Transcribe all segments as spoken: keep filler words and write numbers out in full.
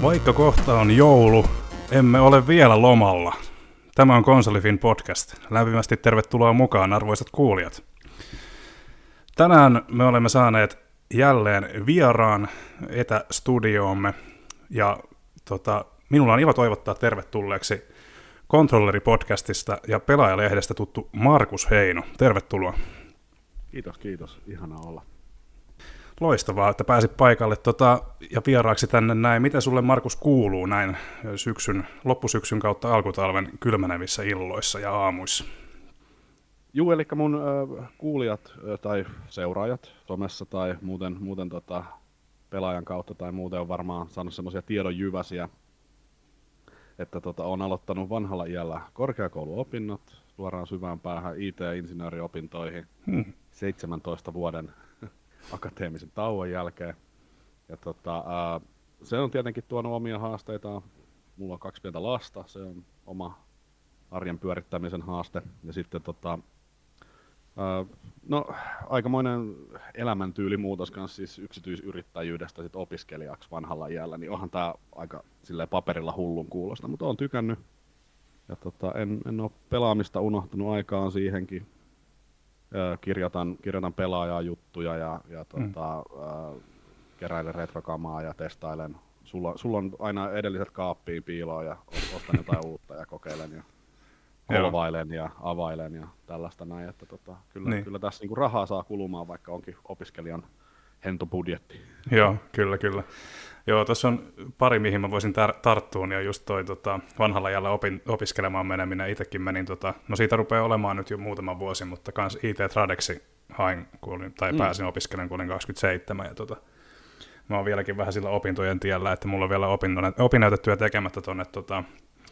Vaikka kohta on joulu, emme ole vielä lomalla. Tämä on Konsolifin podcast. Lämpimästi tervetuloa mukaan, arvoisat kuulijat. Tänään me olemme saaneet jälleen vieraan etästudioomme, ja tota, minulla on ilo toivottaa tervetulleeksi Controlleri-podcastista ja Pelaajalehdestä tuttu Markus Heino. Tervetuloa. Kiitos, kiitos. Ihanaa olla. Loistavaa, että pääsit paikalle tota, ja vieraaksi tänne näin. Miten sulle, Markus, kuuluu näin syksyn, loppusyksyn kautta alkutalven kylmänevissä illoissa ja aamuissa? Juu, eli mun äh, kuulijat äh, tai seuraajat somessa tai muuten, muuten tota, pelaajan kautta tai muuten on varmaan saanut semmoisia tiedonjyväsiä, että tota, on aloittanut vanhalla iällä korkeakouluopinnot suoraan syvään päähän I T-insinööriopintoihin hmm. seitsemäntoista vuoden akateemisen tauon jälkeen. Ja tota, ää, se on tietenkin tuonut omia haasteitaan. Mulla on kaksi pientä lasta, se on oma arjen pyörittämisen haaste. Ja sitten tota, ää, no, aikamoinen elämäntyylimuutos kanssa, siis yksityisyrittäjyydestä sit opiskelijaksi vanhalla iällä, niin onhan tää aika silleen paperilla hullun kuulosta, mutta oon tykännyt. Ja tota, en, en ole pelaamista unohtanut, aikaan siihenkin. Kirjoitan, kirjoitan pelaajaa juttuja ja, ja tota, mm. äh, keräilen retrokamaa ja testailen. Sulla, sulla on aina edelliset kaappiin piiloon ja ostan jotain uutta ja kokeilen ja kolvailen ja availen ja tällaista näin. Että tota, kyllä, niin. kyllä tässä niinku rahaa saa kulumaan, vaikka onkin opiskelijan hentobudjetti. Joo, kyllä, kyllä. Joo, tuossa on pari, mihin mä voisin tar- tarttua, ja just toi tota, vanhalla jällä opin, opiskelemaan meneminen. Itsekin menin, tota, no siitä rupeaa olemaan nyt jo muutama vuosi, mutta kans I T-tradeksi hain, kun olin, tai mm. pääsin opiskelemaan, kun olin kaksikymmentäseitsemän, ja tota, mä oon vieläkin vähän sillä opintojen tiellä, että mulla on vielä opinnäytetyö tekemättä tuonne tota,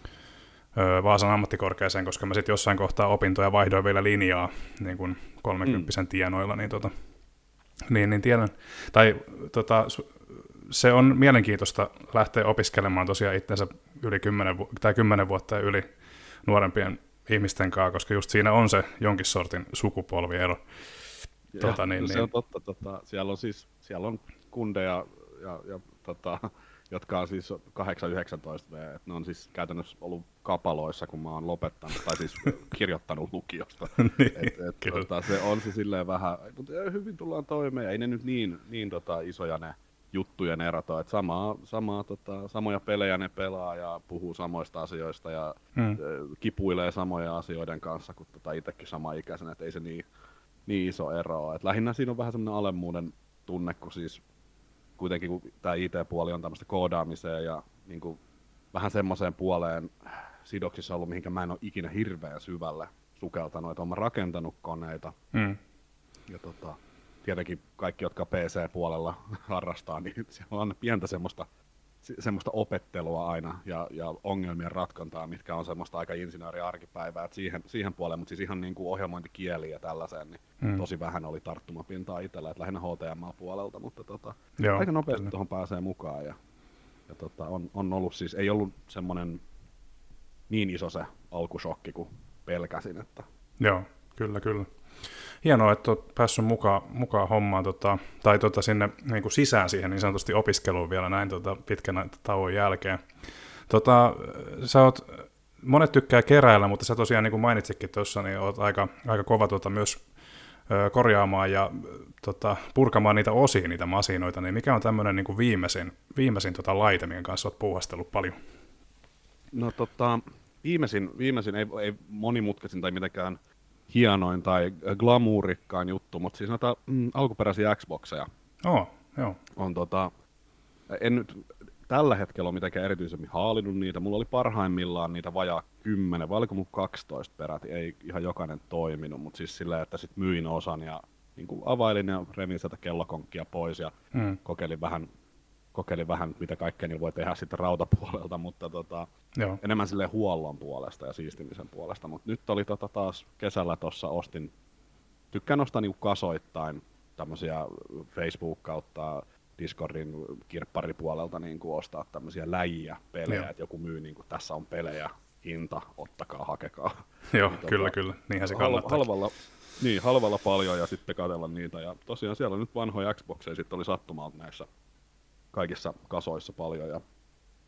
Vaasan ammattikorkeaseen, koska mä sitten jossain kohtaa opintoja vaihdoin vielä linjaa niin kuin kolmekymppisen mm. tienoilla, niin, tota, niin, niin tiedän, tai tota, se on mielenkiintoista lähteä opiskelemaan tosiaan itsensä yli kymmenen, vu- tai kymmenen vuotta ja yli nuorempien ihmisten kanssa, koska just siinä on se jonkin sortin sukupolviero. Ja, tota, niin, se niin. on totta. Tota, siellä on siis siellä on kundeja, ja, ja, tota, jotka on siis kahdeksan yhdeksäntoista vuotta, että ne on siis käytännössä ollut kapaloissa, kun mä oon lopettanut, tai siis kirjoittanut lukiosta. niin, et, et, tota, se on se silleen vähän, mutta hyvin tullaan toimeen, ei ne nyt niin, niin tota, isoja ne juttujen erot on, että samaa, samaa, tota, samoja pelejä ne pelaa ja puhuu samoista asioista ja hmm. kipuilee samoja asioiden kanssa kuin tota itsekin sama-ikäisenä, että ei se niin, niin iso ero ole. Et lähinnä siinä on vähän semmoinen alemmuuden tunne, kun siis kuitenkin kun tämä I T-puoli on tämmöistä koodaamiseen ja niin kuin vähän semmoiseen puoleen sidoksissa ollut, mihinkä mä en ole ikinä hirveän syvälle sukeltanut, että olen rakentanut koneita hmm. ja tota, tietenkin kaikki, jotka P C-puolella harrastaa, niin siellä on pientä semmoista, semmoista opettelua aina ja, ja ongelmien ratkontaa, mitkä on semmoista aika insinööri-arkipäivää, että siihen, siihen puoleen, mutta siis ihan niin kuin ohjelmointikieliä ja tällaiseen, niin mm. tosi vähän oli tarttumapintaa itsellä, että lähinnä H T M L-puolelta, mutta tota, Joo, aika nopeasti kyllä. Tuohon pääsee mukaan ja, ja tota, on, on ollut siis, ei ollut semmoinen niin iso se alkushokki kuin pelkäsin. Että... Joo, kyllä, kyllä. Hienoa, että olet päässyt mukaan, mukaan hommaan, tota, tai tota, sinne niin kuin sisään siihen niin sanotusti opiskeluun vielä näin tota, pitkän tauon jälkeen. Tota, sä oot, monet tykkää keräillä, mutta sä tosiaan niin kuin mainitsikin tuossa, niin oot aika, aika kova tota, myös ö, korjaamaan ja tota, purkamaan niitä osia, niitä masinoita. Niin mikä on tämmöinen niin kuin viimeisin, viimeisin tota, laite, minkä kanssa oot puuhastellut paljon? No tota, viimeisin, viimeisin ei, ei monimutkaisin tai mitenkään hienoin tai glamourikkaan juttu, mutta siis noita mm, alkuperäisiä Xboxeja oh, joo. on tota, en nyt tällä hetkellä ole mitenkään erityisemmin haalinnut niitä, mulla oli parhaimmillaan niitä vajaa kymmenen, vai oliko mulla kaksitoista peräti, ei ihan jokainen toiminut, mutta siis silleen, että sit myin osan ja niin kuin availin ja revin sieltä kellokonkkia pois ja mm. kokeilin vähän kokeilin vähän, mitä kaikkea niillä voi tehdä sitten rautapuolelta, mutta tota, enemmän silleen huollon puolesta ja siistimisen puolesta. Mutta nyt oli tota taas kesällä tuossa ostin, tykkään ostaa niinku kasoittain tämmöisiä Facebook kautta Discordin kirpparipuolelta niinku ostaa tämmöisiä läjiä pelejä, että joku myy niinku tässä on pelejä, hinta, ottakaa, hakekaa. Joo, niin, kyllä, tota, kyllä, niinhän se kannattaa. Halvalla, niin, halvalla paljon ja sitten katsella niitä ja tosiaan siellä on nyt vanhoja Xboxeja, sitten oli sattumalta näissä kaikissa kasoissa paljon ja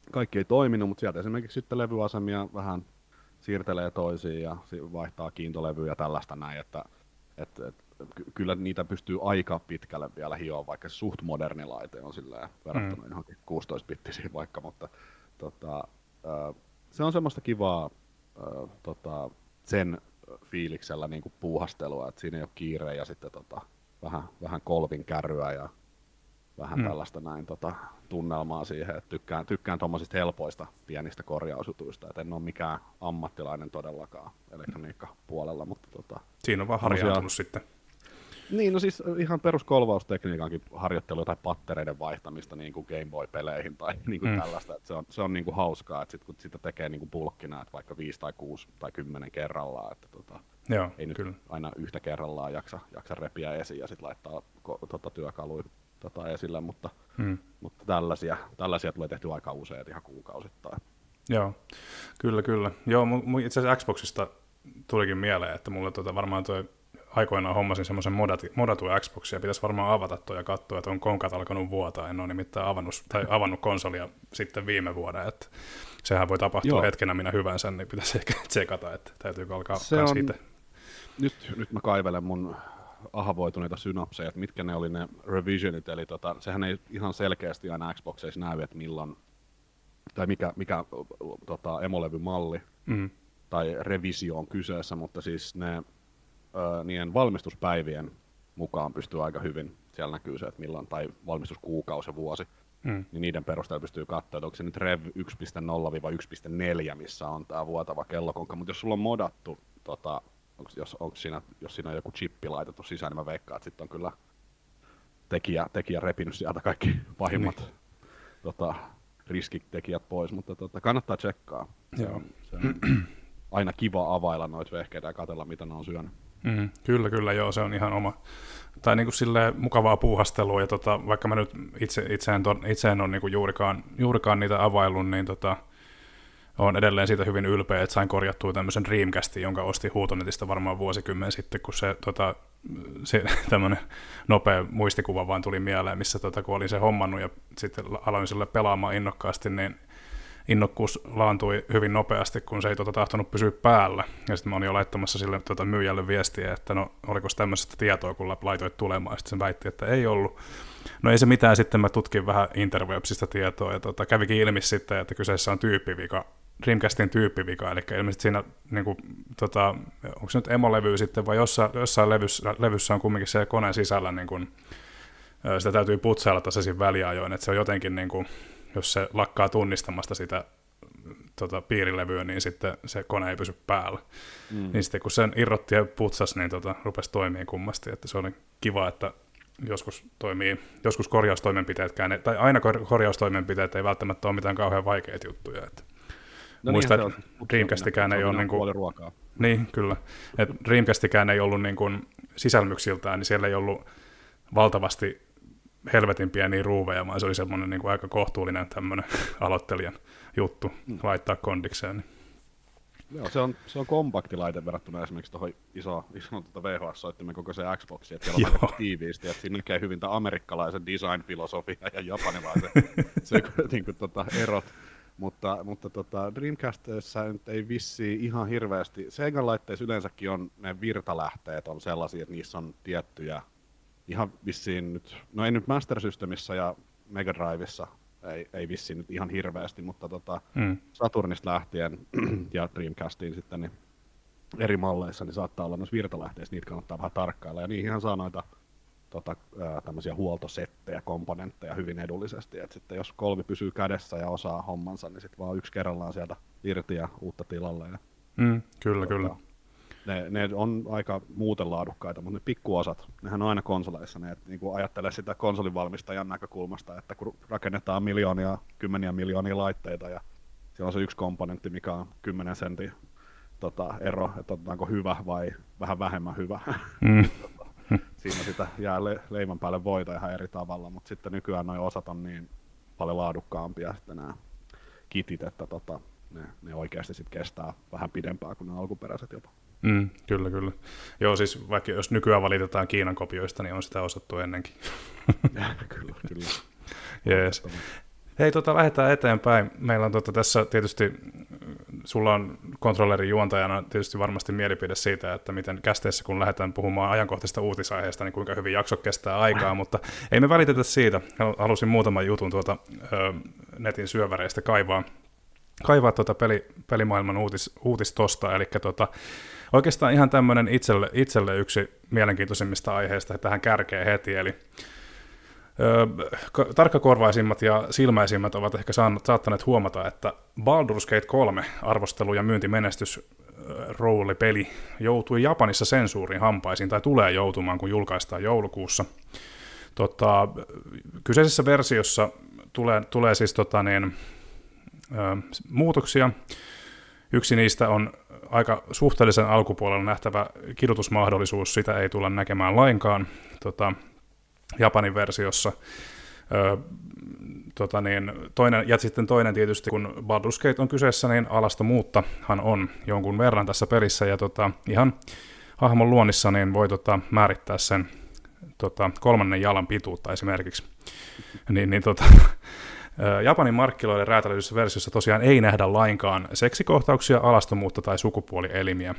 kaikki ei toiminut, mutta sieltä esimerkiksi sitten levyasemia vähän siirtelee toisiin ja vaihtaa kiintolevyjä ja tällaista näin, että et, et, kyllä niitä pystyy aika pitkälle vielä hioa, vaikka se suht moderni laite on silleen verrattuna mm. johonkin kuusitoista-bittisiin vaikka, mutta tota, äh, se on semmoista kivaa äh, tota, sen fiiliksellä niin kuin puuhastelua, että siinä ei ole kiire ja sitten tota, vähän, vähän kolvin kärryä ja vähän mm. tällaista näin tota, tunnelmaa siihen, että tykkään, tykkään tuommoisista helpoista pienistä korjausjutuista, että en ole mikään ammattilainen todellakaan elektroniikkapuolella, mutta tota, siinä on vaan harjoitellut sitten. Niin, no siis ihan peruskolvaustekniikankin harjoittelu tai pattereiden vaihtamista niin kuin Game Boy-peleihin tai niin kuin mm. tällaista, että se on, se on niin kuin hauskaa, että sit, kun sitä tekee niin kuin bulkkina, että vaikka viisi tai kuusi tai kymmenen kerrallaan, että tota, Joo, ei kyllä. nyt aina yhtä kerrallaan jaksa, jaksa repiä esiin ja sitten laittaa tota, työkaluja tota, esille, mutta, mm. mutta tällaisia, tällaisia tulee tehty aika usein, ihan kuukausittain. Joo, kyllä, kyllä. Joo, mun, itse asiassa Xboxista tulikin mieleen, että mulle tota, varmaan toi aikoinaan hommasin semmoisen modatun Xboxia, pitäisi varmaan avata toi ja katsoa, että on konkat alkanut vuotaa. En ole nimittäin avannut, tai avannut konsolia sitten viime vuoden, että sehän voi tapahtua Joo. hetkenä minä hyvänsä, niin pitäisi ehkä tsekata, että täytyykö alkaa se on, itse. Nyt, nyt mä kaivelen mun ahavoituneita synapseja, että mitkä ne oli ne revisionit, eli tota, sehän ei ihan selkeästi aina Xboxeissa näy, että milloin, tai mikä, mikä tota, emolevymalli mm. tai revisio on kyseessä, mutta siis ne Öö, niiden valmistuspäivien mukaan pystyy aika hyvin, siellä näkyy se, että milloin, tai valmistuskuukausi ja vuosi, mm. niin niiden perusteella pystyy katsoa, että onko se nyt Rev yksi piste nolla yksi piste neljä, missä on tämä vuotava kellokonka, mutta jos sulla on modattu, tota, onko, jos, onko siinä, jos siinä on joku chippi laitettu sisään, niin mä veikkaan, että sitten on kyllä tekijä, tekijä repinyt sieltä kaikki pahimmat niin. tota, riskitekijät pois, mutta tota, kannattaa tsekkaa. Se on, se on aina kiva availla noita vehkeitä ja katsella, mitä ne on syönyt. Mm, kyllä, kyllä, joo, se on ihan oma, tai niin kuin silleen mukavaa puuhastelua, ja tota, vaikka mä nyt itse, itse en, ton, itse en ole niin kuin juurikaan, juurikaan niitä availlut, niin tota, olen edelleen siitä hyvin ylpeä, että sain korjattua tämmöisen Dreamcastin, jonka ostin Huutonetista varmaan vuosikymmen sitten, kun se, tota, se tämmöinen nopea muistikuva vaan tuli mieleen, missä tota, kun olin se hommannut ja sitten aloin sille pelaamaan innokkaasti, niin innokkuus laantui hyvin nopeasti, kun se ei tota, tahtonut pysyä päällä. Ja sitten mä olin jo laittamassa sille tota, myyjälle viestiä, että no oliko tämmöisestä tietoa, kun laitoit tulemaan. Ja sitten se väitti, että ei ollut. No ei se mitään, sitten mä tutkin vähän interwebsista tietoa, ja tota, kävikin ilmi sitten, että kyseessä on tyyppivika, Dreamcastin tyyppivika, eli ilmeisesti siinä, niin kuin, tota, onko se nyt emolevy sitten, vai jossain, jossain levyssä, levyssä on kumminkin se koneen sisällä, niin kuin, sitä täytyy putsailla tasaisin väliajoin, että se on jotenkin niin kuin, jos se lakkaa tunnistamasta sitä tota, piirilevyä, niin sitten se kone ei pysy päällä. Mm. Niin sitten kun sen irrotti ja putsasi, niin tota, rupesi toimii kummasti. Että se oli kiva, että joskus toimii, joskus korjaustoimenpiteetkään, tai aina korjaustoimenpiteet ei välttämättä ole mitään kauhean vaikeita juttuja. Että no muista, niin, että Dreamcastikään ei ole niin kuin, niin, kyllä. Että Dreamcastikään ei ollut niin kuin sisälmyksiltään, niin siellä ei ollut valtavasti helvetin pieniä ruuveja, vaan se oli semmoinen niin kuin aika kohtuullinen tämmöinen aloittelijan juttu mm. laittaa kondikseen. Niin. Joo, se on, se on kompaktilaite verrattuna esimerkiksi tuohon iso, iso tuota V H S-soittimen kokoiseen Xboxiin, että siellä on aika tiiviisti, että siinä näkee hyvin tämän amerikkalaisen design-filosofian ja japanilaisen se, niin kuin, tota, erot. Mutta, mutta tota, Dreamcastissa ei vissiin ihan hirveästi, Segan laitteissa yleensäkin on ne virtalähteet on sellaisia, että niissä on tiettyjä ihan vissiin nyt, no ei nyt Master Systemissä ja Mega Drivessa ei, ei vissiin nyt ihan hirveästi, mutta tota, mm. Saturnista lähtien ja Dreamcastiin sitten niin eri malleissa niin saattaa olla noissa virtalähteissä, niitä kannattaa vähän tarkkailla ja niihin saa noita tota, tämmöisiä huoltosettejä, komponentteja hyvin edullisesti, että sitten jos kolmi pysyy kädessä ja osaa hommansa, niin sitten vaan yksi kerrallaan sieltä irti ja uutta tilalle. Ja, mm, kyllä, tota, kyllä. Ne, ne on aika muuten laadukkaita, mutta ne pikkuosat, nehän on aina konsoleissa. Ne niin ajattelee sitä konsolivalmistajan näkökulmasta, että kun rakennetaan miljoonia, kymmeniä miljoonia laitteita ja siellä on se yksi komponentti, mikä on kymmenen sentin tota, ero, että otetaanko hyvä vai vähän vähemmän hyvä. Mm. Siinä sitä jää le- leivän päälle voita ihan eri tavalla, mutta sitten nykyään nuo osat on niin paljon laadukkaampia sitten nämä kitit, että tota, ne, ne oikeasti sitten kestää vähän pidempään kuin ne alkuperäiset jopa. Mm, kyllä, kyllä. Joo, siis vaikka jos nykyään valitetaan Kiinan kopioista, niin on sitä osattu ennenkin. kyllä, kyllä. Yes. Hei, tota, lähdetään eteenpäin. Meillä on tota, tässä tietysti, sulla on kontrollerin juontajana tietysti varmasti mielipide siitä, että miten kästeessä, kun lähdetään puhumaan ajankohtaisesta uutisaiheesta, niin kuinka hyvin jakso kestää aikaa, mutta ei me välitetä siitä. Halusin muutaman jutun tuota, ö, netin syöväreistä kaivaa, kaivaa tuota peli, pelimaailman uutis, uutistosta, eli tota, oikeastaan ihan tämmöinen itselle, itselle yksi mielenkiintoisimmista aiheista tähän kärkeen heti, eli Öö, tarkkakorvaisimmat ja silmäisimmät ovat ehkä saattaneet huomata, että Baldur's Gate kolme arvostelu- ja myyntimenestys roolipeli joutui Japanissa sensuurin hampaisiin, tai tulee joutumaan, kun julkaistaan joulukuussa. Tota, kyseisessä versiossa tulee, tulee siis tota niin, ö, muutoksia. Yksi niistä on aika suhteellisen alkupuolella nähtävä kidutusmahdollisuus, sitä ei tulla näkemään lainkaan. Tota, Japanin versiossa. Öö, tota niin, toinen, ja sitten toinen tietysti, kun Baldur's Gate on kyseessä, niin alastomuuttahan on jonkun verran tässä pelissä, ja tota, ihan hahmon luonnissa niin voi tota, määrittää sen tota, kolmannen jalan pituutta esimerkiksi. niin, niin, tota, Japanin markkinoiden räätälöidyssä versiossa tosiaan ei nähdä lainkaan seksikohtauksia, alastomuutta tai sukupuolielimiä.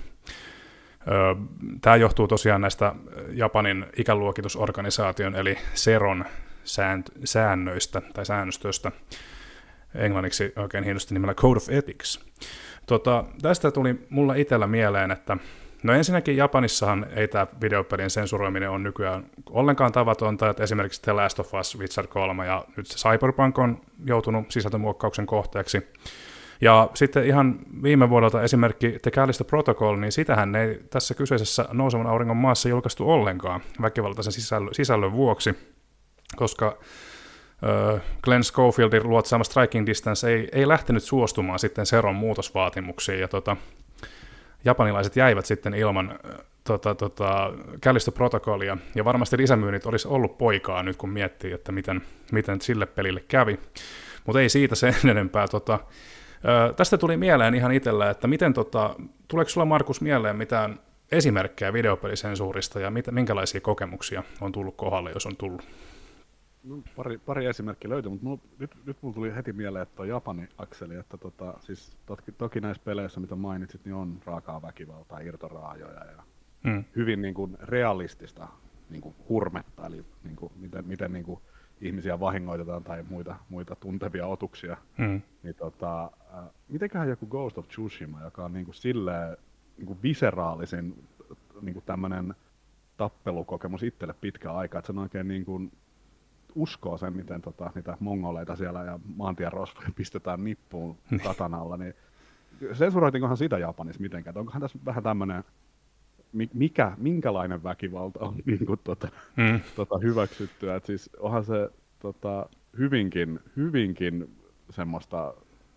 Tämä johtuu tosiaan näistä Japanin ikäluokitusorganisaation eli Seron säännöistä tai säännöstöstä, englanniksi oikein hienosti nimellä Code of Ethics. Tota, tästä tuli mulla itsellä mieleen, että no ensinnäkin Japanissahan ei tämä videopelien sensuroiminen ole nykyään ollenkaan tavatonta, että esimerkiksi The Last of Us, Witcher kolme ja nyt se Cyberpunk on joutunut sisältömuokkauksen kohteeksi. Ja sitten ihan viime vuodelta esimerkki The Callisto Protocol, niin sitähän ei tässä kyseisessä Nousevan auringon maassa julkaistu ollenkaan väkivaltaisen sisällön, sisällön vuoksi, koska äh, Glenn Schofieldin luotsaama Striking Distance ei, ei lähtenyt suostumaan sitten Seron muutosvaatimuksiin, ja tota, japanilaiset jäivät sitten ilman äh, tota, tota, Callisto Protocolia, ja varmasti lisämyynnit olisi ollut poikaa nyt, kun miettii, että miten, miten sille pelille kävi, mutta ei siitä sen enempää. Tota, Ö, tästä tuli mieleen ihan itsellä, että miten, tota, tuleeko sulla Markus mieleen mitään esimerkkejä videopelisensuurista ja mit, minkälaisia kokemuksia on tullut kohdalle, jos on tullut? No, pari, pari esimerkkiä löytyi, mutta mulla, nyt, nyt mulla tuli heti mieleen, että on Japanin akseli, että tota, siis toki, toki näissä peleissä, mitä mainitsit, niin on raakaa väkivaltaa, irtoraajoja ja hmm. hyvin niin kuin, realistista niin kuin, hurmetta, eli niin kuin, miten, miten niin kuin, ihmisiä vahingoitetaan tai muita, muita tuntevia otuksia, mm. niin tota, äh, mitenköhän joku Ghost of Tsushima, joka on niinku silleen niinku viseraalisin niinku tämmönen tappelukokemus itselle pitkään aikaa, että sen oikein niinku uskoo sen, miten tota, niitä mongoleita siellä ja maantierosvoja pistetään nippuun katanalla, niin sensuroitinkohan sitä Japanissa mitenkään? Onkohan tässä vähän tämmönen, mikä, minkälainen väkivalta on niin kuin, tota, mm. tota, hyväksyttyä. Et siis onhan se tota, hyvinkin, hyvinkin semmoista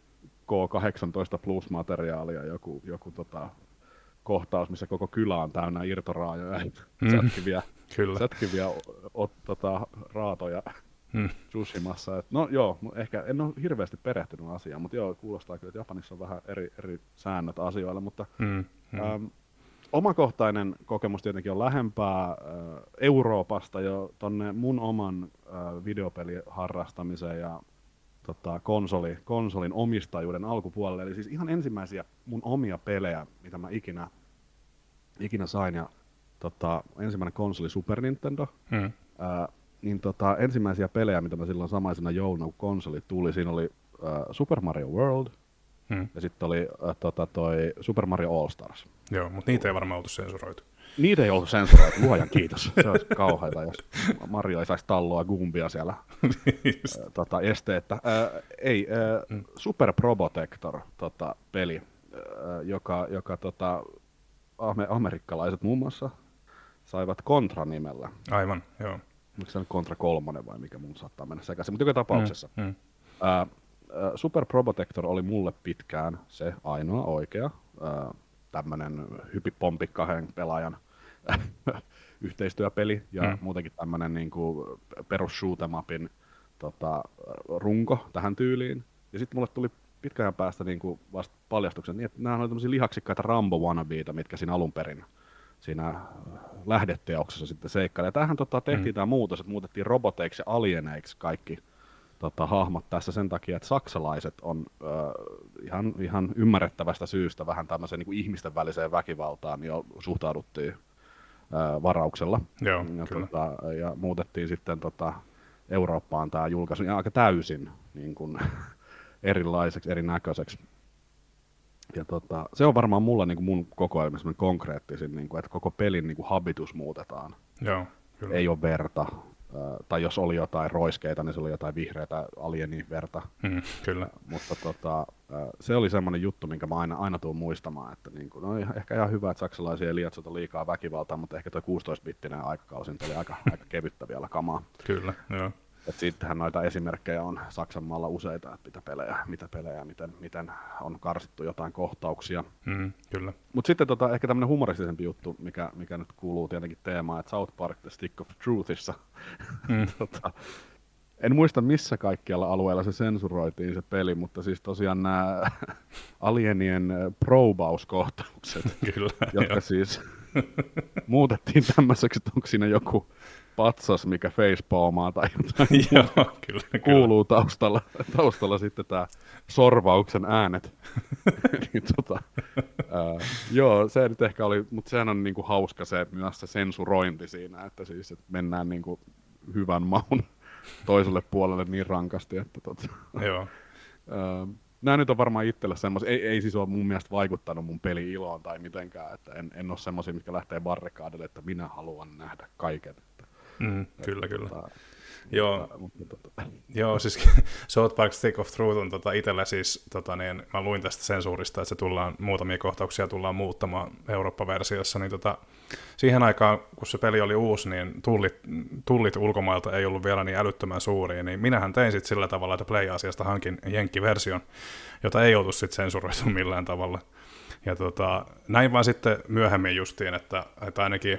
K kahdeksantoista plus materiaalia, joku, joku tota, kohtaus, missä koko kylä on täynnä irtoraajoja ja mm. sätkiviä, sätkiviä o, o, tota, raatoja mm. Tsushimassa. Et, no joo, ehkä en ole hirveästi perehtynyt asiaan, mutta joo, kuulostaa kyllä, että Japanissa on vähän eri, eri säännöt asioille, mutta mm. Mm. Ähm, omakohtainen kokemus tietenkin on lähempää äh, Euroopasta jo tonne mun oman äh, videopeliharrastamiseen ja tota, konsoli, konsolin omistajuuden alkupuolelle. Eli siis ihan ensimmäisiä mun omia pelejä, mitä mä ikinä, ikinä sain. Ja, tota, ensimmäinen konsoli Super Nintendo. Hmm. Äh, niin tota, ensimmäisiä pelejä, mitä mä silloin samaisena jouluna, kun konsoli tuli, siinä oli äh, Super Mario World. Hmm. Ja sitten oli äh, tota, toi Super Mario All Stars. Joo, mutta niitä ei varmaan oltu sensuroitu. Niitä ei oltu sensuroitu, luojan kiitos. Se olisi kauheita, jos Mario ei saisi talloa Goombia siellä äh, tota, esteettä. Äh, ei, äh, hmm. Super Probotector tota, peli, äh, joka, joka tota, amerikkalaiset muun muassa saivat Contra-nimellä. Aivan, joo. Miksi se on Contra kolmonen vai mikä mun saattaa mennä sekaisin, mutta joka tapauksessa. Hmm. Hmm. Äh, Super Probotector oli mulle pitkään se ainoa oikea äh, tämmönen hypipompi kahden pelaajan yhteistyöpeli ja mm. muutenkin tämmönen niinku perus shoot 'em upin tota, runko tähän tyyliin. Ja sitten mulle tuli pitkän ajan päästä niinku vasta paljastuksen, niin että nämä oli tämmöisiä lihaksikkaita Rambo-wannabeita, mitkä siinä alun perin siinä lähdeteoksessa sitten seikkaili. Ja tämähän tota, tehtiin mm. tämä muutos, että muutettiin roboteiksi ja alieneiksi kaikki tota, hahmot tässä sen takia, että saksalaiset on äh, ihan, ihan ymmärrettävästä syystä vähän tämmöiseen niin kuin ihmisten väliseen väkivaltaan jo suhtauduttiin äh, varauksella. Joo, ja, kyllä. tota, ja muutettiin sitten tota, Eurooppaan tämä julkaisu ja aika täysin niin kuin, erilaiseksi, erinäköiseksi. Ja tota, se on varmaan mulla niin kuin mun kokoelmissa konkreettisin, niin kuin, että koko pelin niin kuin habitus muutetaan. Joo, kyllä. Ei ole verta. Tai jos oli jotain roiskeita, niin se oli jotain vihreätä alieniverta. Mm, kyllä. Mutta tota, se oli semmoinen juttu, minkä mä aina, aina tuun muistamaan, että niin kuin, no ehkä ihan hyvä, että saksalaisia ei lietsota liikaa väkivaltaa, mutta ehkä tuo kuusitoista-bittinen aikakausi oli aika, aika kevyttä vielä kamaa. Kyllä, joo. Et siitähän noita esimerkkejä on Saksan maalla useita, että mitä pelejä, mitä pelejä miten, miten on karsittu jotain kohtauksia. Mm, kyllä. Mutta sitten tota, ehkä tämmöinen humoristisempi juttu, mikä, mikä nyt kuuluu tietenkin teemaan, että South Park The Stick of Truthissa. Mm. tota, en muista missä kaikkialla alueella se sensuroitiin se peli, mutta siis tosiaan nämä alienien probauskohtaukset, kyllä, jotka jo. siis muutettiin tämmöiseksi, että onko siinä joku patsas, mikä facepalmaa tai jotain Joo, kyllä, kuuluu kyllä. Taustalla, taustalla sitten tämä sorvauksen äänet. niin, tota, ää, joo, se nyt ehkä oli, mutta sehän on niinku hauska se myös se sensurointi siinä, että siis että mennään niinku hyvän maun toiselle puolelle niin rankasti, että tota, joo. ää, nämä nyt on varmaan itselle semmoisia, ei, ei siis ole mun mielestä vaikuttanut mun peli-iloon tai mitenkään, että en, en ole semmoisia, mitkä lähtee barrikaadille, että minä haluan nähdä kaiken. Mm, kyllä, kyllä. Tota, Joo, mutta, tota. joo, siis South Park Stick of Truth on tota, itsellä siis, tota, niin, mä luin tästä sensuurista, että se tullaan, muutamia kohtauksia tullaan muuttamaan Eurooppa-versiossa, niin tota, siihen aikaan, kun se peli oli uusi, niin tullit, tullit ulkomailta ei ollut vielä niin älyttömän suuria, niin minähän tein sitten sillä tavalla, että Play-asiasta hankin jenkkiversion, jota ei oltu sitten sensuroitu millään tavalla. Ja tota, näin vaan sitten myöhemmin justiin, että, että ainakin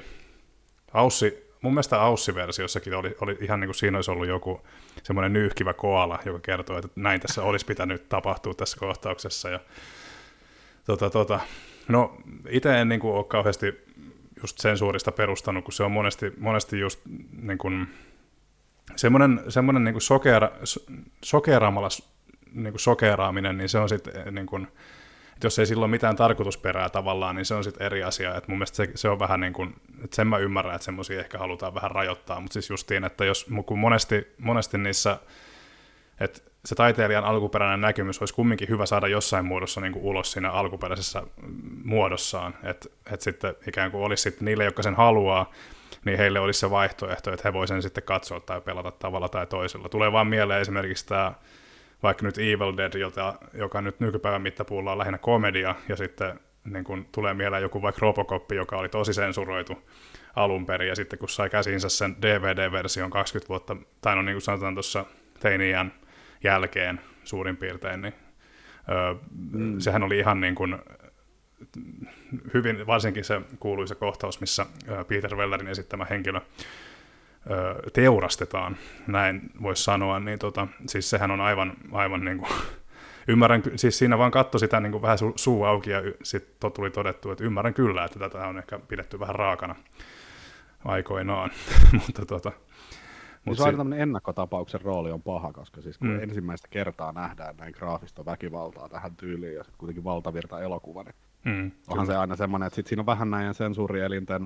Aussi, mun mielestä Aussi-versiossakin oli, oli ihan niin kuin siinä olisi ollut joku semmoinen nyyhkivä koala, joka kertoo, että näin tässä olisi pitänyt tapahtua tässä kohtauksessa. Ja, tota, tota. No itse en niin kuin ole kauheasti just sensuurista perustanut, kun se on monesti, monesti just niin kuin semmoinen, semmoinen niin kuin sokera, sokeraamalla niin kuin sokeraaminen, niin se on sitten niin kuin, että jos ei sillä ole mitään tarkoitusperää tavallaan, niin se on sitten eri asia. Et mun mielestä se, se on vähän niin kuin, että sen mä ymmärrän, että semmoisia ehkä halutaan vähän rajoittaa, mutta siis justiin, että jos kun monesti, monesti niissä, että se taiteilijan alkuperäinen näkemys olisi kumminkin hyvä saada jossain muodossa niin kuin ulos siinä alkuperäisessä muodossaan, että et sitten ikään kuin olisi sitten niille, jotka sen haluaa, niin heille olisi se vaihtoehto, että he voisivat sen sitten katsoa tai pelata tavalla tai toisella. Tulee vaan mieleen esimerkiksi tämä vaikka nyt Evil Dead, jota, joka nyt nykypäivän mittapuulla on lähinnä komedia, ja sitten niin kun tulee mieleen joku vaikka Robocop, joka oli tosi sensuroitu alun perin, ja sitten kun sai käsiinsä sen D V D-version kaksikymmentä vuotta, tai no niin kuin sanotaan tuossa teiniän jälkeen suurin piirtein, niin öö, mm. sehän oli ihan niin kuin hyvin, varsinkin se kuuluisa kohtaus, missä Peter Wellerin esittämä henkilö teurastetaan, näin voisi sanoa, niin tota, siis sehän on aivan, aivan niin kuin, ymmärrän, siis siinä vaan katsoi sitä niin kuin vähän su- suu auki ja sitten tuli todettu, että ymmärrän kyllä, että tätä on ehkä pidetty vähän raakana aikoinaan, mutta tota. Mut se on si- tämmöinen ennakkotapauksen rooli on paha, koska siis kun mm. ensimmäistä kertaa nähdään näin graafista väkivaltaa tähän tyyliin ja sitten kuitenkin valtavirta elokuva, niin mm, onhan kyllä se aina semmoinen, että sit siinä on vähän näin sensuurielinten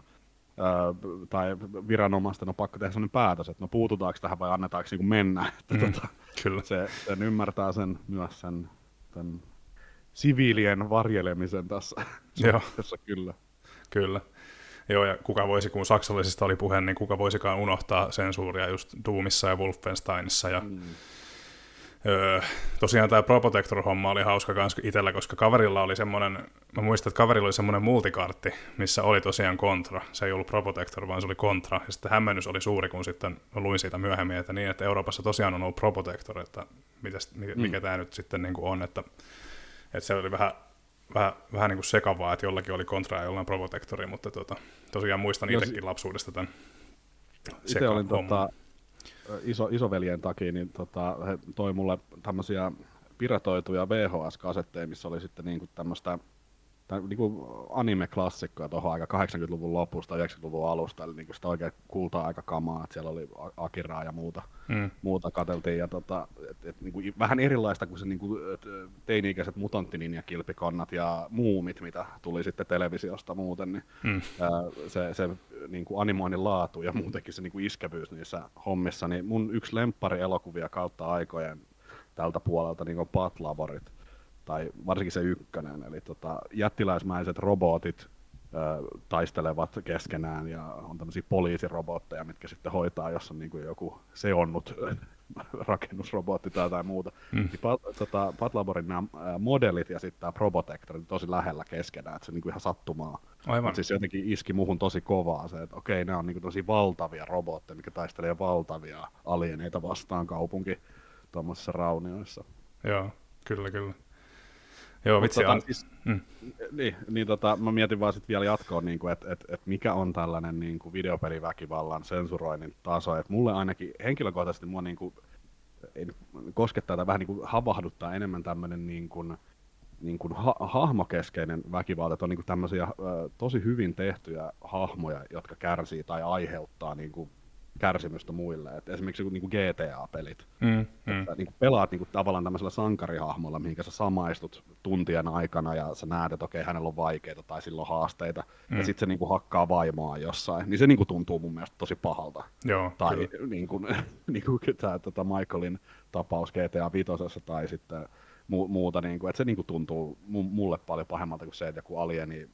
tai viranomaisten on pakko tehdä sellainen päätös, että no puututaanko tähän vai annetaanko niin kuin mennä. Että mm, tota, kyllä. Se, sen ymmärtää sen, myös sen, sen siviilien varjelemisen tässä suhteessa kyllä. Kyllä. Joo, ja kuka voisi, kun saksalaisista oli puhe, niin kuka voisikaan unohtaa sensuuria just Doomissa ja Wolfensteinissa ja mm. Öö, tosiaan tämä Probotector-homma oli hauska kans itsellä, koska kaverilla oli semmoinen, mä muistan, että kaverilla oli semmoinen multikartti, missä oli tosiaan Contra. Se ei ollut Probotector, vaan se oli Contra. Ja sitten hämmennys oli suuri, kun sitten luin siitä myöhemmin, että niin, että Euroopassa tosiaan on ollut Probotector, että mitäs, mikä, mm. mikä tämä nyt sitten niin kuin on, että, että se oli vähän, vähän, vähän niin kuin sekavaa, että jollakin oli Contra ja jollain Probotectori, mutta tota, tosiaan muistan itsekin lapsuudesta tämän itse olin tota, iso, isoveljen takia, niin tota, he toi mulle tämmöisiä piratoituja V H S-kasetteja, missä oli sitten niinku tämmöistä tai niinku anime-klassikkoja tuohon aika kahdeksankymmentäluvun lopusta, yhdeksänkymmentäluvun alusta, eli niinku sitä oikein kulta-aikakamaa, että siellä oli Akiraa ja muuta, mm. muuta katseltiin, ja tota, et, et, niinku, vähän erilaista kuin se niinku, teini-ikäiset mutanttininjakilpikonnat ja muumit, mitä tuli sitten televisiosta muuten, niin mm. ää, se, se niinku animoinnin laatu ja muutenkin se niinku iskevyys niissä hommissa, niin mun yksi lemppari-elokuvia kautta aikojen tältä puolelta niin on Patlaborit, tai varsinkin se ykkönen, eli tota, jättiläismäiset robotit ö, taistelevat keskenään ja on tämmöisiä poliisirobotteja, mitkä sitten hoitaa, jos on niin kuin joku seonnut rakennusrobotti tai jotain muuta. Mm. Niin Pat, tota, Patlaborin nämä modelit ja sitten tämä Probotector tosi lähellä keskenään, että se on niin kuin ihan sattumaa. Aivan. Siis jotenkin iski muhun tosi kovaa se, että okei, nämä on niin kuin tosi valtavia robotteja, mitkä taistelee valtavia alieneita vastaan kaupunki tuommoisissa raunioissa. Joo, kyllä, kyllä. Joo, vitsi tota, on. Siis, mm. Niin, niin tota, mä mietin vaan sitten vielä jatkoon, niin että et, et mikä on tällainen niin kuin videopeliväkivallan sensuroinnin taso. Et mulle ainakin henkilökohtaisesti mua niin kuin, ei koskettaa tai vähän niin kuin havahduttaa enemmän tämmöinen niin kuin, niin kuin ha- hahmokeskeinen väkivalta, että on niin kuin tämmöisiä äh, tosi hyvin tehtyjä hahmoja, jotka kärsii tai aiheuttaa niin kuin kärsimystä muille. Et esimerkiksi niin kuin G T A-pelit. Mm, mm. Että, niin kuin pelaat niin kuin, tavallaan tämmöisellä sankarihahmolla, mihinkä sä samaistut tuntien aikana ja sä näet, että okei, hänellä on vaikeita tai sillä on haasteita. Mm. Ja sitten se niin kuin, hakkaa vaimoa jossain. Niin se niin kuin, tuntuu mun mielestä tosi pahalta. Joo, tai niin kuin, niin kuin tämä tota Michaelin tapaus G T A viisi tai sitten mu- muuta. Niin kuin, että se niin kuin, tuntuu mulle paljon pahemmalta kuin se, että joku alieni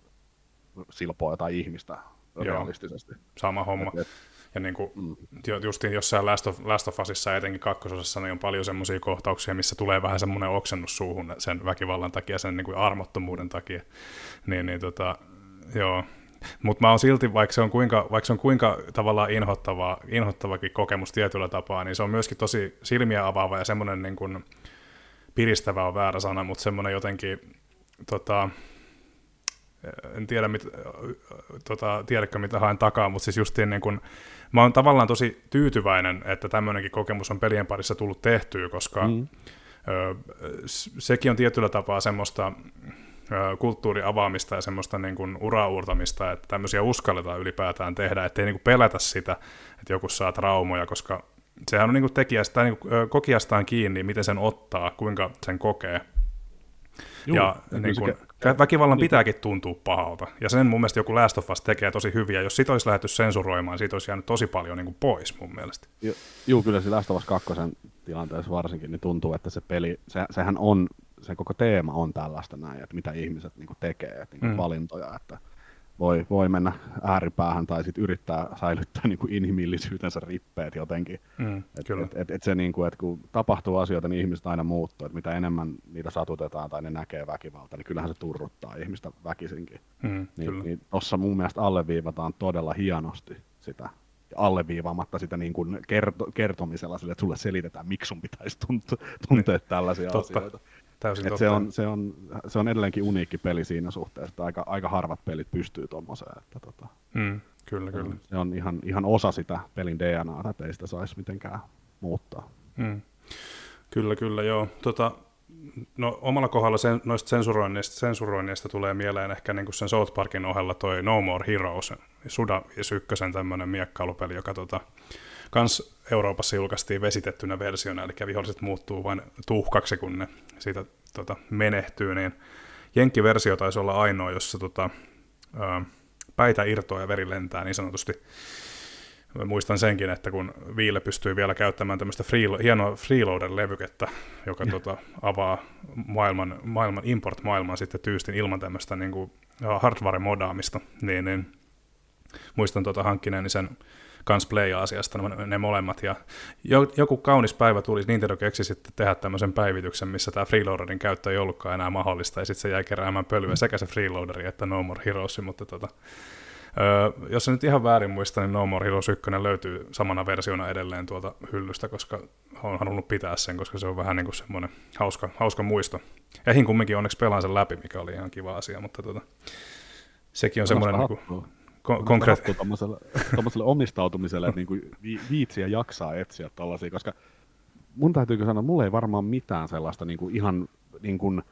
silpoo jotain ihmistä realistisesti. Sama homma. Et, et, Ja niin kuin, mm. justiin jossain Last of, Last of Usissa etenkin kakkososassa niin on paljon semmoisia kohtauksia, missä tulee vähän semmoinen oksennus suuhun sen väkivallan takia, sen niin kuin armottomuuden takia. Niin, niin tota, joo. Mutta mä oon silti, vaikka se on kuinka, vaikka se on kuinka tavallaan inhottava, inhottavakin kokemus tietyllä tapaa, niin se on myöskin tosi silmiä avaava ja semmoinen niin kuin piristävä on väärä sana, mutta semmoinen jotenkin, tota, en tiedä, mit, tota, tiedäkö mitä haen takaa, mutta siis justiin niin kun, mä oon tavallaan tosi tyytyväinen, että tämmöinenkin kokemus on pelien parissa tullut tehtyä, koska mm. ö, sekin on tietyllä tapaa semmoista ö, kulttuurin avaamista ja semmoista niin kun ura-uurtamista, että tämmöisiä uskalletaan ylipäätään tehdä, ettei niin kun pelätä sitä, että joku saa traumoja, koska sehän on niin kun tekijästä, niin kun, kokijastaan kiinni, miten sen ottaa, kuinka sen kokee. Juu, ja niin kun, se, väkivallan niin, pitääkin tuntua pahalta. Ja sen mun mielestä joku Last of Us tekee tosi hyviä. Jos sit olisi lähdetty sensuroimaan, siitä olisi jäänyt tosi paljon niin kuin pois mun mielestä. Joo, kyllä se Last of Us kaksi tilanteessa varsinkin niin tuntuu, että se peli, se, sehän on, sen koko teema on tällaista näin, että mitä ihmiset niin kuin tekee, että niin kuin mm. valintoja, että voi, voi mennä ääripäähän tai sit yrittää säilyttää niin kuin inhimillisyytensä rippeet jotenkin. Mm, että et, et, et se, niin kuin, että kun tapahtuu asioita, niin ihmiset aina muuttuu. Että mitä enemmän niitä satutetaan tai ne näkee väkivaltaa, niin kyllähän se turruttaa ihmistä väkisinkin. Mm, niin, niin tuossa mun mielestä alleviivataan todella hienosti sitä. Alleviivaamatta sitä niin kuin kerto, kertomisella sille, että sulle selitetään, miksi sun pitäisi tuntea, tuntea tällaisia Totta. asioita. Et se, on, se, on, se on edelleenkin uniikki peli siinä suhteessa, että aika, aika harvat pelit pystyy tuommoiseen. Että tota, mm, kyllä, se, kyllä. Se on ihan, ihan osa sitä pelin D N A:ta, että ei sitä saisi mitenkään muuttaa. Mm. Kyllä, kyllä, joo. Tota, no, omalla kohdalla sen, noista sensuroinneista, sensuroinneista tulee mieleen ehkä niin kuin sen South Parkin ohella toi No More Heroes, Suda ykkösen tämmöinen miekkailupeli, joka tota, kans Euroopassa julkaistiin vesitettynä versiona, eli viholliset muuttuu vain tuhkaksi, kun ne siitä tota, menehtyy, niin jenkkiversio taisi olla ainoa, jossa tota, ää, päitä irtoaa ja veri lentää niin sanotusti. Mä muistan senkin, että kun Viille pystyy vielä käyttämään tämmöistä free, hienoa freeloader-levykettä, joka tota, avaa maailman, maailman import-maailman sitten tyystin ilman tämmöistä niin kuin hardware-modaamista, niin, niin muistan tota hankkineeni sen kans Play-asiasta ne, ne molemmat, ja joku kaunis päivä tuli, Nintendo keksi sitten tehdä tämmöisen päivityksen, missä tämä freeloaderin käyttö ei ollutkaan enää mahdollista, ja sitten se jäi keräämään pölyä sekä se freeloaderi että No More Heroes, mutta tota, öö, jos en nyt ihan väärin muista, niin No More Heroes yksi löytyy samana versiona edelleen tuolta hyllystä, koska olen halunnut pitää sen, koska se on vähän niin kuin semmoinen hauska, hauska muisto. Ehin kumminkin onneksi pelaan sen läpi, mikä oli ihan kiva asia, mutta tota, sekin on semmoinen niin kuin konkreettinen. Tuommoiselle omistautumiselle, että niinku viitsiä jaksaa etsiä tällaisia, koska mun täytyykö sanoa, että mulla ei varmaan mitään sellaista niinku ihan niinku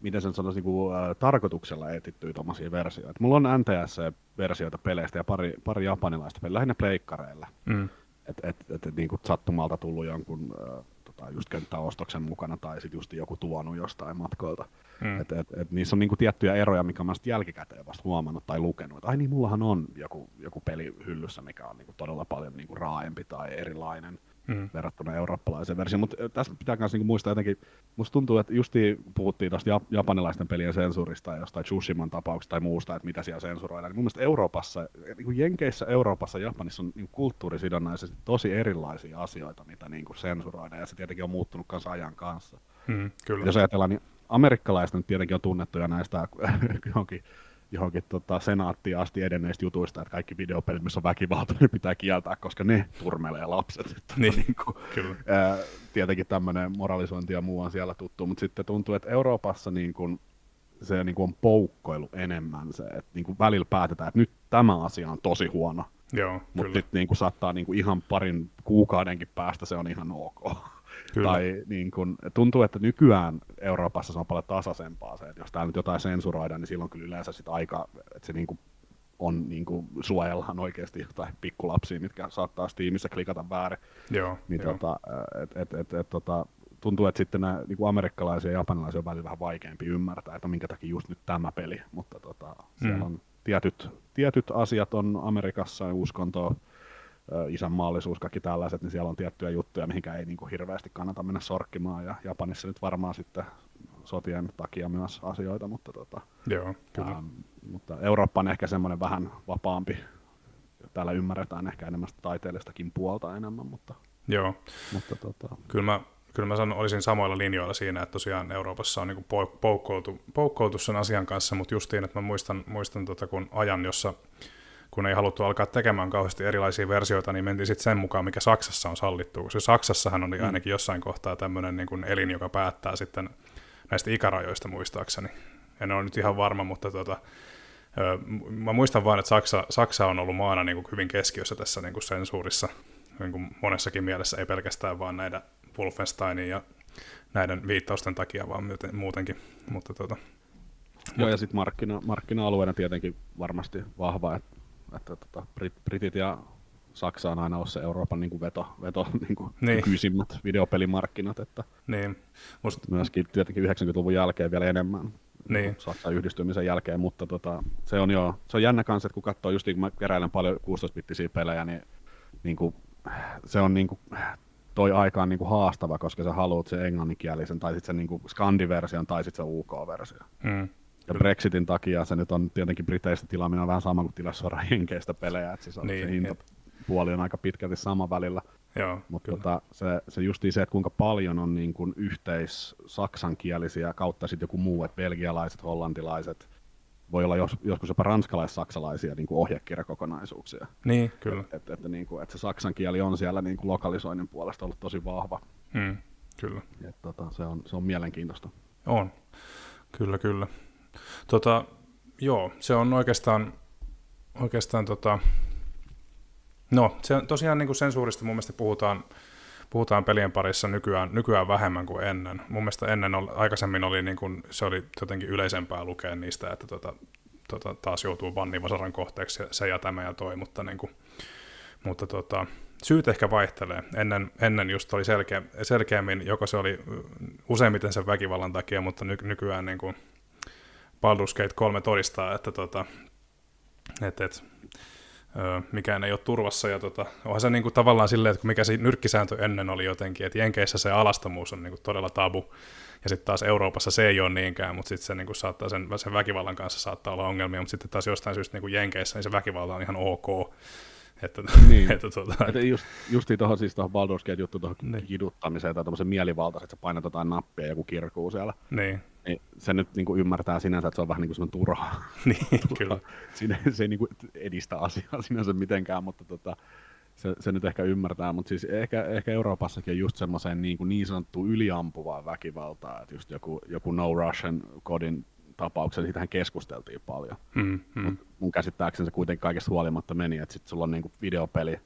miten sen sanoisi, niin kuin, äh, tarkoituksella etittyy tommosia versioita. Mulla on N T S-versioita peleistä ja pari, pari japanilaista peliä, lähinnä pleikkareilla. Mm. Että et, et, et, niin sattumalta tullut jonkun äh, tota, just könttäostoksen mukana tai sitten just joku tuonut jostain matkoilta. Mm. Et, et, et, niissä on niin kuin tiettyjä eroja, mikä mä sitten jälkikäteen vasta huomannut tai lukenut. Että ai niin, mullahan on joku, joku peli hyllyssä, mikä on niin kuin todella paljon niin kuin raaempi tai erilainen. Mm. verrattuna eurooppalaiseen versioon, mutta tässä pitää myös niinku muistaa jotenkin, musta tuntuu, että justiin puhuttiin tuosta japanilaisten pelien sensuurista ja jostain Tsushiman tapauksesta tai muusta, että mitä siellä sensuroidaan, niin mun mielestä Euroopassa, niin kuin Jenkeissä, Euroopassa ja Japanissa on niin kulttuurisidonnaisesti tosi erilaisia asioita, mitä niin kuin sensuroidaan, ja se tietenkin on muuttunut kanssa ajan kanssa. Mm, kyllä. Jos ajatellaan, niin amerikkalaiset nyt tietenkin on tunnettuja näistä johonkin johonkin tota, senaattiin asti edenneistä jutuista, että kaikki videopelit, missä on väkivalta, ne pitää kieltää, koska ne turmelee lapset. Niin, niin kuin, ää, tietenkin tämmöinen moralisointi ja muu on siellä tuttu, mutta sitten tuntuu, että Euroopassa niin kuin, se niin kuin on poukkoilu enemmän se, että niin kuin välillä päätetään, että nyt tämä asia on tosi huono, mutta sitten niin kuin saattaa niin kuin ihan parin kuukaudenkin päästä se on ihan ok. Kyllä. Tai niin kun, tuntuu, että nykyään Euroopassa se on paljon tasaisempaa se, että jos täällä nyt jotain sensuroidaan, niin silloin kyllä yleensä sit aika, että se niin kun on niin kun suojellaan oikeasti jotain pikkulapsia, mitkä saattaa Steamissa klikata väärin. Joo, niin joo. Tota, et, et, et, et, tota, tuntuu, että sitten nämä niin amerikkalaisia ja japanilaisia on välillä vähän vaikeampi ymmärtää, että minkä takia just nyt tämä peli, mutta tota, siellä mm. on tietyt, tietyt asiat on Amerikassa ja uskontoa, isänmaallisuus, kaikki tällaiset, niin siellä on tiettyjä juttuja, mihinkä ei niin kuin hirveästi kannata mennä sorkkimaan, ja Japanissa nyt varmaan sitten sotien takia myös asioita, mutta, tota, Joo, kyllä. Ähm, mutta Eurooppa on ehkä semmoinen vähän vapaampi, täällä ymmärretään ehkä enemmän taiteellistakin puolta enemmän, mutta, Joo. mutta tota... kyllä mä, kyllä mä sanon, olisin samoilla linjoilla siinä, että tosiaan Euroopassa on niin kuin poukkoutu, poukkoutu sen asian kanssa, mutta justiin, että mä muistan, muistan tota, kun ajan, jossa kun ei haluttu alkaa tekemään kauheasti erilaisia versioita, niin mentiin sitten sen mukaan, mikä Saksassa on sallittu. Koska Saksassahan on ainakin jossain kohtaa tämmöinen niin kuin elin, joka päättää sitten näistä ikärajoista muistaakseni. En ole nyt ihan varma, mutta tota, mä muistan vain, että Saksa, Saksa on ollut maana niin kuin hyvin keskiössä tässä niin kuin sensuurissa niin kuin monessakin mielessä, ei pelkästään vaan näiden Wolfensteinin ja näiden viittausten takia, vaan muutenkin. Mutta, tota, Joo, mutta... ja sitten markkina, markkina-alueena tietenkin varmasti vahva, että että tota, Brit, Britit ja Saksa on aina ollut se Euroopan niin kuin veto, veto niin kuin niin. nykyisimmät videopelimarkkinat, että niin. Must... myöskin tietenkin yhdeksänkymmentäluvun jälkeen vielä enemmän niin. Saksan yhdistymisen jälkeen, mutta tota, se on jo, se on jännä kanssa, että kun katsoo, just kun mä keräilen paljon kuusitoista-bittisiä pelejä, niin, niin kuin, se on niin kuin, toi aika on niin kuin haastava, koska sä haluat sen englanninkielisen, tai sitten sen niin kuin skandiversion, tai sitten se U K-versio. Mm. Ja Brexitin takia se nyt on tietenkin Briteistä tilaaminen on vähän sama kuin tilasi suoraan Jenkeistä pelejä, että siis on niin, se hintapuoli on aika pitkälti sama välillä. Joo, mutta tota, se, se justiin se, että kuinka paljon on niin kuin yhteis saksankielisiä kautta sitten joku muu, että belgialaiset, hollantilaiset, voi olla jos, joskus jopa ranskalais-saksalaisia niin kuin ohjekirjakokonaisuuksia. Niin, kyllä. Että et, et, niin kuin, et se saksan kieli on siellä niin kuin lokalisoinnin puolesta ollut tosi vahva. Mm, kyllä. Et, tota, se, on, se on mielenkiintoista. On, kyllä, kyllä. Tota, joo, se on oikeastaan, oikeastaan tota, no se, tosiaan niin kuin sensuurista mun mielestä puhutaan, puhutaan pelien parissa nykyään, nykyään vähemmän kuin ennen. Mun mielestä ennen oli, aikaisemmin oli, niin kuin, se oli jotenkin yleisempää lukea niistä, että tota, tota, taas joutuu bannivasaran kohteeksi se ja tämä ja toi, mutta, niin kuin, mutta tota, syyt ehkä vaihtelee. Ennen, ennen just oli selkeä, selkeämmin, joko se oli useimmiten sen väkivallan takia, mutta ny, nykyään niin kuin Baldur's Gate kolme todistaa, että tota, et, et, ö, mikään ei ole turvassa. Ja tota, onhan se niinku tavallaan silleen, että mikä se nyrkkisääntö ennen oli jotenkin, että Jenkeissä se alastomuus on niinku todella tabu, ja sitten taas Euroopassa se ei ole niinkään, mutta sitten se niinku saattaa sen, sen väkivallan kanssa saattaa olla ongelmia, mutta sitten taas jostain syystä niinku Jenkeissä niin se väkivalta on ihan ok. Että, niin. että, tuota... että just, justiin tuohon siis tuohon Baldur's Gate juttu tuohon niin. kiduttamiseen tai tuommoisen mielivaltaisen, että sä painat jotain nappia ja joku kirkuu siellä. Niin. Niin se nyt niin kuin ymmärtää sinänsä, että se on vähän niin kuin semmoinen turha. Niin, kyllä. Siinä, se ei niin kuin edistä asiaa sinänsä mitenkään, mutta tota, se, se nyt ehkä ymmärtää. Mutta siis ehkä, ehkä Euroopassakin on just semmoiseen niin, niin sanottuun yliampuvaan väkivaltaan, että just joku, joku No Russian kodin tapauksen, siitähän keskusteltiin paljon. Mm, mm. Mut mun käsittääkseni se kuitenkin kaikesta huolimatta meni, että sit sulla on niinku videopeli,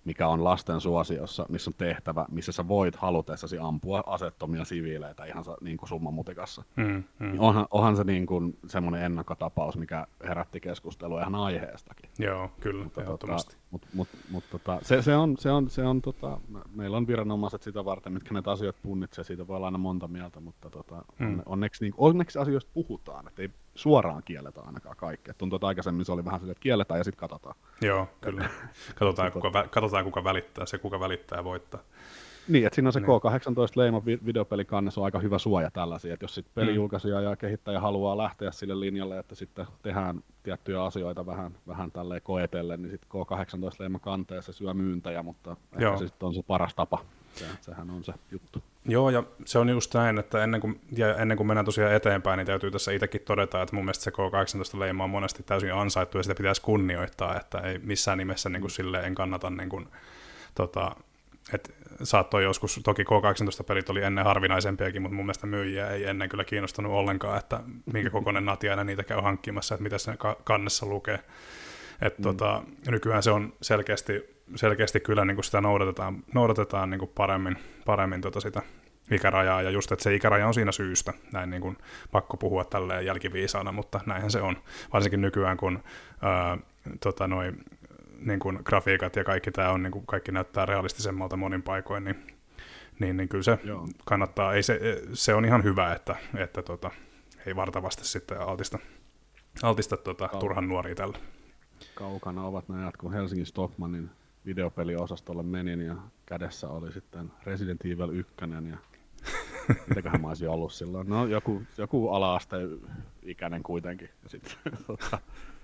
mikä on lasten suosiossa, missä on tehtävä, missä sä voit halutessasi ampua asettomia siviileitä ihan niin kuin summamutikassa. Mm, mm. Niin onhan, onhan se niin kuin semmoinen ennakkotapaus, mikä herätti keskustelua ihan aiheestakin. Joo, kyllä, mutta, ehdottomasti. Tota, mut, mut, mut, tota, se, se on, se on, se on tota, meillä on viranomaiset sitä varten, mitkä näitä asioita punnitsee, siitä voi olla aina monta mieltä, mutta tota, mm. onneksi, niin, onneksi asioista puhutaan, että ei suoraan kielletä ainakaan kaikkea. Tuntuu, että aikaisemmin se oli vähän silleen, että kielletään ja sitten katsotaan. Joo, kyllä. Katsotaan, kuka, katsotaan, kuka välittää. Se, kuka välittää, voittaa. Niin, että siinä on se niin. K kahdeksantoista-leima videopelikannessa on aika hyvä suoja tällaisia, että jos sitten pelijulkaisija ja kehittäjä haluaa lähteä sille linjalle, että sitten tehdään tiettyjä asioita vähän, vähän tälleen koetellen, niin sitten K kahdeksantoista-leima kanteessa syö myyntäjä, mutta ehkä Joo. se sitten on se paras tapa. Se, sehän on se juttu. Joo, ja se on just näin, että ennen kuin, ja ennen kuin mennään tosiaan eteenpäin, niin täytyy tässä itsekin todeta, että mun mielestä se K kahdeksantoista-leima on monesti täysin ansaittu, ja sitä pitäisi kunnioittaa, että ei missään nimessä niin kuin silleen en kannata, niin kuin, tota, että saattoi joskus, toki K kahdeksantoista-pelit oli ennen harvinaisempiakin, mutta mun mielestä myyjiä ei ennen kyllä kiinnostunut ollenkaan, että minkä kokoinen nati aina niitä käy hankkimassa, että mitä se kannessa lukee. Että mm. tota, nykyään se on selkeästi, selkeästi kyllä niin kuin sitä noudatetaan, noudatetaan niin kuin paremmin, paremmin tota sitä ikärajaa, ja just, että se ikäraja on siinä syystä, näin niin kuin pakko puhua tälleen jälkiviisaana, mutta näinhän se on, varsinkin nykyään, kun ää, tota, noi, niin kuin grafiikat ja kaikki tämä on, niin kuin kaikki näyttää realistisemmalta monin paikoin, niin, niin, niin kyllä se Joo. kannattaa, ei se, se on ihan hyvä, että, että tota, ei vartavasti sitten altista, altista tota, turhan nuoria tällä. Kaukana ovat nämä, kun Helsingin Stockmannin videopeliosastolle menin ja kädessä oli sitten Resident Evil yksi ja mitäköhän mä olisin ollut silloin. No joku, joku ala-asteen ikäinen kuitenkin. Ja sitten, tota,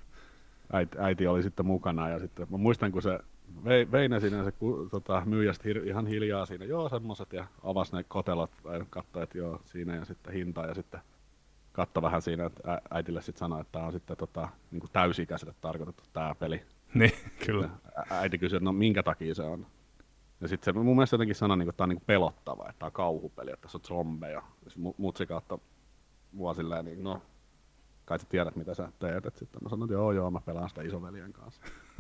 äiti, äiti oli sitten mukana ja sitten mä muistan kun se vei, vei ne siinä se tota, myyjästä hir, ihan hiljaa siinä, joo semmoset ja avasi ne kotelot ja katsoi, että joo siinä ja sitten hinta ja sitten katso vähän siinä, että äitille sitten sanoi, että tämä on sitten tota, niin kuin täysikäiselle tarkoitettu tämä peli. Niin, kyllä. Äiti kysyi, että no minkä takia se on. Ja sitten se mun mielestä jotenkin sanoi, että tämä on niin pelottava, että tämä on kauhupeli, että tässä on zombeja. Ja mutsi katsoi mua silleen, niin no, kai sä tiedät mitä sä teet. Et sitten mä sanoin, että joo joo, mä pelaan sitä isoveljen kanssa.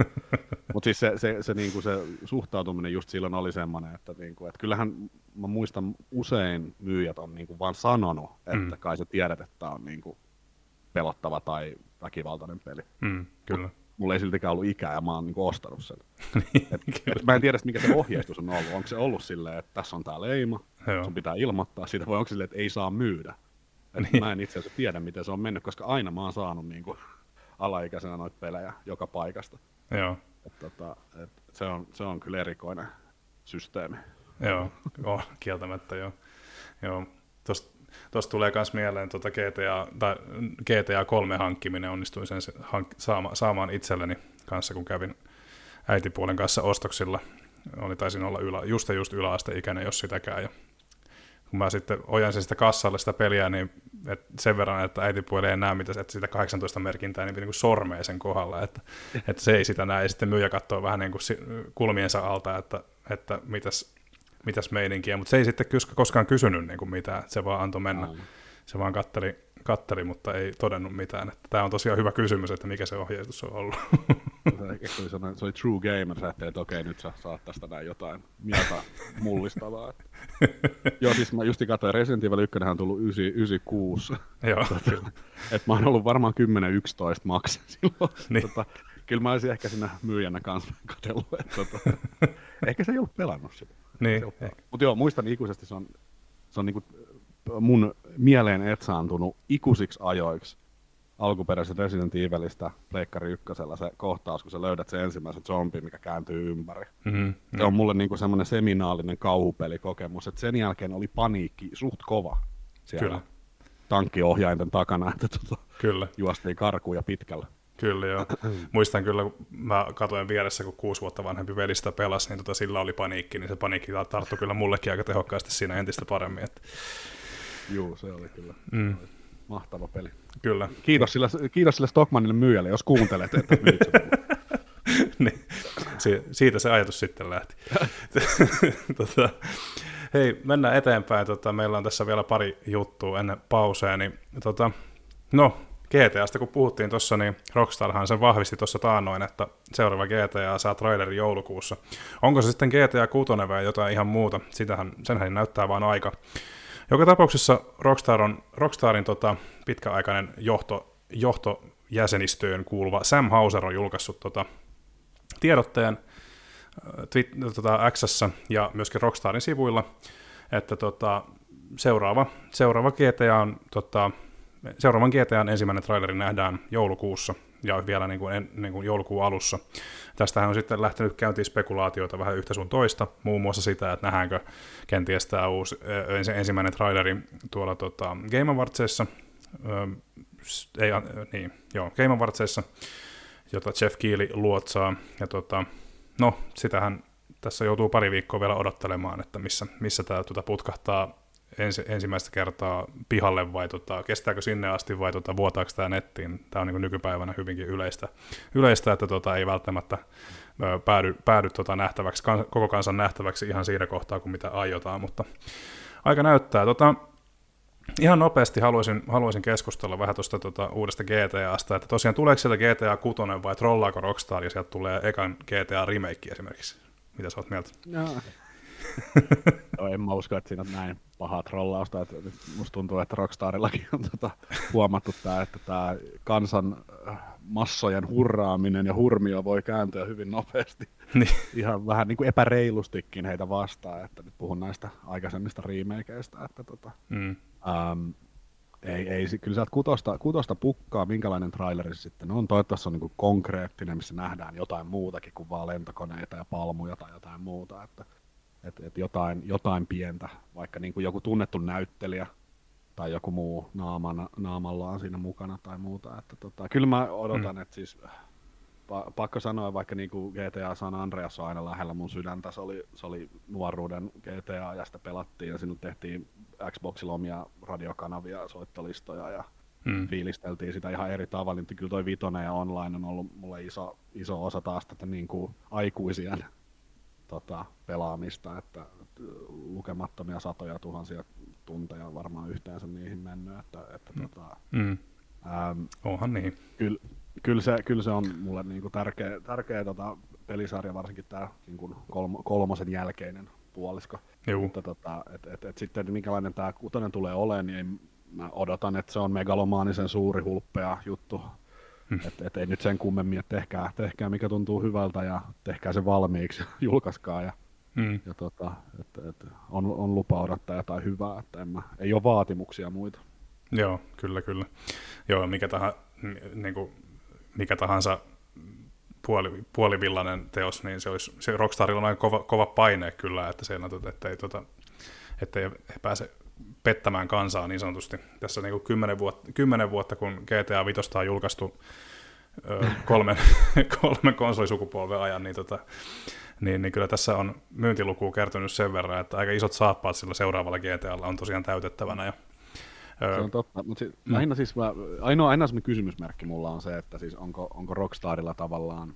Mutta siis se, se, se, niinku se suhtautuminen just silloin oli semmoinen, että, niinku, että kyllähän mä muistan usein myyjät on niinku vaan sanonut, että mm. kai sä tiedät, että tämä on niinku pelottava tai väkivaltainen peli. Mm, kyllä. Mulla ei siltikään ollut ikää ja mä oon niinku ostanut sen. et, et mä en tiedä, mikä se ohjeistus on ollut. Onko se ollut silleen, että tässä on tää leima, Joo. sun pitää ilmoittaa siitä, vai onko se silleen, että ei saa myydä? Et niin. Mä en itse asiassa tiedä, miten se on mennyt, koska aina mä oon saanut niinku alaikäisenä noita pelejä joka paikasta. Joo. Et, tota, et se, on, se on kyllä erikoinen systeemi. Joo, oh, kieltämättä joo. joo. Tuosta tulee myös mieleen tuota G T A, tai G T A kolme hankkiminen, onnistuin sen hank- saama, saamaan itselleni kanssa, kun kävin äitipuolen kanssa ostoksilla. Oli taisin olla ylä, just ja just yläasteikäinen, jos sitäkään. Ja kun mä sitten ojansin sitä kassalle sitä peliä, niin et sen verran, että äitipuoli ei näe, mitä, että sitä kahdeksantoista merkintää niin niin sormea sen kohdalla, että, että se ei sitä näe. Ja sitten myyjä katsoo vähän niin kuin kulmiensa alta, että, että mitäs, mitäs meininkiä, mutta se ei sitten koskaan kysynyt niin kuin mitään, se vaan antoi mennä. Mm. Se vaan katteli, katteli, mutta ei todennut mitään. Että tämä on tosiaan hyvä kysymys, että mikä se ohjeistus on ollut. Se oli, se oli true gamer, sä että okei, nyt sä saat tästä näin jotain mieltä mullistavaa. Joo, siis mä just katsoin, Resident Evil yksi on tullut yhdeksänkymmentäkuusi. Joo, tota, että mä oon ollut varmaan kymmenen yksitoista maks silloin. Niin. Tota, kyllä mä olisin ehkä siinä myyjänä kanssa katsellut. Tota, ehkä se ei ollut pelannut sitä. Niin, mutta joo, muistan ikuisesti, se on, se on niinku mun mieleen etsaantunut ikuisiksi ajoiksi alkuperäisestä Resident Evilistä Pleikkari ykkösellä se kohtaus, kun sä löydät sen ensimmäisen zombin, mikä kääntyy ympäri. Mm-hmm. Se on mulle niinku semmoinen seminaalinen kauhupelikokemus, että sen jälkeen oli paniikki suht kova siellä Kyllä. tankkiohjainten takana, että tota, Kyllä. juostiin karkuun ja pitkällä. Kyllä joo. Muistan kyllä, kun mä katsoin vieressä, kun kuusi vuotta vanhempi veli sitä pelasi, niin tota, sillä oli paniikki, niin se paniikki tarttui kyllä mullekin aika tehokkaasti siinä entistä paremmin. Että... Juu, se oli kyllä mm. mahtava peli. Kyllä. Kiitos sille, kiitos sille Stockmannille myyjälle, jos kuuntelet, että myyt niin. Si- siitä se ajatus sitten lähti. tota, hei, mennään eteenpäin. Tota, meillä on tässä vielä pari juttua ennen pausea. Niin, tota, no, G T A:sta kun puhuttiin tuossa, niin Rockstarhan sen vahvisti tuossa taannoin, että seuraava G T A saa trailerin joulukuussa. Onko se sitten G T A kuusi vai jotain ihan muuta? Sitähän, senhän näyttää vaan aika. Joka tapauksessa Rockstar on, Rockstarin tota, pitkäaikainen johto, johtojäsenistöön kuuluva Sam Houser on julkaissut tota, tiedotteen Twitter, tota, X:ssä ja myöskin Rockstarin sivuilla, että tota, seuraava, seuraava G T A on, tota, seuraavan G T A:n ensimmäinen traileri nähdään joulukuussa ja vielä niin kuin, en, niin kuin joulukuun alussa. Tästähän on sitten lähtenyt käyntiin spekulaatioita vähän yhtä sun toista, muun muassa sitä, että nähdäänkö kenties tämä uusi ensimmäinen traileri tuolla tota, Game Awardsissa, ei, niin, joo, Game Awardsissa, jota Jeff Keighley luotsaa, ja tota, no, sitähän tässä joutuu pari viikkoa vielä odottelemaan, että missä, missä tämä tuota putkahtaa ensi, ensimmäistä kertaa pihalle, vai tota, kestääkö sinne asti, vai tota, vuotaako tämä nettiin. Tämä on niin kuin nykypäivänä hyvinkin yleistä, yleistä että tota, ei välttämättä ö, päädy, päädy tota, nähtäväksi, kans, koko kansan nähtäväksi ihan siinä kohtaa, kuin mitä aiotaan, mutta aika näyttää. Tota, ihan nopeasti haluaisin, haluaisin keskustella vähän tuosta tota, uudesta G T A:sta, että tosiaan tuleeko sieltä G T A kuusi vai trollaako Rockstar, ja sieltä tulee ekan G T A remake esimerkiksi. Mitä sä oot mieltä? No. No, en mä usko, että siinä on näin pahaa trollausta. Että musta tuntuu, että Rockstarillakin on tota huomattu tämä, että tämä kansan massojen hurraaminen ja hurmio voi kääntyä hyvin nopeasti. Niin. Ihan vähän niin kuin epäreilustikin heitä vastaan, että nyt puhun näistä aikaisemmista remakeista. Että tota, mm. äm, ei, ei, kyllä sieltä kutosta, kutosta pukkaa, minkälainen traileri se sitten on. Toivottavasti se on niin kuin konkreettinen, missä nähdään jotain muutakin kuin vaan lentokoneita ja palmuja tai jotain muuta. Että Että et jotain, jotain pientä, vaikka niin kuin joku tunnettu näyttelijä tai joku muu naamana, naamallaan siinä mukana tai muuta. Että tota, kyllä mä odotan, mm. että siis pa, pakko sanoa, vaikka niin kuin G T A San Andreas on aina lähellä mun sydäntä, se oli, se oli nuoruuden G T A ja sitä pelattiin ja sinut tehtiin Xboxilla omia radiokanavia, soittolistoja ja mm. fiilisteltiin sitä ihan eri tavalla. Niin kyllä toi Vitoinen ja online on ollut mulle iso, iso osa taas tätä niin kuin aikuisien Tota, pelaamista, että lukemattomia satoja tuhansia tunteja on varmaan yhteensä niihin mennyt, että, että mm. tota, mm. äm, onhan niin. Kyllä, kyllä, se, kyllä se on mulle niinku tärkeä, tärkeä tota, pelisarja, varsinkin tämä niinku kolmo, kolmosen jälkeinen puolisko. Mutta tota, et, et, et sitten minkälainen tämä kutonen tulee olemaan, niin ei, mä odotan, että se on megalomaanisen suuri hulppea juttu. Hmm. Että et ei nyt sen kummemmin, että tehkää, tehkää mikä tuntuu hyvältä ja tehkää se valmiiksi, julkaiskaa. Ja, hmm. ja tota, et, et on, on lupa odottaa jotain hyvää, että en mä, ei ole vaatimuksia muita. Joo, kyllä, kyllä. Joo, mikä, tahansa, niin kuin, mikä tahansa puoli, puolivillainen teos, niin se olisi, se Rockstarilla on aika kova, kova paine kyllä, että siellä, että ei, tota, että ei pääse pettämään kansaa niin sanotusti. Tässä niin kuin kymmenen, vuotta, kymmenen vuotta, kun G T A viisi on julkaistu ö, kolmen, kolmen konsolisukupolven ajan, niin, tota, niin, niin kyllä tässä on myyntiluku kertonut sen verran, että aika isot saappaat sillä seuraavalla G T A:lla on tosiaan täytettävänä. Ja, se on totta, mutta si- mm. lähinnä siis mä, ainoa, ainoa sellainen kysymysmerkki mulla on se, että siis onko, onko Rockstarilla tavallaan,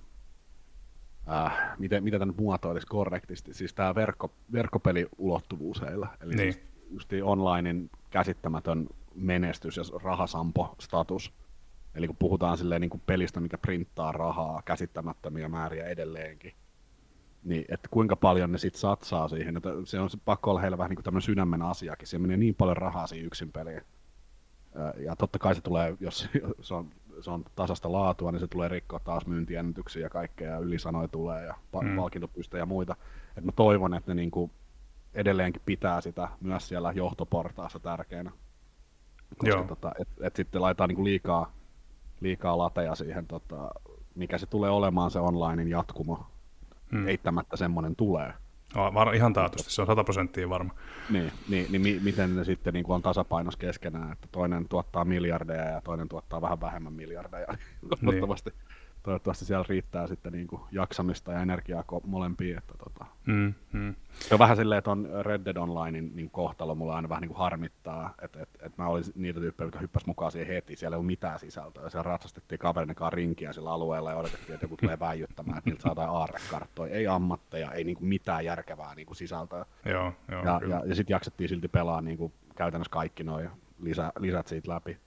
äh, miten, miten tämän muotoilisi korrektisti, siis tämä verkko, verkkopeliulottuvuus heillä, eli niin. Siis justiin onlinein käsittämätön menestys ja rahasampo-status. Eli kun puhutaan silleen niin kuin pelistä, mikä printtaa rahaa käsittämättömiä määriä edelleenkin, niin että kuinka paljon ne sitten satsaa siihen. Että se on pakko olla heillä vähän niin kuin tämmöinen sydämen asiakin. Siellä menee niin paljon rahaa siihen yksin peliin. Ja totta kai se tulee, jos se on, se on tasasta laatua, niin se tulee rikkoa taas myyntiennätyksiä ja kaikkea, ja ylisanoja tulee ja mm. palkintopystä ja muita. Et mä toivon, että ne niin kuin edelleenkin pitää sitä myös siellä johtoportaassa tärkeänä. Koska tota, et, et sitten laitetaan niinku liikaa, liikaa lateja siihen, tota, mikä se tulee olemaan se onlinein jatkumo. Hmm. Eittämättä semmoinen tulee. No, ihan taatusti, se on sata prosenttia varma. Niin, niin, niin mi- miten ne sitten niin on tasapainossa keskenään, että toinen tuottaa miljardeja ja toinen tuottaa vähän vähemmän miljardeja. Toivottavasti, toivottavasti siellä riittää sitten niin kuin jaksamista ja energiaa molempiin. Että tota. mm, mm. Se on vähän silleen, että on Red Dead Onlinein niin kohtalo mulla aina vähän niin kuin harmittaa, että, että, että mä olin niitä tyyppejä, jotka hyppäsi mukaan siihen heti, siellä ei ole mitään sisältöä. Siellä ratsastettiin kaverin kanssa rinkiä sillä alueella ja odotettiin, että joku tulee väijyttämään, että niiltä saa jotain aarrekarttoja, ei ammatteja, ei niin kuin mitään järkevää niin kuin sisältöä. Joo, joo, ja ja, ja sitten jaksettiin silti pelaa niin kuin käytännössä kaikki nuo lisä, lisät siitä läpi.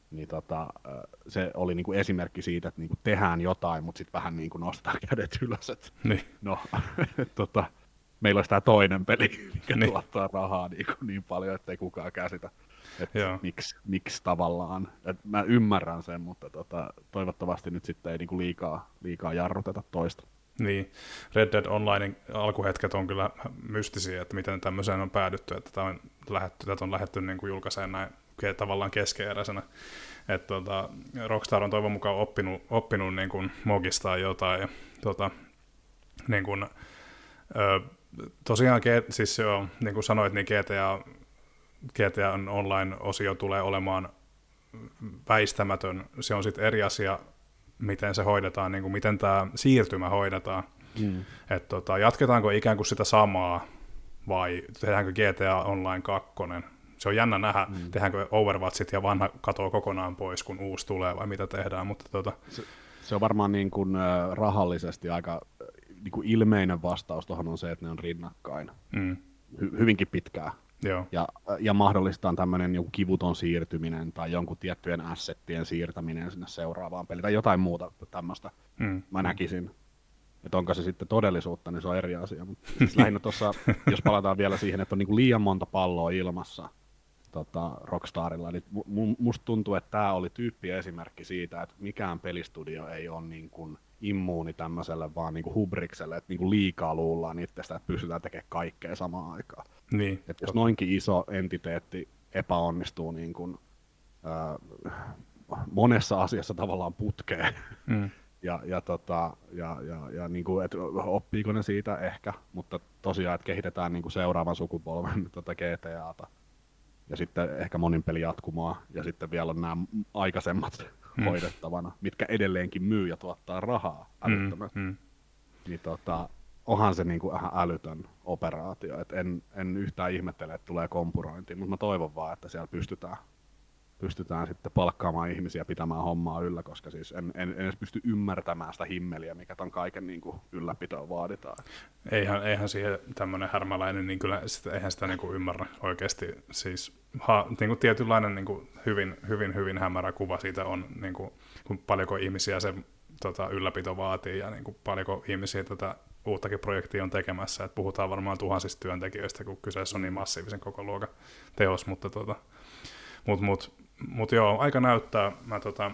niin tota, se oli niinku esimerkki siitä, että niinku tehdään jotain, mutta sitten vähän niinku nostetaan kädet ylös. Et, niin. No, et, tota, meillä olisi tämä toinen peli, mikä niin. tuottaa rahaa niin, niin paljon, ettei kukaan käsitä, että miksi, miksi tavallaan. Et mä ymmärrän sen, mutta tota, toivottavasti nyt sitten ei niinku liikaa, liikaa jarruteta toista. Niin, Red Dead Onlinein alkuhetket on kyllä mystisiä, että miten tämmöiseen on päädytty, että tämä on lähdetty, tätä on lähdetty niin kuin julkaiseen näin tavallaan keskeeräisenä. Että tuota, Rockstar on toivon mukaan oppinut, oppinut niin kuin Mogistaan jotain. Ja, tuota, niin kuin, ö, tosiaan, siis jo, niin kuin sanoit, niin G T A, G T A Online-osio tulee olemaan väistämätön. Se on sitten eri asia, miten se hoidetaan, niin kuin miten tämä siirtymä hoidetaan. Mm. Että tota, jatketaanko ikään kuin sitä samaa vai tehdäänkö G T A Online kaksi? Se on jännä nähdä, mm. tehdäänkö Overwatchit ja vanha katoo kokonaan pois, kun uusi tulee vai mitä tehdään. Mutta tota... se, se on varmaan niin kuin, äh, rahallisesti aika äh, niin kuin ilmeinen vastaus tuohon on se, että ne on rinnakkain mm. Hy- hyvinkin pitkään. Joo. Ja, ja mahdollistaan tämmöinen joku kivuton siirtyminen tai jonkun tiettyjen assettien siirtäminen sinne seuraavaan peliin tai jotain muuta tämmöistä mm. mä näkisin. Että onko se sitten todellisuutta, niin se on eri asia. Mutta siis lähinnä tuossa, jos palataan vielä siihen, että on niinku liian monta palloa ilmassa tota, Rockstarilla, niin mu- musta tuntuu, että tämä oli tyyppi esimerkki siitä, että mikään pelistudio ei ole niin kuin immuuni tämmöiselle vaan niin kuin hubrikselle, että niin kuin liikaa luullaan itsestä, että pystytään tekemään kaikkea samaan aikaan. Niin. Että jos noinkin iso entiteetti epäonnistuu niin kuin, äh, monessa asiassa tavallaan putkeen, mm. ja, ja, tota, ja, ja, ja niin kuin, et oppiiko ne siitä ehkä, mutta tosiaan, että kehitetään niin kuin seuraavan sukupolven tota G T A:ta, ja sitten ehkä monin peli jatkumaa, ja sitten vielä on nämä aikaisemmat mm. hoidettavana, mitkä edelleenkin myy ja tuottaa rahaa älyttömästi. Mm. Mm. Niin tota, onhan se niinku ihan älytön operaatio, et en, en yhtään ihmettele, että tulee kompurointiin, mutta mä toivon vaan, että siellä pystytään, pystytään sitten palkkaamaan ihmisiä pitämään hommaa yllä, koska siis en, en, en edes pysty ymmärtämään sitä himmeliä, mikä ton kaiken niinku ylläpitoon vaaditaan. Eihän, eihän siihen tämmöinen härmäläinen, niin kyllä sitä, eihän sitä niinku ymmärrä oikeasti. Siis ha, niinku tietynlainen niinku hyvin, hyvin, hyvin hämärä kuva siitä on, niinku, kun paljonko ihmisiä se tota, ylläpito vaatii ja niinku, paljonko ihmisiä tätä uuttakin projektia on tekemässä. Et puhutaan varmaan tuhansista työntekijöistä, kun kyseessä on niin massiivisen koko luokan teos, mutta tota, mut, mut, mut joo, aika näyttää. Mä, tota,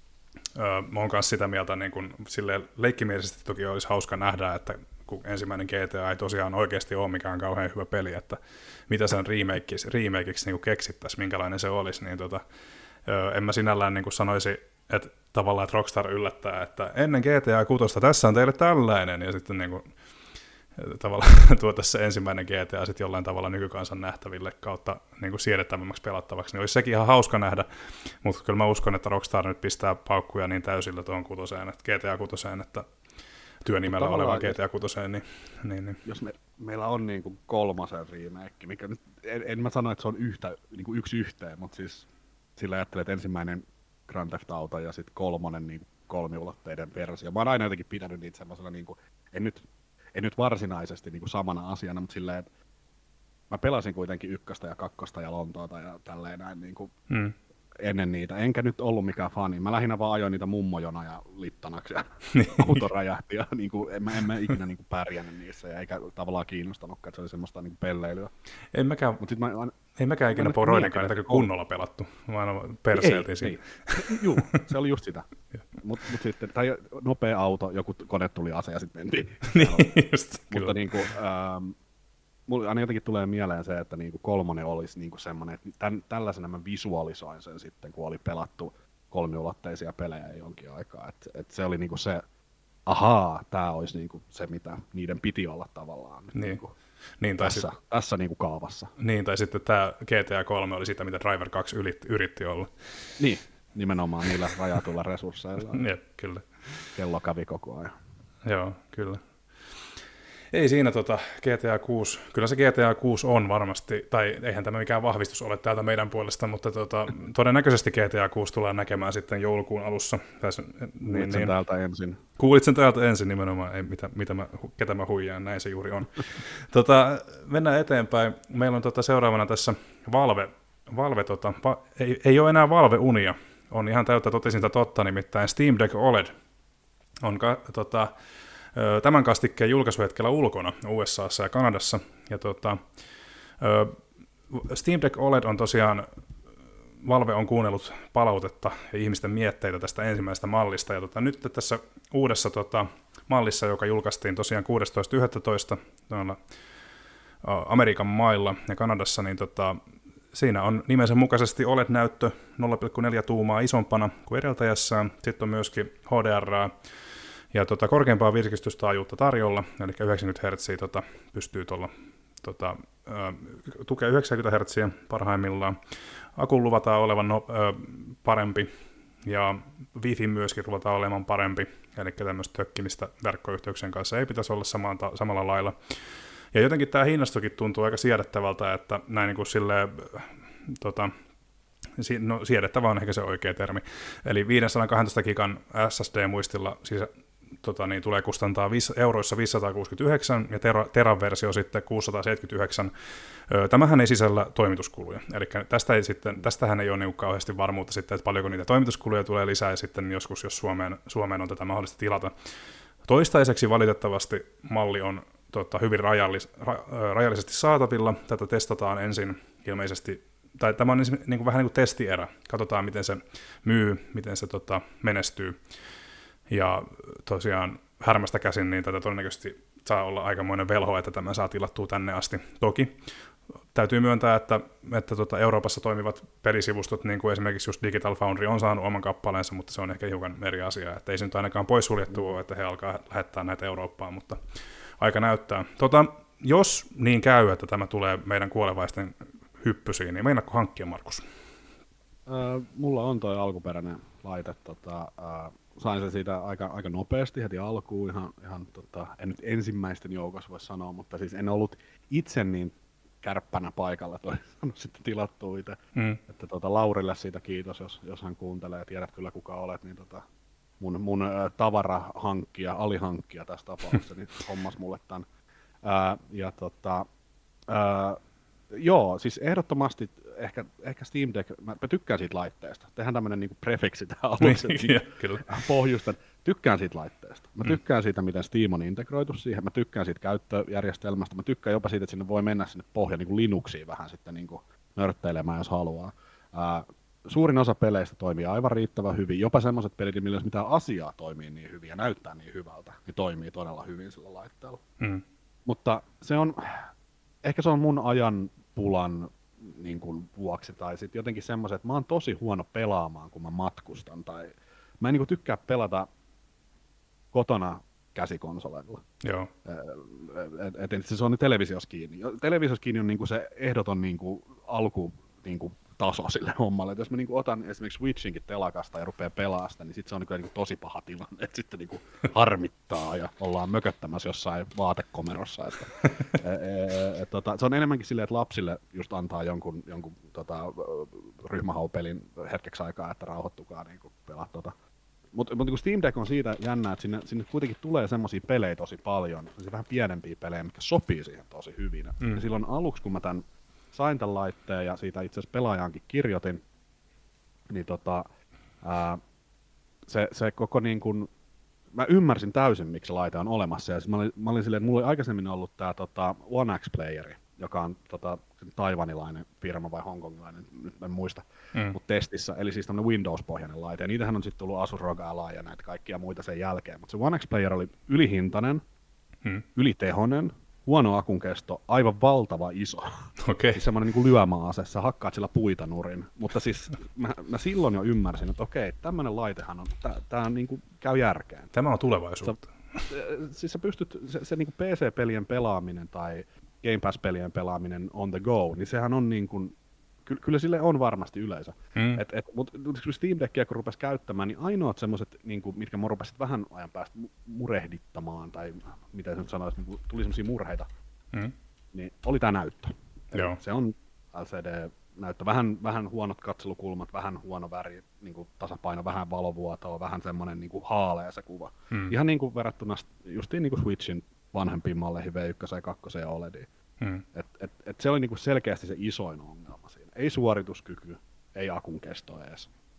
öö, mä oon kanssa sitä mieltä, niin kun, silleen leikkimielisesti toki olisi hauska nähdä, että kun ensimmäinen G T A ei tosiaan oikeasti ole mikään kauhean hyvä peli, että mitä sen remakeiksi, remakeiksi niin keksittäisiin, minkälainen se olisi, niin tota, öö, en mä sinällään niin sanoisi, että tavallaan että Rockstar yllättää, että ennen G T A kuusi tässä on teille tällainen, ja sitten niin kuin, tavallaan tuo tässä ensimmäinen G T A sitten jollain tavalla nykykansan nähtäville kautta niin kuin siedettävämmäksi pelattavaksi, niin olisi sekin ihan hauska nähdä, mutta kyllä mä uskon, että Rockstar nyt pistää paukkuja niin täysillä tuon kutoseen, että G T A kuutoseen, että työnimellä oleva G T A kuutoseen, niin, niin, niin. Jos me, meillä on niin kuin kolmosen remake, mikä nyt, en, en mä sano, että se on yhtä, niin kuin yksi yhteen, mutta siis sillä ajattelee, että ensimmäinen Grand Theft Auto ja sitten kolmonen niin kolmiulotteiden versio. Mä oon aina jotenkin pitänyt niitä semmoisena, niin kuin, en, nyt, en nyt varsinaisesti niin kuin samana asiana, mutta silleen, että mä pelasin kuitenkin ykköstä ja kakkosta ja Lontoota ja tälleen näin niin kuin mm. ennen niitä. Enkä nyt ollut mikään fani. Mä lähinnä vaan ajoin niitä mummojonoja littanaksi ja auto räjähti ja niin kuin, en, mä, en mä ikinä niin kuin pärjännyt niissä ja eikä tavallaan kiinnostanutkaan, että se oli semmoista niin kuin pelleilyä. En mäkään, Mut sit mä, mä, ei mäkään ikinä poroidenkaan niitä kunnolla pelattu. Mä aina perseiltiin siinä. Juu, se oli just sitä. Mut, mut sitten, tai nopea auto, joku kone tuli ase ja sitten mentiin. Niin, just, mutta niin kuin, ähm, mulle aina jotenkin tulee mieleen se, että niinku kolmonen olisi niinku semmoinen, että tämän, tällaisena mä visualisoin sen sitten, kun oli pelattu kolmiulotteisia pelejä jonkin aikaa. Että et se oli niinku se, ahaa, tää olisi niinku se, mitä niiden piti olla tavallaan. Niin. Niinku niin, tai tässä, sit, tässä niinku kaavassa. Niin, tai sitten tämä G T A kolme oli sitä, mitä Driver kaksi yritti, yritti olla. Niin, nimenomaan niillä rajatuilla resursseilla. Jep, kyllä. Kello kävi koko ajan. Joo, kyllä. Ei siinä tota, G T A kuusi, kyllä se G T A kuusi on varmasti, tai eihän tämä mikään vahvistus ole täältä meidän puolesta, mutta tota, todennäköisesti G T A kuusi tulee näkemään sitten joulukuun alussa. Tässä, niin, Kuulit sen niin, täältä ensin. Kuulit sen täältä ensin nimenomaan, ei, mitä, mitä mä, ketä mä huijaan, näin se juuri on. tota, mennään eteenpäin. Meillä on tota, seuraavana tässä Valve, Valve tota, va, ei, ei ole enää Valve Unia, on ihan täyttä totisinta totta, nimittäin Steam Deck O L E D on ka, tota, tämän kastikkeen julkaisuhetkellä ulkona U S A:ssa ja Kanadassa. Ja tota, Steam Deck O L E D on tosiaan, Valve on kuunnellut palautetta ja ihmisten mietteitä tästä ensimmäisestä mallista. Ja tota, nyt tässä uudessa tota, mallissa, joka julkaistiin tosiaan kuudestoista yhdestoista noilla Amerikan mailla ja Kanadassa, niin tota, siinä on nimensä mukaisesti O L E D-näyttö nolla pilkku neljä tuumaa isompana kuin edeltäjässään. Sitten on myöskin H D R ja tota, korkeampaa virkistystaajuutta tarjolla, eli yhdeksänkymmentä hertsiä tota, pystyy tuolla tota, tukea yhdeksänkymmentä hertsiä parhaimmillaan. Akun luvataan olevan no, ö, parempi ja Wi-Fi myöskin luvataan olevan parempi, eli tämmöistä tökkimistä verkkoyhteyksien kanssa ei pitäisi olla samalla, samalla lailla. Ja jotenkin tämä hinnastokin tuntuu aika siedettävältä, että näin niin kuin silleen, tota, no siedettävä on ehkä se oikea termi. Eli viisisataakaksitoista gigan S S D-muistilla siis, tota, niin, tulee kustantaa viisi, euroissa viisisataakuusikymmentäyhdeksän ja tera, teran versio sitten kuusisataaseitsemänkymmentäyhdeksän. Tämähän ei sisällä toimituskuluja, eli tästä ei sitten, tästähän ei ole niin kauheasti varmuutta sitten, että paljonko niitä toimituskuluja tulee lisää ja sitten joskus, jos Suomeen, Suomeen on tätä mahdollista tilata. Toistaiseksi valitettavasti malli on tota, hyvin rajallis, ra, rajallisesti saatavilla. Tätä testataan ensin ilmeisesti, tai tämä on niin, niin kuin, vähän niin kuin testierä. Katsotaan, miten se myy, miten se tota, menestyy. Ja tosiaan härmästä käsin, niin tätä todennäköisesti saa olla aikamoinen velho, että tämä saa tilattua tänne asti. Toki täytyy myöntää, että, että tuota Euroopassa toimivat pelisivustot, niin kuin esimerkiksi just Digital Foundry, on saanut oman kappaleensa, mutta se on ehkä hiukan eri asia. Että ei se nyt ainakaan poissuljettu ole, että he alkaa lähettää näitä Eurooppaan, mutta aika näyttää. Tota, jos niin käy, että tämä tulee meidän kuolevaisten hyppysiin, niin meinaatko hankkia, Markus? Äh, mulla on toi alkuperäinen laite. Tota, äh, sain sen siitä aika, aika nopeasti heti alkuun. Ihan, ihan, tota, en nyt ensimmäisten joukossa voi sanoa, mutta siis en ollut itse niin kärppänä paikalla, toi on sitten tilattu itse. Mm. Että tota, Laurille siitä kiitos, jos, jos hän kuuntelee, tiedät kyllä kuka olet, niin tota, mun, mun ä, tavarahankkija, alihankkija tässä tapauksessa, niin hommas mulle tämän. Ää, ja tota, ää, joo, siis ehdottomasti ehkä, ehkä Steam Deck, mä, mä tykkään siitä laitteesta. Tehdään tämmönen niinku prefiksi tähän aluksi, niin, pohjustan. Tykkään siitä laitteesta. Mä tykkään siitä, miten Steam on integroitu siihen. Mä tykkään siitä käyttöjärjestelmästä. Mä tykkään jopa siitä, että sinne voi mennä sinne pohja niin kuin Linuxiin vähän sitten niin kuin nörtteilemään, jos haluaa. Ää, suurin osa peleistä toimii aivan riittävän hyvin. Jopa semmoiset pelit, millä jos mitään asiaa toimii niin hyvin ja näyttää niin hyvältä, niin toimii todella hyvin sillä laitteella. Mm. Mutta se on, ehkä se on mun ajan pulan niin kuin vuoksi, tai sitten jotenkin semmoiset, että mä oon tosi huono pelaamaan, kun mä matkustan, tai mä en niin kuin tykkää pelata kotona käsikonsoleilla. Joo. Et, et, se on televisiossa kiinni. Televisiossa kiinni on niinku se ehdoton niinku alku niinku taso sille hommalle. Et jos mä niinku otan esimerkiksi Switchinkin telakasta ja rupeaa pelaamaan sitä, niin sit se on niinku tosi paha tilanne. Et sitten niinku harmittaa ja ollaan mököttämässä jossain vaatekomerossa. Että, e, e, et, tota, se on enemmänkin silleen, että lapsille just antaa jonkun, jonkun tota, ryhmähaupelin hetkeksi aikaa, että rauhoittukaa niinku pelaa tota. Mutta mut, niin Steam Deck on siitä jännä, että sinne, sinne kuitenkin tulee semmosia pelejä tosi paljon, vähän pienempiä pelejä, mitkä sopii siihen tosi hyvin. Mm. Ja silloin aluksi, kun mä tämän, sain tämän laitteen ja siitä itse asiassa pelaajaankin kirjoitin, niin tota, ää, se, se koko niin kun, mä ymmärsin täysin, miksi se laite on olemassa. Ja mä olin, mä olin silleen, että mulla oli aikaisemmin ollut tää tota, One X-playeri, joka on tota, taivanilainen firma vai hongkongilainen, nyt en muista, mm. mutta testissä, eli siis tämmöinen Windows-pohjainen laite, ja niitähän on sitten tullut Asus R O G Ally ja näitä kaikkia muita sen jälkeen, mutta se One X-player oli ylihintainen, mm. ylitehonen, huono akun kesto, aivan valtava iso, okay. Siis semmoinen niin kuin lyömäase, sä hakkaat sillä puita nurin, mutta siis mä, mä silloin jo ymmärsin, että okei, tämmöinen laitehan on, tää, tää niin kuin käy järkeen. Tämä on tulevaisuutta. Sä, siis sä pystyt, se, se niin kuin P C-pelien pelaaminen tai Game Pass-pelien pelaaminen on the go, niin sehän on niin kuin, ky- kyllä sille on varmasti yleisö. Mm. Et, et, mutta kun Steam Deckia kun rupesi käyttämään, niin ainoat semmoiset, niin kuin, mitkä mä rupesin vähän ajan päästä murehdittamaan, tai mitä se nyt sanoisi, niin tuli semmoisia murheita, mm. niin oli tää näyttö. Joo. Se on L C D-näyttö, vähän, vähän huonot katselukulmat, vähän huono väri, niin kuin tasapaino, vähän valovuotoa, vähän semmoinen niin kuin haalea se kuva. Mm. Ihan niin kuin verrattuna justiin niin kuin Switchin vanhempiin malleihin V yksi ja kaksi ja O L E D. Hmm. Et, et, et se oli niinku selkeästi se isoin ongelma siinä. Ei suorituskyky, ei akun kesto edes.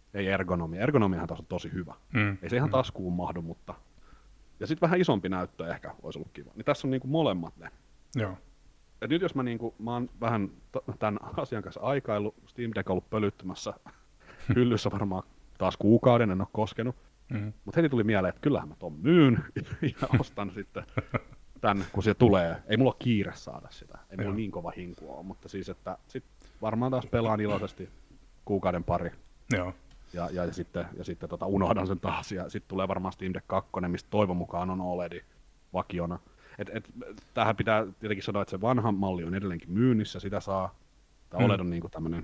ei ergonomia. Ergonomiahan taas on tosi hyvä. Mm. Ei se ihan mm. taskuun mahdu, mutta... Ja sitten vähän isompi näyttö ehkä olisi ollut kiva. Niin tässä on niinku molemmat ne. Joo. Et nyt jos mä, niinku, mä oon vähän t- tämän asian kanssa aikaillut, Steam Deck on ollut pölyttymässä hyllyssä varmaan taas kuukauden, en ole koskenut. Mm. Mutta heti tuli mieleen, että kyllähän mä ton myyn ja ostan sitten tän, kun se tulee. Ei mulla ole kiire saada sitä, ei mulla Joo. niin kova hinku ole, mutta siis, että sit varmaan taas pelaan iloisesti kuukauden pari. Joo. Ja, ja, ja sitten, ja sitten tota, unohdan sen taas, ja sitten tulee varmaan Steam Deck kaksi, mistä toivon mukaan on O L E D vakiona. Et, et, tähän pitää tietenkin sanoa, että se vanha malli on edelleenkin myynnissä, sitä saa. Tämä Mm. O L E D on niinku tämmöinen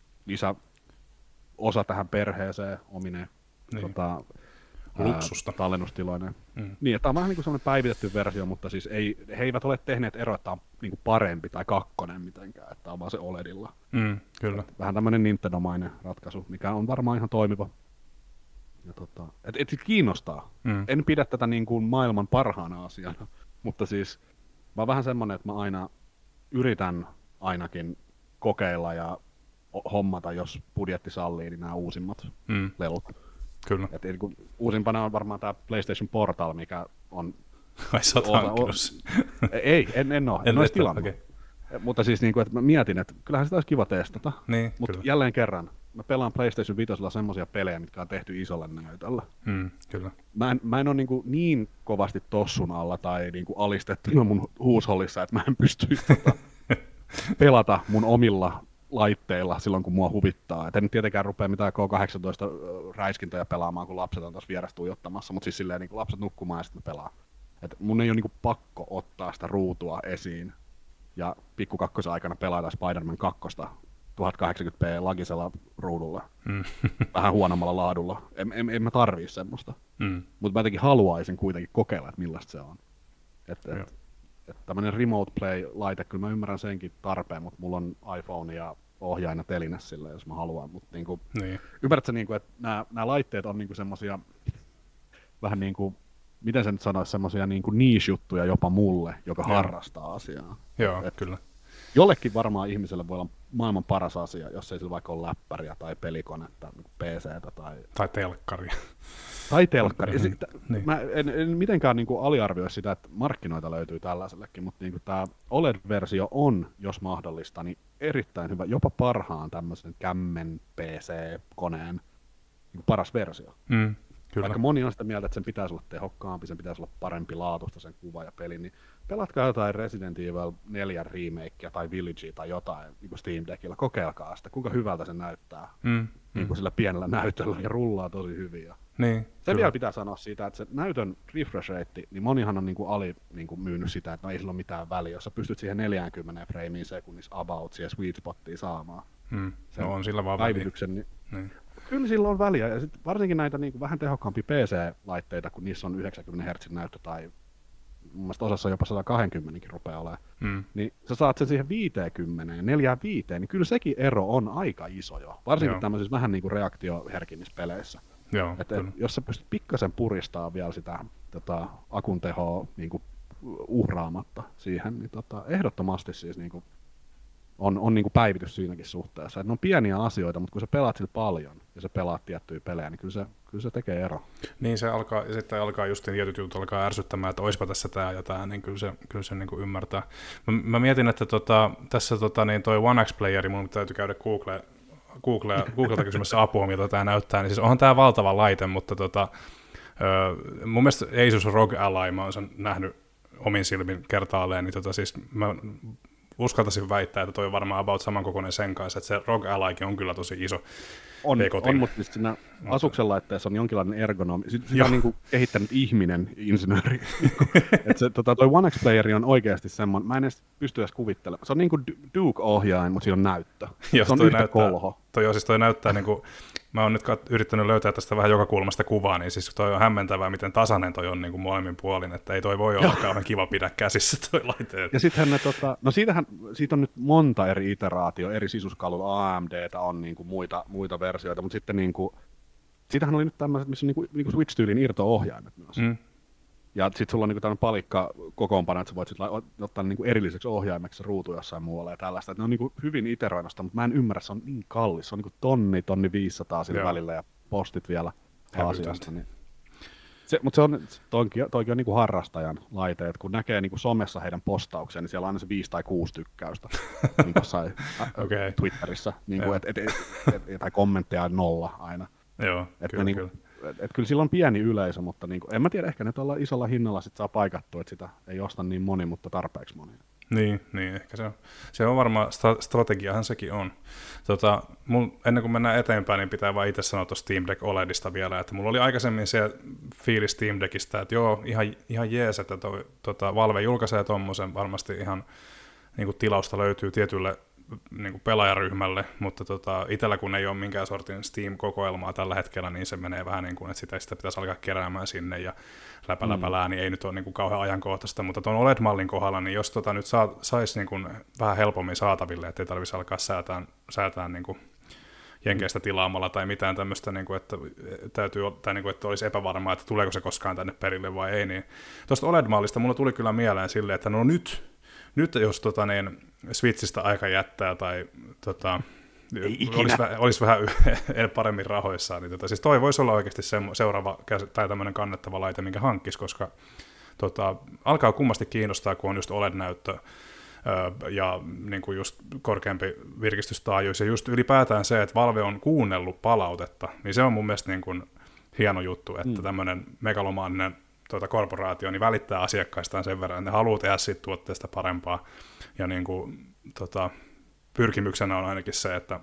lisäosa tähän perheeseen omine Niin. tota, Luksusta. ää, tallennustiloineen. Mm. Niin, että tämä on vähän niin kuin semmoinen päivitetty versio, mutta siis ei, he eivät ole tehneet eroa, että tämä on niin kuin parempi tai kakkonen mitenkään, että tämä on vaan se O L E Dilla. Mm, kyllä. Vähän tämmöinen Nintendo-mainen ratkaisu, mikä on varmaan ihan toimiva. Ja tota, et, et kiinnostaa. Mm. En pidä tätä niin kuin maailman parhaana asiana, mutta siis mä oon vähän semmoinen, että mä aina yritän ainakin kokeilla ja hommata, jos budjetti sallii, niin nämä uusimmat Mm, lelut. kyllä. Et, et, kun uusimpana on varmaan tämä PlayStation Portal, mikä on... Vai sä oot osa- hankkinut? Ei, en, en ole, en, En olisi et- tilannut. okei. Mutta siis niin kuin, että mä mietin, että kyllähän sitä olisi kiva testata. Niin, Mutta kyllä. jälleen kerran, mä pelaan PlayStation viisi semmoisia pelejä, mitkä on tehty isolle näytöllä. Mm, kyllä. Mä en, mä en ole niin, kuin niin kovasti tossun alla tai niin kuin alistettuna mun huushollissa, että mä en pystyisi tota, pelata mun omilla laitteilla silloin, kun mua huvittaa. Et en tietenkään rupea mitään K kahdeksantoista räiskintöjä pelaamaan, kun lapset on tuossa vieressä tuijottamassa, mutta siis silleen niin kuin lapset nukkumaan ja sitten mä pelaan. Et mun ei ole niin kuin pakko ottaa sitä ruutua esiin ja pikkukakkosen aikana pelata Spider-Man kaksi tuhatkahdeksankymmentä p lagisella ruudulla, Mm. vähän huonommalla laadulla. En, en, en mä tarvii semmoista. Mm. Mutta mä jotenkin haluaisin kuitenkin kokeilla, että millaista se on. Että Joo. et, et tämmöinen remote play-laite, kyllä mä ymmärrän senkin tarpeen, mutta mulla on iPhone ja ohjaina teline sille, jos mä haluan. Mutta niinku, Niin. ymmärrätkö, niinku, että nämä laitteet on niinku semmosia vähän niin kuin, miten se nyt sanoisi, semmosia niinku niche-juttuja jopa mulle, joka Joo. harrastaa asiaa. Joo, Et- kyllä. Jollekin varmaan ihmiselle voi olla maailman paras asia, jos ei sillä vaikka ole läppäriä tai pelikonetta, niin P C:tä tai, Tai telkkari. tai telkkari. Ja Mm, sit, niin. mä en, en mitenkään niin kuin aliarvioi sitä, että markkinoita löytyy tällaisellekin, mutta niin tämä O L E D-versio on, jos mahdollista, niin erittäin hyvä, jopa parhaan tämmöisen kämmen P C-koneen niin paras versio. Mm, kyllä. Vaikka moni on sitä mieltä, että sen pitäisi olla tehokkaampi, sen pitäisi olla parempi laatusta sen kuva ja peli, niin pelatkaa jotain Resident Evil neljä remakea tai Villagea tai jotain niin kuin Steam Deckillä, kokeilkaa sitä, kuinka hyvältä se näyttää Mm, niin kuin sillä pienellä näytöllä ja rullaa tosi hyvin. Ja niin, se kyllä. vielä pitää sanoa siitä, että se näytön refresh rate, niin monihan on niin kuin ali niin kuin myynyt sitä, että no ei sillä ole mitään väliä, jos sä pystyt siihen neljäkymmentä frameen sekunnissa about siihen sweet spottiin saamaan Mm. sen No on sillä vaan väliä. päivityksen, niin Niin. kyllä sillä on väliä, ja sit varsinkin näitä niin kuin vähän tehokkaampia P C-laitteita, kun niissä on yhdeksänkymmentä hertsin näyttö, tai mun mielestä osassa jopa sata kaksikymmentäkin rupeaa olemaan, Mm. niin sä saat sen siihen viisikymmentä, neljäkymmentäviisi, niin kyllä sekin ero on aika iso jo, varsinkin Joo. tämmöisissä vähän niin kuin reaktioherkimmissä peleissä. Joo, Et, kyllä. et, jos sä pystyt pikkasen puristaa vielä sitä tota, akun tehoa niin kuin uhraamatta siihen, niin tota, ehdottomasti siis niin kuin on, on niin kuin päivitys siinäkin suhteessa. Et ne on pieniä asioita, mutta kun sä pelaat sillä paljon ja sä pelaat tiettyjä pelejä, niin kyllä se, kyllä se tekee ero. Niin se alkaa, ja sitten alkaa just tietyt jutut alkaa ärsyttämään, että oispa tässä tämä ja tämä, niin kyllä se, kyllä se niin kuin ymmärtää. Mä, mä mietin, että tota, tässä tota, niin toi One X-playeri, mun täytyy käydä Google, Google, Googlelta kysymässä apua, mitä tämä näyttää, niin siis onhan tämä valtava laite, mutta tota, ö, mun mielestä Asus ROG Ally, mä oon sen nähnyt omin silmin kertaalleen, niin tota, siis mä uskaltaisin väittää, että toi on varmaan about samankokoinen sen kanssa, että se ROG Allykin on kyllä tosi iso. On, Vekotin. on mutta siis siinä Asuksen laitteessa on jonkinlainen ergonomi. Sitä, sitä on niin kuin kehittänyt ihminen, insinööri. Et se, tota, toi One X-playeri on oikeasti semmoinen, mä en edes pysty edes kuvittelemaan. Se on niin kuin Duke-ohjain, mutta siinä on näyttö. Jos se on toi yhtä näyttää, kolho. Toi, joo, siis toi näyttää niin kuin, mä oon nyt kat- yrittänyt löytää tästä vähän joka kulmasta kuvaa, niin siis toi on hämmentävää, miten tasainen toi on niin kuin molemmin puolin, että ei toi voi olla kauhean kiva pidä käsissä toi laite. Ja sittenhän ne, tota, no siitähän, siitä on nyt monta eri iteraatio, eri sisuskaluilla, A M D:tä on niin kuin muita, muita versioita, mutta sitten niin kuin, siitähän oli nyt tämmöiset, missä on niin kuin, niin kuin Switch-tyylin irto-ohjaimet myös. Mm. Ja sitten sulla on niinku tämmöinen palikka kokoonpano, että sä voit sit la- ottaa niinku erilliseksi ohjaimeksi ruutu jossain muualla ja tällaista. Et ne on niinku hyvin iteroinnasta, mutta mä en ymmärrä, se on niin kallis. Se on niinku tonni, tonni viisisataa sillä Joo. välillä. Ja postit vielä Hävytöntä. Aasiasta. Niin. Se, mutta se on, toikin, toikin on niin kuin harrastajan laite, että kun näkee niin kuin somessa heidän postauksia, niin siellä on aina se viisi tai kuusi tykkäystä niin jossain okay. Twitterissä, niin kuin, et, et, et, et, tai kommentteja nolla aina. Joo, et kyllä, niin, kyllä. Et, et kyllä sillä on pieni yleisö, mutta niin kuin, en mä tiedä, ehkä ne tuolla isolla hinnalla sit saa paikattua, että sitä ei osta niin moni, mutta tarpeeksi moni. Niin, niin ehkä se on. Se on varmaan, sta- strategiahan sekin on. Tota, mun, ennen kuin mennään eteenpäin, niin pitää vaan itse sanoa tuosta Steam Deck O L E Dista vielä, että mulla oli aikaisemmin se fiilis Steam Deckistä, että joo, ihan, ihan jees, että toi, tota, Valve julkaisee tommosen, varmasti ihan niin kuin tilausta löytyy tietylle niin kuin pelaajaryhmälle, mutta tota, itsellä kun ei ole minkään sortin Steam-kokoelmaa tällä hetkellä, niin se menee vähän niin kuin, että sitä, sitä pitäisi alkaa keräämään sinne ja läpä läpä lää, niin ei nyt ole niin kuin kauhean ajankohtaista, mutta tuon O L E D-mallin kohdalla, niin jos tota nyt saa, saisi niin kuin vähän helpommin saataville, ettei tarvitsisi alkaa säätää, säätää niin kuin Jenkeistä tilaamalla tai mitään tämmöistä, niin kuin, että, täytyy, tai niin kuin, että olisi epävarmaa, että tuleeko se koskaan tänne perille vai ei, niin tuosta O L E D-mallista mulla tuli kyllä mieleen silleen, että no nyt, nyt jos tota, niin, Switchistä aika jättää tai tota, olisi, olisi vähän paremmin rahoissaan, niin tota, siis toi voisi olla oikeasti se, seuraava tai tämmöinen kannettava laite, minkä hankkisi, koska tota, alkaa kummasti kiinnostaa, kun on just O L E D-näyttö öö, ja niin kuin just korkeampi virkistystaajuus, ja just ylipäätään se, että Valve on kuunnellut palautetta, niin se on mun mielestä niin kuin hieno juttu, että mm. tämmöinen megalomaaninen tuota korporaatio niin välittää asiakkaistaan sen verran, että ne haluaa tehdä siitä tuotteesta parempaa. Ja niin kuin, tota, pyrkimyksenä on ainakin se, että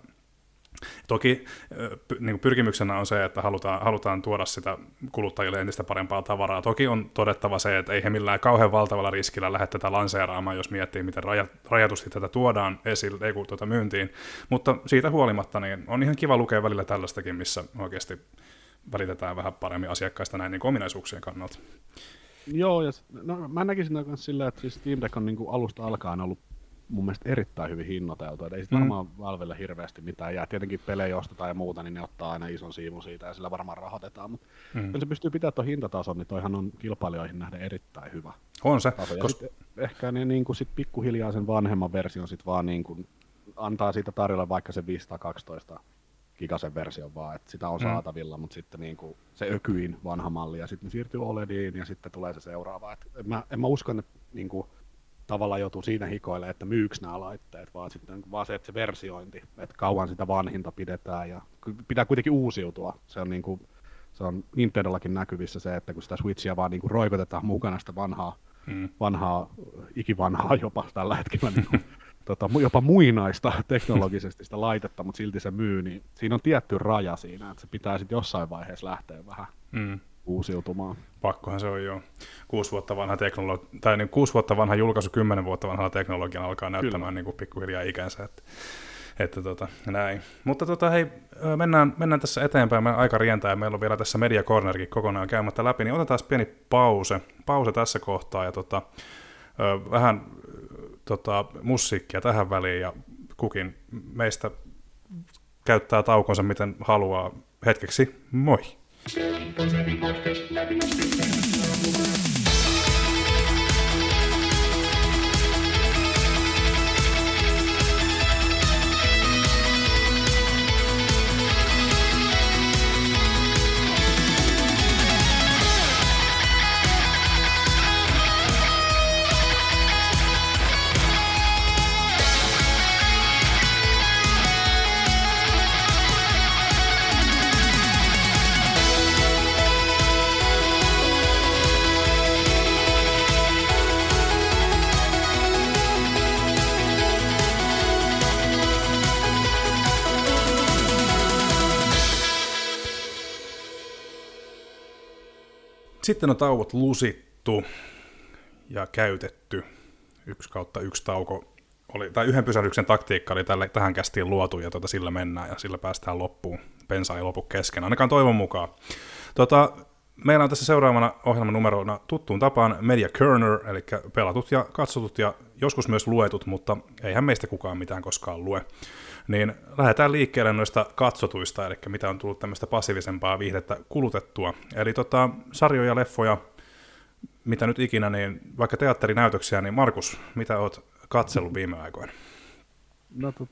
toki niin kuin pyrkimyksenä on se, että halutaan, halutaan tuoda sitä kuluttajille entistä parempaa tavaraa. Toki on todettava se, että ei he millään kauhean valtavalla riskillä lähde tätä lanseeraamaan, jos miettii, miten rajatusti tätä tuodaan esille, ei kun tuota myyntiin. Mutta siitä huolimatta niin on ihan kiva lukea välillä tällaistakin, missä oikeasti välitetään vähän paremmin asiakkaista näin niin kuin ominaisuuksien kannalta. Joo, ja no, mä näkisin myös silleen, että siis Steam Deck on niin kuin alusta alkaen ollut mun mielestä erittäin hyvin hinnoiteltu, että ei sitten mm. varmaan Valvelle hirveästi mitään jää. Tietenkin pelejä ostetaan ja muuta, niin ne ottaa aina ison siivun siitä ja sillä varmaan rahoitetaan, mutta mm. jos se pystyy pitämään tuon hintatason, niin toihan on kilpailijoihin nähden erittäin hyvä. On se. Kos... Ehkä ne niin kuin sit pikkuhiljaa sen vanhemman version sit vaan niin kuin antaa siitä tarjolla vaikka se viisisataakaksitoista gigasen version vaan, että sitä on saatavilla, mm. mutta sitten niin kuin se ökyin vanha malli ja sitten ne siirtyy O L E Diin ja sitten tulee se seuraava. Et en, mä, en mä usko, että niin kuin tavallaan joutuu siinä hikoille, että myyks nämä laitteet, vaan sitten vaan se, että se versiointi, että kauan sitä vanhinta pidetään ja pitää kuitenkin uusiutua. Se on, niin kuin, se on Nintendollakin näkyvissä se, että kun sitä Switchia vaan niin kuin roikotetaan mukana sitä vanhaa, mm. vanhaa, ikivanhaa jopa tällä hetkellä, niin kuin, tota, jopa muinaista teknologisesti sitä laitetta, mutta silti se myy, niin siinä on tietty raja siinä, että se pitää sitten jossain vaiheessa lähteä vähän mm. uusiutumaan. Pakkohan se on jo. Kuusi vuotta vanha teknologia, tai niin kuusi vuotta vanha julkaisu, kymmenen vuotta vanhalla teknologialla alkaa näyttämään niin kuin pikkuhiljaa ikänsä. Että, että tota, näin. Mutta tota, hei, mennään, mennään tässä eteenpäin. Meidän aika rientää ja meillä on vielä tässä Media Cornerkin kokonaan käymättä läpi, niin otetaan pieni pause, pause tässä kohtaa ja tota, vähän tota, musiikkia tähän väliin ja kukin meistä käyttää taukonsa miten haluaa hetkeksi. Moi! Sitten on tauot lusittu ja käytetty. Yksi kautta yksi tauko oli, tai yhden pysähdyksen taktiikka oli tälle, tähän kästiin luotu ja tota, sillä mennään ja sillä päästään loppuun. Pensa ei lopu kesken, ainakaan toivon mukaan. Tota, meillä on tässä seuraavana ohjelman numerona tuttuun tapaan Media Corner, eli pelatut ja katsotut ja joskus myös luetut, mutta eihän meistä kukaan mitään koskaan lue. Niin lähdetään liikkeelle noista katsotuista, eli mitä on tullut tämmöistä passiivisempaa viihdettä kulutettua. Eli tota, sarjoja, leffoja, mitä nyt ikinä, niin vaikka teatterinäytöksiä, niin Markus, mitä oot katsellut viime aikoina? No tota,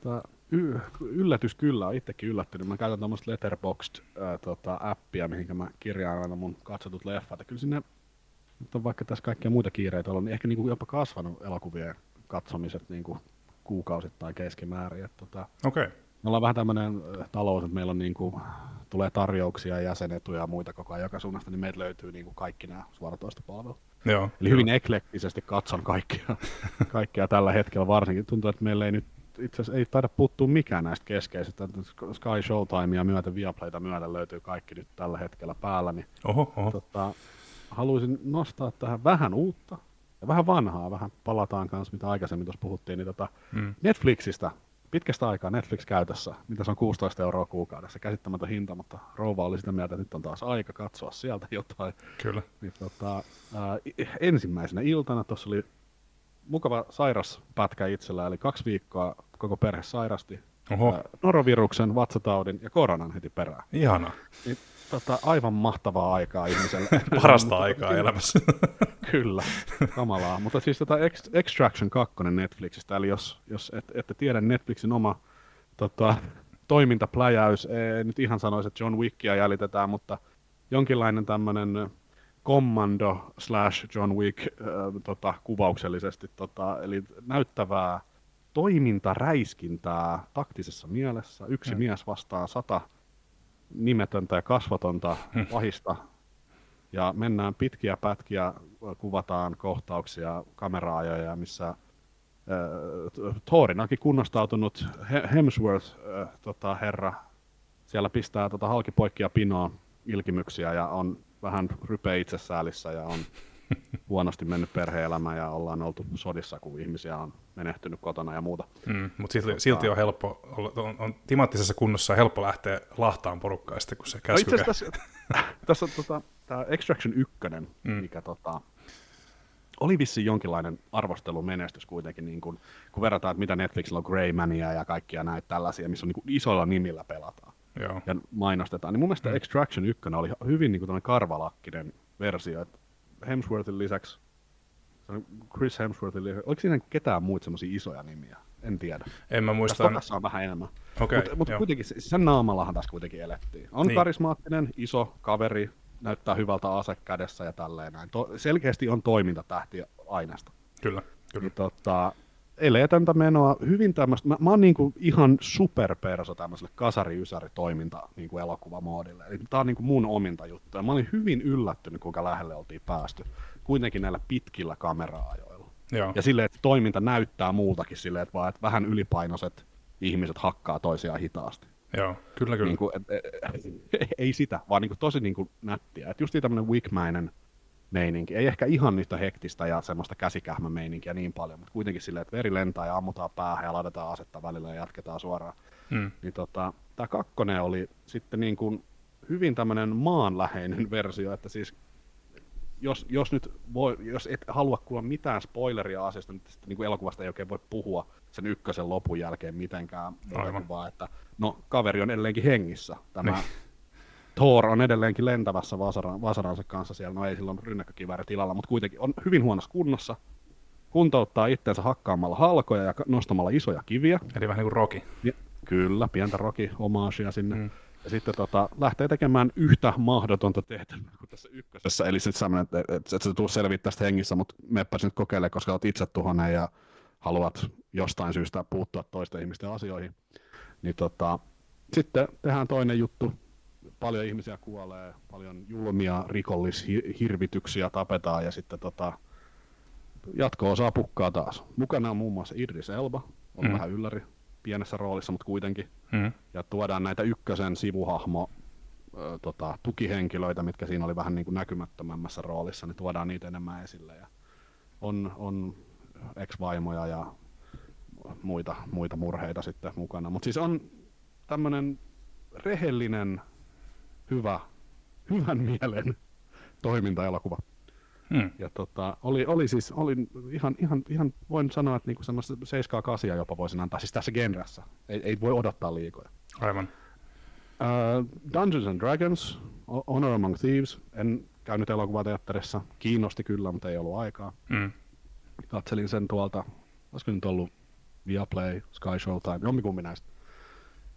y- yllätys kyllä, olen itsekin yllättynyt. Mä käytän tuommoista Letterboxd-appia, tota, mihinkä mä kirjaan aina mun katsotut leffat. Ja kyllä sinne, nyt on vaikka tässä kaikkia muita kiireitä ollut, niin ehkä niinku jopa kasvanut elokuvien katsomiset niinku kuukausittain keskimäärin. Et, tota, Okei. Okay. Me ollaan vähän tämmöinen talous, että meillä on niinku, tulee tarjouksia, jäsenetuja ja muita koko ajan joka suunnasta, niin meiltä löytyy niinku kaikki nämä suoratoistopalvelut. Joo, Eli hyvin eklektisesti katson kaikkia, kaikkia tällä hetkellä varsinkin. Tuntuu, että meillä ei nyt itse asiassa ei taida puuttua mikään näistä keskeisistä. Sky Showtimea myöten, Viaplayta myöten löytyy kaikki nyt tällä hetkellä päällä. Niin, oho, oho. Tota, haluaisin nostaa tähän vähän uutta ja vähän vanhaa. Vähän palataan kanssa, mitä aikaisemmin tuossa puhuttiin. Niin tota, mm. Netflixistä. Pitkästä aikaa Netflix käytössä, mitä se on kuusitoista euroa kuukaudessa, käsittämätön hinta, mutta rouva oli sitä mieltä, että nyt on taas aika katsoa sieltä jotain. Kyllä. Niin, tota, ää, ensimmäisenä iltana tuossa oli mukava sairas pätkä itsellä, eli kaksi viikkoa koko perhe sairasti ää, noroviruksen, vatsataudin ja koronan heti perään. Ihanaa. Niin, tota, aivan mahtavaa aikaa ihmiselle. Parasta aikaa mutta, elämässä. Kyllä, kamalaa. Mutta siis tota Extraction kaksi Netflixistä, eli jos, jos et, ette tiedä Netflixin oma tota, toimintapläjäys, ei nyt ihan sanoisi, että John Wickia jäljitetään, mutta jonkinlainen tämmöinen Commando slash John Wick äh, tota, kuvauksellisesti, tota, eli näyttävää toimintaräiskintää taktisessa mielessä. Yksi hmm. mies vastaa sata nimetöntä ja kasvatonta pahista. Ja mennään pitkiä pätkiä, kuvataan kohtauksia, kameraajoja, missä äh, Thorinakin kunnostautunut Hemsworth äh, tota, herra siellä pistää tota, halkipoikkia pinoa ilkimyksiä ja on vähän rypeä itsesäälissä ja on huonosti mennyt perhe-elämä ja ollaan oltu sodissa, kun ihmisiä on menehtynyt kotona ja muuta. Mm, mutta silti, silti on helppo, on, on timanttisessa kunnossa helppo lähteä lahtaan porukkaa sitten, kun se käsky no itse asiassa tässä, tässä on tota, tämä Extraction yksi, mm. mikä tota, oli vissiin jonkinlainen arvostelumenestys kuitenkin, niin kun, kun verrataan, että mitä Netflixillä on Greymania ja kaikkia näitä tällaisia, missä on niin kuin isoilla nimillä pelataan. Joo. Ja mainostetaan. Niin mun mielestä mm. Extraction yksi oli hyvin niin kuin karvalakkinen versio. Että Hemsworthin lisäksi, Chris Hemsworthin lisäksi, oliko siinä ketään muita semmoisia isoja nimiä? En tiedä. En mä muista. Tässä on vähän enemmän. Okay, mutta mut kuitenkin sen naamallahan tässä kuitenkin elettiin. On niin. Karismaattinen, iso kaveri, näyttää hyvältä ase kädessä ja tälleen näin. To- selkeästi on toimintatähti aineesta. Kyllä, kyllä. Niin, tota, eleetöntä menoa, hyvin tämmöistä, mä, mä oon niinku ihan superperso tämmöiselle kasari-ysäri-toiminta niinku elokuvamoodille. Eli tää on niinku mun ominta juttu. Ja mä olin hyvin yllättynyt, kuinka lähelle oltiin päästy. Kuitenkin näillä pitkillä kamera-ajoilla. Joo. Ja silleen, että toiminta näyttää muultakin silleen, että vaan että vähän ylipainoiset ihmiset hakkaa toisiaan hitaasti. Joo, kyllä kyllä. Niinku, et, et, ei sitä, vaan niinku tosi niinku nättiä. Et just tämmönen Wickmäinen meininki. Ei ehkä ihan yhtä hektistä ja semmoista käsikähmämeininkiä niin paljon, mutta kuitenkin silleen, että veri lentää ja ammutaan päähän ja laitetaan asetta välillä ja jatketaan suoraan. Hmm. Niin tota, tää kakkonen oli sitten niin kuin hyvin tämmönen maanläheinen versio, että siis jos, jos nyt voi, jos et halua kuulla mitään spoileria asiasta, niin, niin kuin elokuvasta ei oikein voi puhua sen ykkösen lopun jälkeen mitenkään. Vaan, että no kaveri on edelleenkin hengissä. Tämä Thor on edelleenkin lentävässä vasaran, vasaransa kanssa siellä, no ei silloin rynnäkkökivääri tilalla, mutta kuitenkin on hyvin huonossa kunnossa. Kuntouttaa itseensä hakkaamalla halkoja ja nostamalla isoja kiviä. Eli vähän niin kuin Rocky. Ja, kyllä, pientä Rocky-homagea sinne. Mm. Ja sitten tota, lähtee tekemään yhtä mahdotonta tehtävää kuin tässä ykkösessä. Eli sitten sellainen, että et, et, et sä tuu selviät tästä hengissä, mutta meppä nyt kokeilemaan, koska olet itse tuhonen ja haluat jostain syystä puuttua toisten ihmisten asioihin. Niin tota, sitten tehdään toinen juttu. Paljon ihmisiä kuolee, paljon julmia rikollishirvityksiä tapetaan ja sitten tota, jatko-osaa pukkaa taas. Mukana on muun muassa Idris Elba, on mm. vähän ylläri, pienessä roolissa, mutta kuitenkin. Mm. Ja tuodaan näitä ykkösen sivuhahmo ö, tota, tukihenkilöitä, mitkä siinä oli vähän niin kuin näkymättömämmässä roolissa, niin tuodaan niitä enemmän esille. Ja on, on ex-vaimoja ja muita, muita murheita sitten mukana. Mutta siis on tämmöinen rehellinen, hyvä, hyvän mielen toimintaelokuva. Hmm. Ja tota, oli, oli siis, oli ihan, ihan, ihan voin sanoa, että niinku semmoista seitsemän kahdeksan jopa voisin antaa, siis tässä genressä. Ei, ei voi odottaa liikoja. Aivan. Uh, Dungeons and Dragons, Honor Among Thieves, en käynyt elokuvateatterissa, kiinnosti kyllä, mutta ei ollut aikaa. Hmm. Katselin sen tuolta, olisiko nyt ollut Viaplay, Sky Showtime, jommikummin näistä.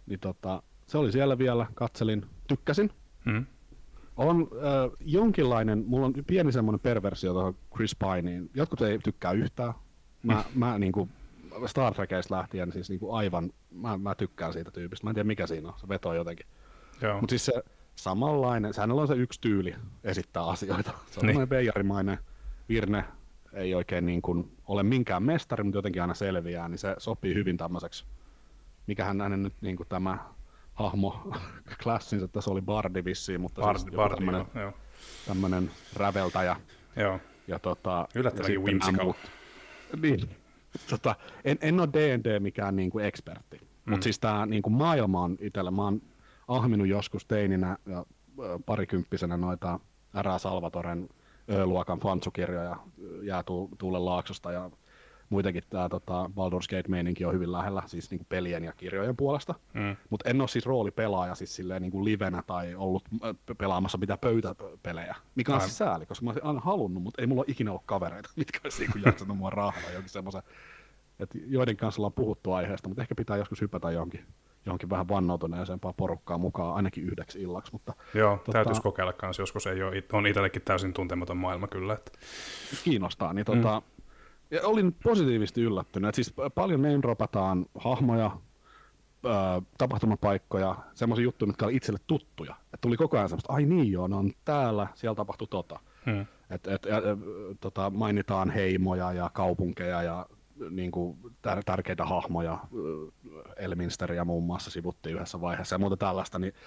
niin tota, se oli siellä vielä, katselin, tykkäsin. Mm. On äh, jonkinlainen, mulla on pieni semmoinen perversio tuohon Chris Pineen. Jotkut ei tykkää yhtään. Mä, mä niinku Star Trekista lähtien siis niinku aivan, mä, mä tykkään siitä tyypistä. Mä en tiedä mikä siinä on, se vetoo jotenkin. Mutta siis se samanlainen, hänellä on se yksi tyyli esittää asioita. Se on niin. Beijarimainen, Virne ei oikein niin kuin ole minkään mestari, mutta jotenkin aina selviää, niin se sopii hyvin tämmöiseksi. Mikähän hänen nyt niin kuin tämä hahmo klassinsa, että se oli Bardi vissiin, mutta Bard, siis Bardi, tämmöinen, joo. tämmöinen räveltäjä. Joo. Ja tota, yllättävänkin whimsical. Niin. Tota, en, en ole D and D mikään niin kuin ekspertti, mm. mutta siis tämä niin kuin maailma on itsellä, mä oon ahminut joskus teininä ja parikymppisenä noita R A. Salvatoren Ö-luokan fansukirjoja Jää tuulen laaksosta ja muitakin tämä tota, Baldur's Gate-meininki on hyvin lähellä, siis niinku pelien ja kirjojen puolesta. Mm. Mutta en ole siis roolipelaaja siis silleen niinku livenä tai ollut pelaamassa mitään pöytäpelejä, mikä on siis sääli, koska mä olisin aina halunnut, mutta ei mulla ole ikinä ollut kavereita, mitkä olisi niinku jaksanut mua raahalla jonkin semmoisen, että joiden kanssa ollaan puhuttu aiheesta, mutta ehkä pitää joskus hypätä johonkin, johonkin vähän vannoutuneeseenpaa porukkaa mukaan ainakin yhdeksi illaksi. Mutta, joo, tota, täytyisi kokeilla kanssa, joskus ei ole, on itsellekin täysin tuntematon maailma kyllä. Että. Kiinnostaa, niin tota, mm. ja olin positiivisesti yllättynyt, että siis paljon name dropataan hahmoja, ää, tapahtumapaikkoja, semmoisia juttuja, mitkä oli itselle tuttuja. Et tuli koko ajan semmoista, ai niin joo, ne on täällä, siellä tapahtui tota. Hmm. Et, et, et, et, tota mainitaan heimoja ja kaupunkeja ja niin kuin tär- tärkeitä hahmoja, Elminsteria muun muassa sivuttiin yhdessä vaiheessa ja muuta tällaista, niin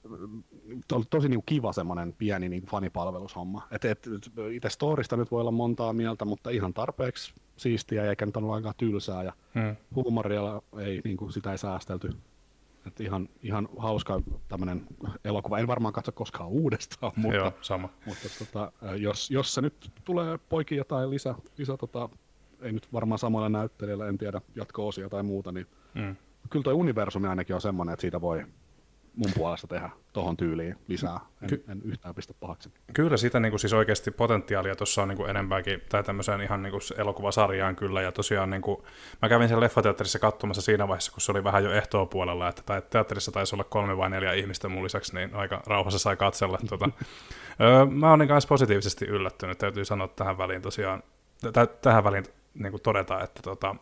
oli tosi niin kuin kiva semmoinen pieni niin kuin fanipalvelushomma. Et, et, itse storista nyt voi olla montaa mieltä, mutta ihan tarpeeksi siistiä eikä nyt ole aika tylsää ja hmm. huumoria ei, niin kuin sitä ei säästelty. Et ihan, ihan hauska tämmöinen elokuva. En varmaan katso koskaan uudestaan, mutta, joo, sama. mutta tota, jos, jos se nyt tulee poikin jotain lisä, lisä tota, ei nyt varmaan samoilla näyttelijöillä, en tiedä, jatko-osia tai muuta, niin mm. kyllä tuo universumi ainakin on semmoinen, että siitä voi mun puolesta tehdä tohon tyyliin lisää, en, Ky- en yhtään pistä pahaksi. Kyllä sitä niin kuin siis oikeasti potentiaalia tuossa on niin kuin enemmänkin, tai tämmöiseen ihan niin kuin elokuvasarjaan kyllä, ja tosiaan niin kuin, mä kävin sen leffateatterissa katsomassa siinä vaiheessa, kun se oli vähän jo ehtoo puolella, että tai teatterissa taisi olla kolme vai neljä ihmistä mun lisäksi, niin aika rauhassa sai katsella. tuota. öö, mä olin myös positiivisesti yllättynyt, täytyy sanoa tähän väliin tosiaan, t- tähän väliin niin kuin todeta, että tota,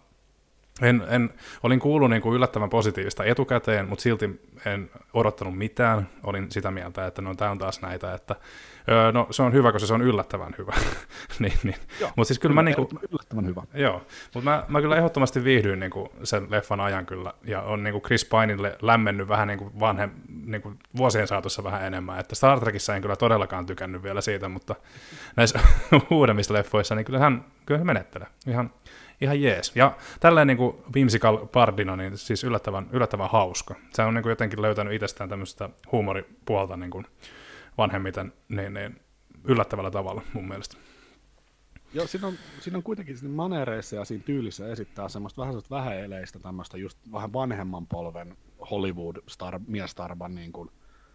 En, en, olin kuullut niin kuin yllättävän positiivista etukäteen, mutta silti en odottanut mitään. Olin sitä mieltä, että no, tämä on taas näitä, että öö, no, se on hyvä, koska se on yllättävän hyvä. niin, niin. Mutta siis kyllä mä niin kuin, yllättävän hyvä. Joo, mutta mä, mä kyllä ehdottomasti viihdyin niin kuin sen leffan ajan kyllä, ja on niin kuin Chris Pineille lämmennyt vähän niin kuin vanhem, niin kuin vuosien saatossa vähän enemmän, että Star Trekissa en kyllä todellakaan tykännyt vielä siitä, mutta näissä uudemmissa leffoissa, niin kyllä hän, kyllä hän menettelee ihan Ihan jees. Ja tälleen niin kuin whimsical Bardina, niin siis yllättävän, yllättävän hauska. Se on niin kuin jotenkin löytänyt itsestään tämmöistä huumoripuolta niin kuin vanhemmiten niin, niin yllättävällä tavalla mun mielestä. Joo, siinä on, siinä on kuitenkin siinä maneereissa ja siinä tyylissä esittää semmoista vähän semmoista vähäeleistä tämmöistä just vähän vanhemman polven Hollywood-star, miestarban niin kuin,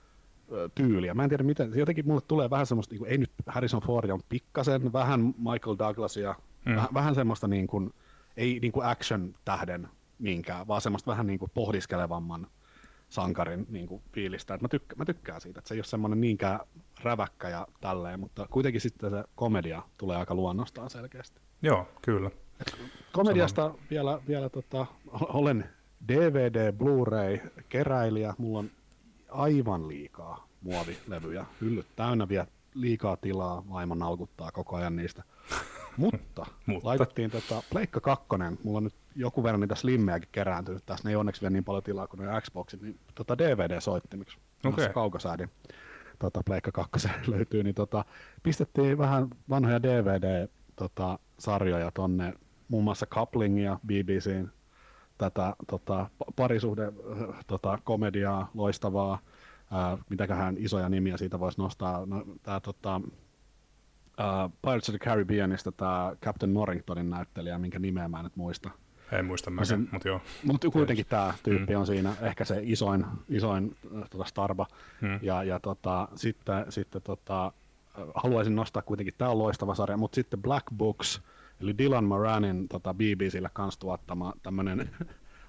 tyyliä. Mä en tiedä miten, jotenkin mulle tulee vähän semmoista, niin kuin, ei nyt Harrison Ford on pikkasen, vähän Michael Douglasia, Mm. Väh, vähän semmoista niin kuin, ei niin kuin action-tähden niinkään, vaan semmoista vähän niin kuin pohdiskelevamman sankarin niin kuin fiilistä. Et mä, tykkä, mä tykkään siitä, että se ei ole semmoinen niinkään räväkkä ja tälleen, mutta kuitenkin sitten se komedia tulee aika luonnostaan selkeästi. Joo, kyllä. Et komediasta Sama. vielä, vielä tota, olen D V D, Blu-ray-keräilijä, mulla on aivan liikaa muovilevyjä, hyllyt täynnä vielä liikaa tilaa, vaimo naukuttaa koko ajan niistä. Mutta, Mutta laitettiin tota Pleikka kakkonen, mulla on nyt joku verran niitä slimmejäkin kerääntynyt, tässä ne ei onneksi vielä niin paljon tilaa kuin ne Xboxit, niin tota D V D-soittimiksi, okay. kaukosäädin tota Pleikka kakkosen löytyy, niin tota, pistettiin vähän vanhoja D V D-sarjoja tonne, muun muassa Couplingia B B C:n, tätä tota, parisuhde tota, komediaa, loistavaa, ää, mitäköhän isoja nimiä siitä voisi nostaa, no, tää tota, Uh, Pirates of the Caribbeanista tämä Captain Norringtonin näyttelijä, minkä nimeä mä en nyt muista. En muista mäkään, mutta joo. Mutta kuitenkin tämä tyyppi mm. on siinä ehkä se isoin, isoin tota starba. Mm. Ja, ja tota, sitten, sitten tota, haluaisin nostaa kuitenkin, tämä on loistava sarja, mutta sitten Black Books, eli Dylan Moranin tota B B C:lle kanssa tuottama tämmöinen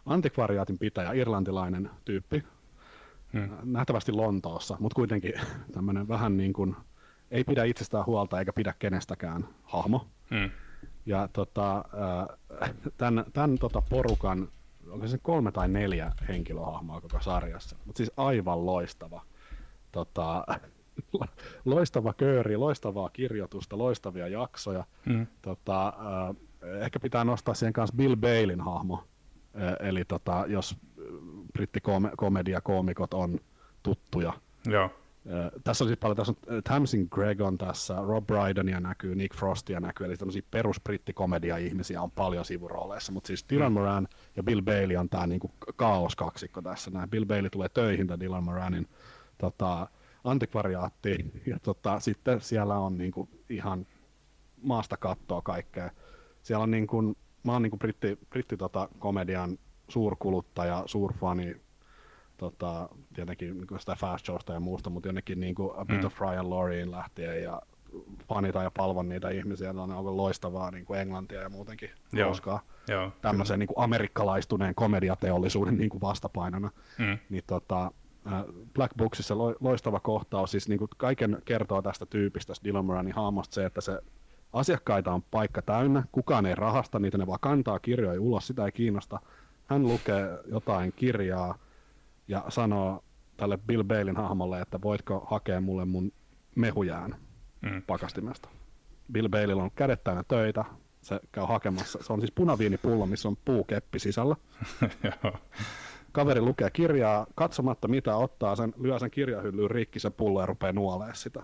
antikvariaatin pitäjä, irlantilainen tyyppi, hmm. nähtävästi Lontoossa, mutta kuitenkin tämmöinen vähän niin kuin, ei pidä itsestään huolta eikä pidä kenestäkään hahmo. Hmm. Ja tota, tämän, tämän tota porukan, onko se kolme tai neljä henkilöhahmoa koko sarjassa, mutta siis aivan loistava. Tota, loistava kööri, loistavaa kirjoitusta, loistavia jaksoja. Hmm. Tota, ehkä pitää nostaa siihen kanssa Bill Baleyn hahmo. Eli tota, jos brittikomediakoomikot on tuttuja. Joo. Tässä on siis paljon, tässä on Tamsin Gregg on tässä, Rob Brydenia näkyy, Nick Frostia näkyy, eli tämmöisiä perus-brittikomedia-ihmisiä on paljon sivurooleissa, mutta siis Dylan mm. Moran ja Bill Bailey on tämä niinku kaoskaksikko tässä. Näin. Bill Bailey tulee töihin tämän Dylan Moranin tota, antikvariaattiin, ja tota, sitten siellä on niinku ihan maasta kattoa kaikkea. Siellä on niinku, mä oon niinku britti, britti tota, komedian suurkuluttaja, suurfani, tota, tietenkin niin sitä Fast Showsta ja muusta, mutta jonnekin niin kuin A Bit mm. of Fry and Laurieen lähtien ja fanita ja palvon niitä ihmisiä, on aivan loistavaa niin kuin englantia ja muutenkin hauskaa. Tämmöisen niin kuin amerikkalaistuneen komediateollisuuden niin kuin vastapainona. Mm. Niin, tota, Black Booksissa loistava kohtaus, siis niin kuin kaiken kertoo tästä tyypistä, Dylan Moranin hahmosta se, että se asiakkaita on paikka täynnä, kukaan ei rahasta niitä, ne vaan kantaa kirjoja ulos, sitä ei kiinnosta. Hän lukee jotain kirjaa, ja sanoo tälle Bill Baleyn hahmolle, että voitko hakea mulle mun mehujään mm. pakastimesta. Bill Baileylla on kädet täynnä töitä, se käy hakemassa, se on siis punaviinipullo, missä on puukeppi sisällä. Kaveri lukee kirjaa, katsomatta mitä ottaa sen, lyö sen kirjahyllyyn rikki sen pullo ja rupeaa nuolemaan sitä.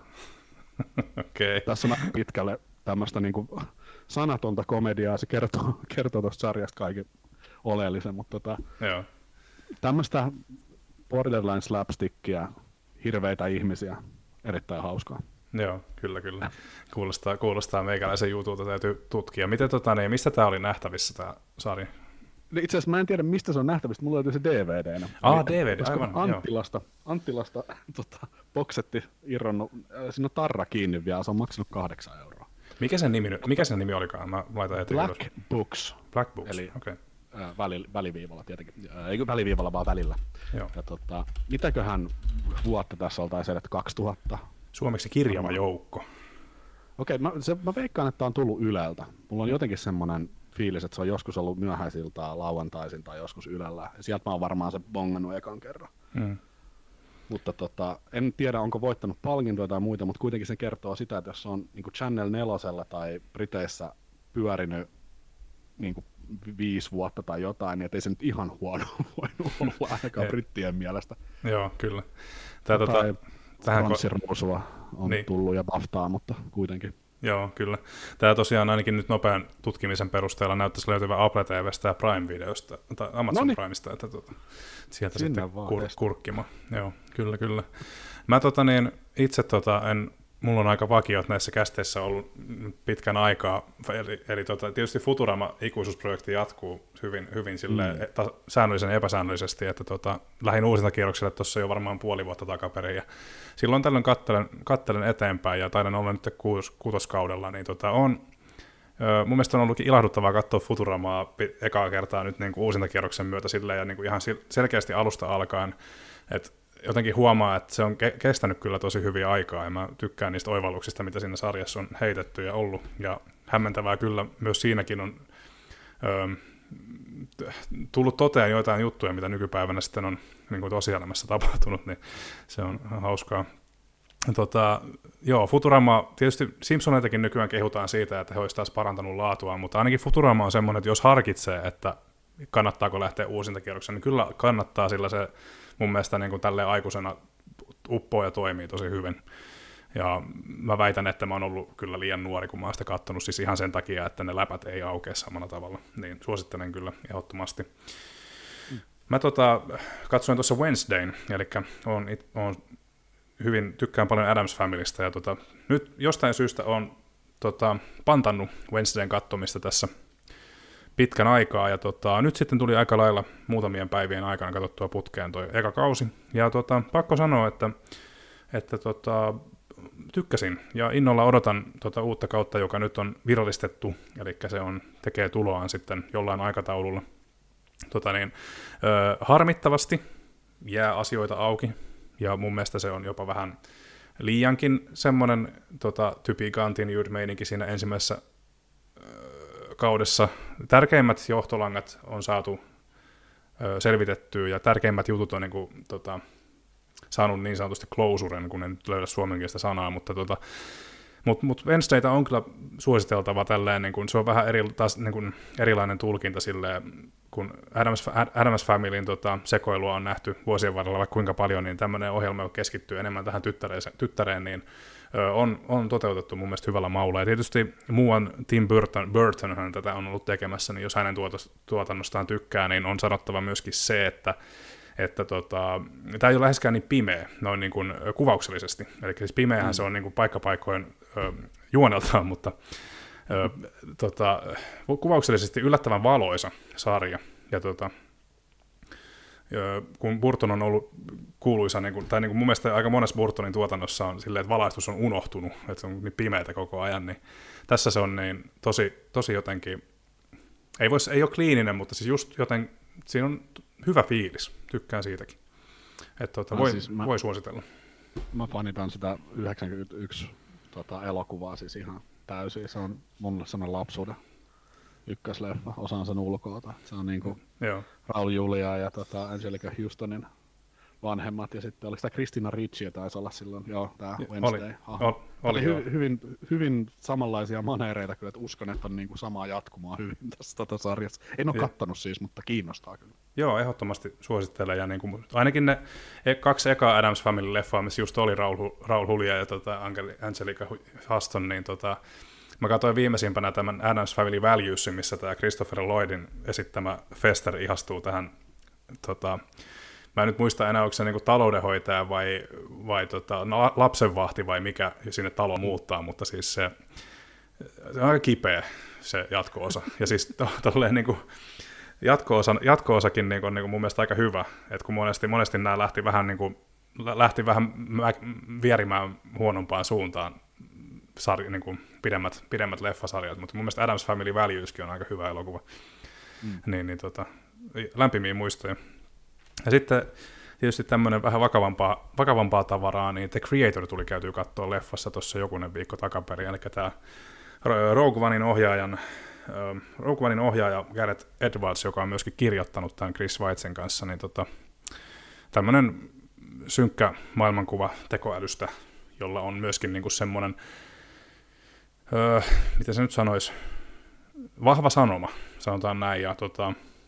Okay. Tässä on pitkälle tämmöistä niinku sanatonta komediaa, se kertoo, kertoo tuosta sarjasta kaiken oleellisen, mutta tota, tämmöistä borderline slapstickia, hirveitä ihmisiä, erittäin hauskaa. Joo, kyllä, kyllä. Kuulostaa, kuulostaa meikäläisen jutulta, täytyy tutkia. Miten, tota, niin, mistä tämä oli nähtävissä, tämä sarja? Itse asiassa mä en tiedä, mistä se on nähtävissä, mulla löytyy se D V D-nä. Ah, D V D, aivan, Anttilasta, Anttilasta tota, boksetti irronnut, siinä on tarra kiinni vielä, se on maksanut kahdeksan euroa. Mikä sen nimi, mikä sen nimi olikaan? Mä laitan heti Black ylös. Books. Black Books, okei. Okay. Väli, väliviivalla tietenkin, ei väliviivalla vaan välillä. Joo. Ja tota, mitäköhän vuotta tässä oltaisiin eletty, kaksituhatta? Suomeksi kirjava joukko. Okei, mä, se, mä veikkaan, että tämä on tullut Yleltä. Mulla on jotenkin semmoinen fiilis, että se on joskus ollut myöhäisiltaan, lauantaisin tai joskus Ylellä. Ja sieltä mä oon varmaan se bongannut ekan kerran. Mm. Mutta tota, en tiedä, onko voittanut palkintoja tai muita, mutta kuitenkin se kertoo sitä, että jos se on niin Channel neljä tai Briteissä pyörinyt niin kuin viisi vuotta tai jotain, niin ei se nyt ihan huono voinut olla ainakaan brittien mielestä. Joo, kyllä. Tää, tai tota, Ranssiruusua on niin tullut ja BAFTAa, mutta kuitenkin. Joo, kyllä. Tämä tosiaan ainakin nyt nopean tutkimisen perusteella näyttäisi löytyvän Apple T V:stä ja Prime-videosta, tai Amazon Noniin. Primesta, että tuota, sieltä sinne sitten kur- kurkkima. Joo, kyllä, kyllä. Mä tota niin, itse tota, en, mulla on aika vakiot näissä kästeissä ollut pitkän aikaa, eli, eli tota, tietysti Futurama-ikuisuusprojekti jatkuu hyvin, hyvin silleen, mm. ta, säännöllisen ja epäsäännöllisesti, että tota, lähdin uusintakierrokselle tuossa jo varmaan puoli vuotta takaperin, ja silloin tällöin kattelen, kattelen eteenpäin, ja taidan olla nyt kuutos, kuutoskaudella, niin tota, on, ö, mun mielestä on ollutkin ilahduttavaa katsoa Futuramaa ekaa kertaa nyt niin kuin uusintakierroksen myötä silleen, ja niin kuin ihan selkeästi alusta alkaen, että jotenkin huomaa, että se on ke- kestänyt kyllä tosi hyviä aikaa, ja mä tykkään niistä oivalluksista, mitä siinä sarjassa on heitetty ja ollut, ja hämmentävää kyllä myös siinäkin on öö, tullut toteen joitain juttuja, mitä nykypäivänä sitten on niin kuin tosielämässä tapahtunut, niin se on hauskaa. Tota, joo, Futurama, tietysti Simpsoneitakin nykyään kehutaan siitä, että he olisivat taas parantanut laatua, mutta ainakin Futurama on semmoinen, että jos harkitsee, että kannattaako lähteä uusintakierrokseen, niin kyllä kannattaa, sillä se mun mielestä niin kuin tälleen aikuisena uppoo ja toimii tosi hyvin. Ja mä väitän, että mä oon ollut kyllä liian nuori, kun mä oon sitä katsonut, siis ihan sen takia, että ne läpät ei aukea samalla tavalla. Niin suosittelen kyllä ehdottomasti. Mm. Mä tota, katsoin tuossa Wednesdayn, eli oon, oon hyvin, tykkään paljon Addams Familystä, ja tota, nyt jostain syystä oon tota, pantannut Wednesdayn kattomista tässä pitkän aikaa, ja tota, nyt sitten tuli aika lailla muutamien päivien aikana katsottua putkeen toi eka kausi, ja tota, pakko sanoa, että, että tota, tykkäsin, ja innolla odotan tota uutta kautta, joka nyt on virallistettu, eli se on, tekee tuloaan sitten jollain aikataululla, tota niin, ö, harmittavasti jää asioita auki, ja mun mielestä se on jopa vähän liiankin semmoinen tota, typi continued-meininki siinä ensimmäisessä ö, kaudessa. Tärkeimmät johtolangat on saatu ö, selvitettyä, ja tärkeimmät jutut on niin kuin, tota, saanut niin sanotusti closuren, kun en löydä suomenkielistä sanaa, mutta tota, mut, mut Wednesdayta on kyllä suositeltava tälleen, niin kun se on vähän eri, taas, niin kun erilainen tulkinta silleen, kun Addams, Addams Familyn tota, sekoilua on nähty vuosien varrella vaikka kuinka paljon, niin tämmöinen ohjelma, joka keskittyy enemmän tähän tyttäreen, tyttäreen niin ö, on, on toteutettu mun mielestä hyvällä maulla. Ja tietysti muuan Tim Burton, Burtonhan tätä on ollut tekemässä, niin jos hänen tuotannostaan tykkää, niin on sanottava myöskin se, että että tota, tämä ei ole läheskään niin pimeä noin niin kuin kuvauksellisesti. Eli siis pimeähän mm. se on niin kuin paikkapaikoin ö, juoneltaan, mutta ö, tota, kuvauksellisesti yllättävän valoisa sarja. Ja tota, ö, kun Burton on ollut kuuluisa, niin kuin, tai niin kuin mun mielestä aika monessa Burtonin tuotannossa on silleen, että valaistus on unohtunut, että se on niin pimeätä koko ajan, niin tässä se on niin tosi, tosi jotenkin, ei, vois, ei ole kliininen, mutta siis just joten siinä on hyvä fiilis, tykkään siitäkin. Että tuota, voi, siis mä, voi suositella. Mä fanitan sitä yhdeksänkymmentäyksi tota, elokuvaa siis ihan täysin. Se on mulle sellainen lapsuuden ykkösleffa, osaan sen ulkoota. Se on niinku Joo. Raul Julia ja tota, Angelica Houstonin vanhemmat, ja sitten oliko tämä Christina Ricci, taisi olla silloin, joo, tämä Wednesday. Oli, oli, oli hy, hyvin, hyvin samanlaisia maneereita kyllä, että uskon, että on niinku samaa jatkumaa hyvin tässä tota sarjassa. En ole kattonut siis, mutta kiinnostaa kyllä. Joo, ehdottomasti suosittelen, ja niin kuin, ainakin ne kaksi ekaa Addams Family-leffaa, missä just oli Raul, Raul Julia ja tota, Angelica Huston, niin tota, mä katsoin viimeisimpänä tämän Addams Family Valuesin, missä tämä Christopher Lloydin esittämä Fester ihastuu tähän tota, mä en nyt muista enää, onko se niinku taloudenhoitaja vai, vai tota, no, lapsenvahti vai mikä sinne talo muuttaa, mutta siis se, se on aika kipeä se jatko-osa. Ja siis to, tolleen niinku, jatko-osa, jatko-osakin niinku, on niinku mun mielestä aika hyvä, että kun monesti, monesti nämä lähti vähän, niinku, lähti vähän vierimään huonompaan suuntaan sarja, niinku, pidemmät, pidemmät leffasarjat, mutta mun mielestä Addams Family Valueskin on aika hyvä elokuva. Mm. Niin, niin, tota, lämpimiä muistoja. Ja sitten tietysti tämmöinen vähän vakavampaa, vakavampaa tavaraa, niin The Creator tuli käytyä katsoa leffassa tuossa jokunen viikko takaperin, eli tämä Rogue Onein ohjaajan, Rogue Onein ohjaaja Gareth Edwards, joka on myöskin kirjoittanut tämän Chris Weitzen kanssa, niin tota, tämmöinen synkkä maailmankuva tekoälystä, jolla on myöskin niinku semmoinen, öö, miten se nyt sanoisi, vahva sanoma, sanotaan näin, ja tota,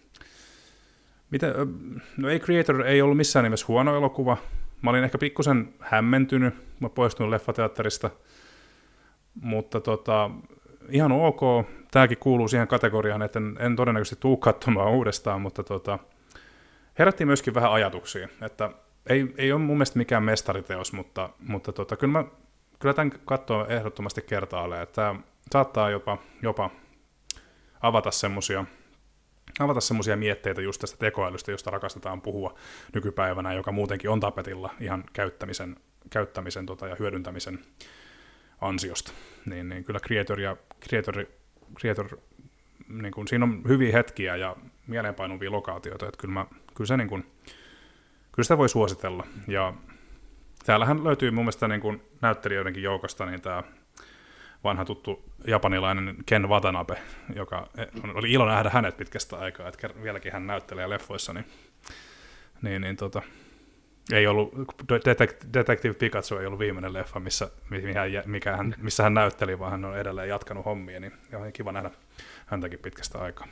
Miten, no ei Creator ei ollut missään nimessä huono elokuva. Mä olin ehkä pikkusen hämmentynyt, mä poistunut leffateatterista, mutta tota, ihan ok. Tämäkin kuuluu siihen kategoriaan, että en, en todennäköisesti tule katsomaan uudestaan, mutta tota, herätti myöskin vähän ajatuksia, että ei, ei ole mun mielestä mikään mestariteos, mutta, mutta tota, kyllä, mä, kyllä tämän katsoo ehdottomasti kertaalleen, että tämä saattaa jopa, jopa avata semmoisia avata semmoisia mietteitä just tästä tekoälystä, josta rakastetaan puhua nykypäivänä, joka muutenkin on tapetilla ihan käyttämisen, käyttämisen tota, ja hyödyntämisen ansiosta. Niin, niin kyllä Creator ja Creator, Creator niin kun, siinä on hyviä hetkiä ja mieleenpainuvia lokaatioita, että kyllä, mä, kyllä, se, niin kun, kyllä sitä voi suositella. Ja täällähän löytyy mun mielestä niin kun näyttelijöidenkin joukosta niin tämä vanha tuttu japanilainen Ken Watanabe, joka oli ilo nähdä hänet pitkästä aikaa, että vieläkin hän näyttelee leffoissa, niin, niin, niin tota, ei ollut, Detective Pikachu ei ollut viimeinen leffa, missä, mikä hän, missä hän näytteli, vaan hän on edelleen jatkanut hommia, niin on kiva nähdä häntäkin pitkästä aikaa.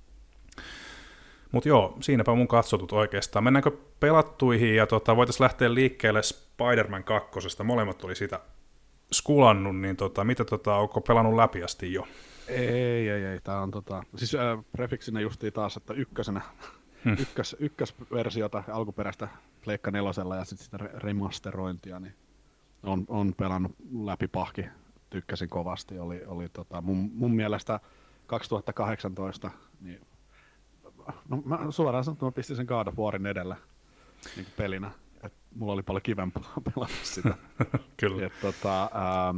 Mutta joo, siinäpä mun katsotut oikeastaan. Mennäänkö pelattuihin, ja tota, voitaisiin lähteä liikkeelle Spider-Man kakkosesta, molemmat tuli sitä skulannut, niin tota, mitä tota, onko pelannut läpi asti jo? Ei, ei, ei. Tää on tota, siis äh, prefiksinä justiin taas, että ykkösenä, hmm. ykkös, ykkösversiota alkuperäistä Pleikka nelosella ja sitten sitä remasterointia, niin on, on pelannut läpi pahki, tykkäsin kovasti. Oli, oli tota, mun, mun mielestä kaksituhattakahdeksantoista, niin no, mä suoraan sanottuna mä pistin sen God of Warin edellä niin pelinä. Et mulla oli paljon kivempaa pelata sitä. Kyllä. Et, tota, ää,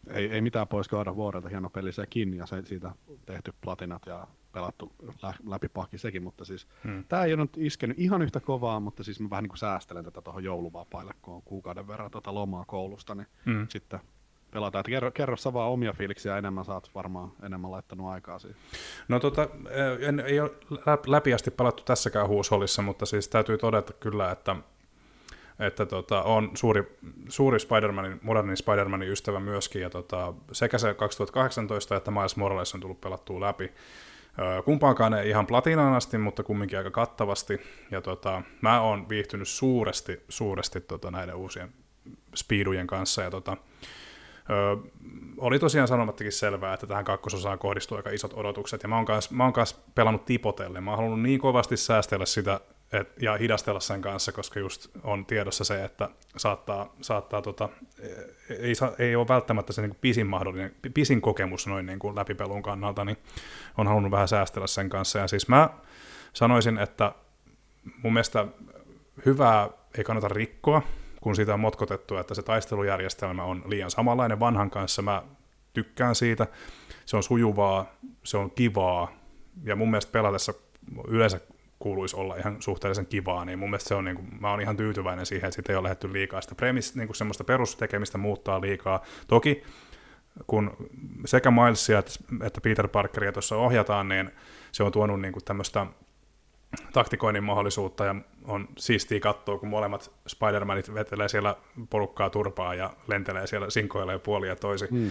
ei, ei mitään pois God of Warilta, hieno peli sekin, ja se, siitä tehty platinat ja pelattu lä, läpi pakki sekin, mutta siis hmm. tämä ei ole nyt iskenyt ihan yhtä kovaa, mutta siis mä vähän niin kuin säästelen tätä tuohon jouluvapaille, kun on kuukauden verran tuota lomaa koulusta, niin hmm. sitten pelataan. Että kerro, kerro sä vaan omia fiiliksiä enemmän, sä oot varmaan enemmän laittanut aikaa siihen. No tota, en, ei ole läpi asti palattu tässäkään huushollissa, mutta siis täytyy todeta kyllä, että että tota, on suuri, suuri Spider-Manin, modernin Spider-Manin ystävä myöskin, ja tota, sekä se kaksituhattakahdeksantoista että Miles Morales on tullut pelattua läpi. Öö, kumpaankaan ei ihan platinaan asti, mutta kumminkin aika kattavasti, ja tota, mä oon viihtynyt suuresti, suuresti tota, näiden uusien speedujen kanssa, ja tota, öö, oli tosiaan sanomattakin selvää, että tähän kakkososaan kohdistuu aika isot odotukset, ja mä oon kanssa, mä oon kanssa pelannut tipotellen, mä oon halunnut niin kovasti säästellä sitä, Et, ja hidastella sen kanssa, koska just on tiedossa se, että saattaa, saattaa tota, ei, ei ole välttämättä se niin kuin pisin mahdollinen, pisin kokemus noin niin kuin läpipelun kannalta, niin on halunnut vähän säästellä sen kanssa. Ja siis mä sanoisin, että mun mielestä hyvää ei kannata rikkoa, kun siitä on motkotettu, että se taistelujärjestelmä on liian samanlainen vanhan kanssa. Mä tykkään siitä, se on sujuvaa, se on kivaa, ja mun mielestä pelatessa yleensä kuuluisi olla ihan suhteellisen kivaa, niin mun mielestä se on, niin kuin, mä oon ihan tyytyväinen siihen, että sitten ei ole lähdetty liikaa sitä premis, niin kuin semmoista perustekemistä muuttaa liikaa. Toki kun sekä Milesia että, että Peter Parkeria tuossa ohjataan, niin se on tuonut niin kuin tämmöistä taktikoinnin mahdollisuutta, ja on siistiä katsoa, kun molemmat Spider-Manit vetelee siellä porukkaa turpaa ja lentelee siellä, sinkoilee puolin ja toisin. Hmm.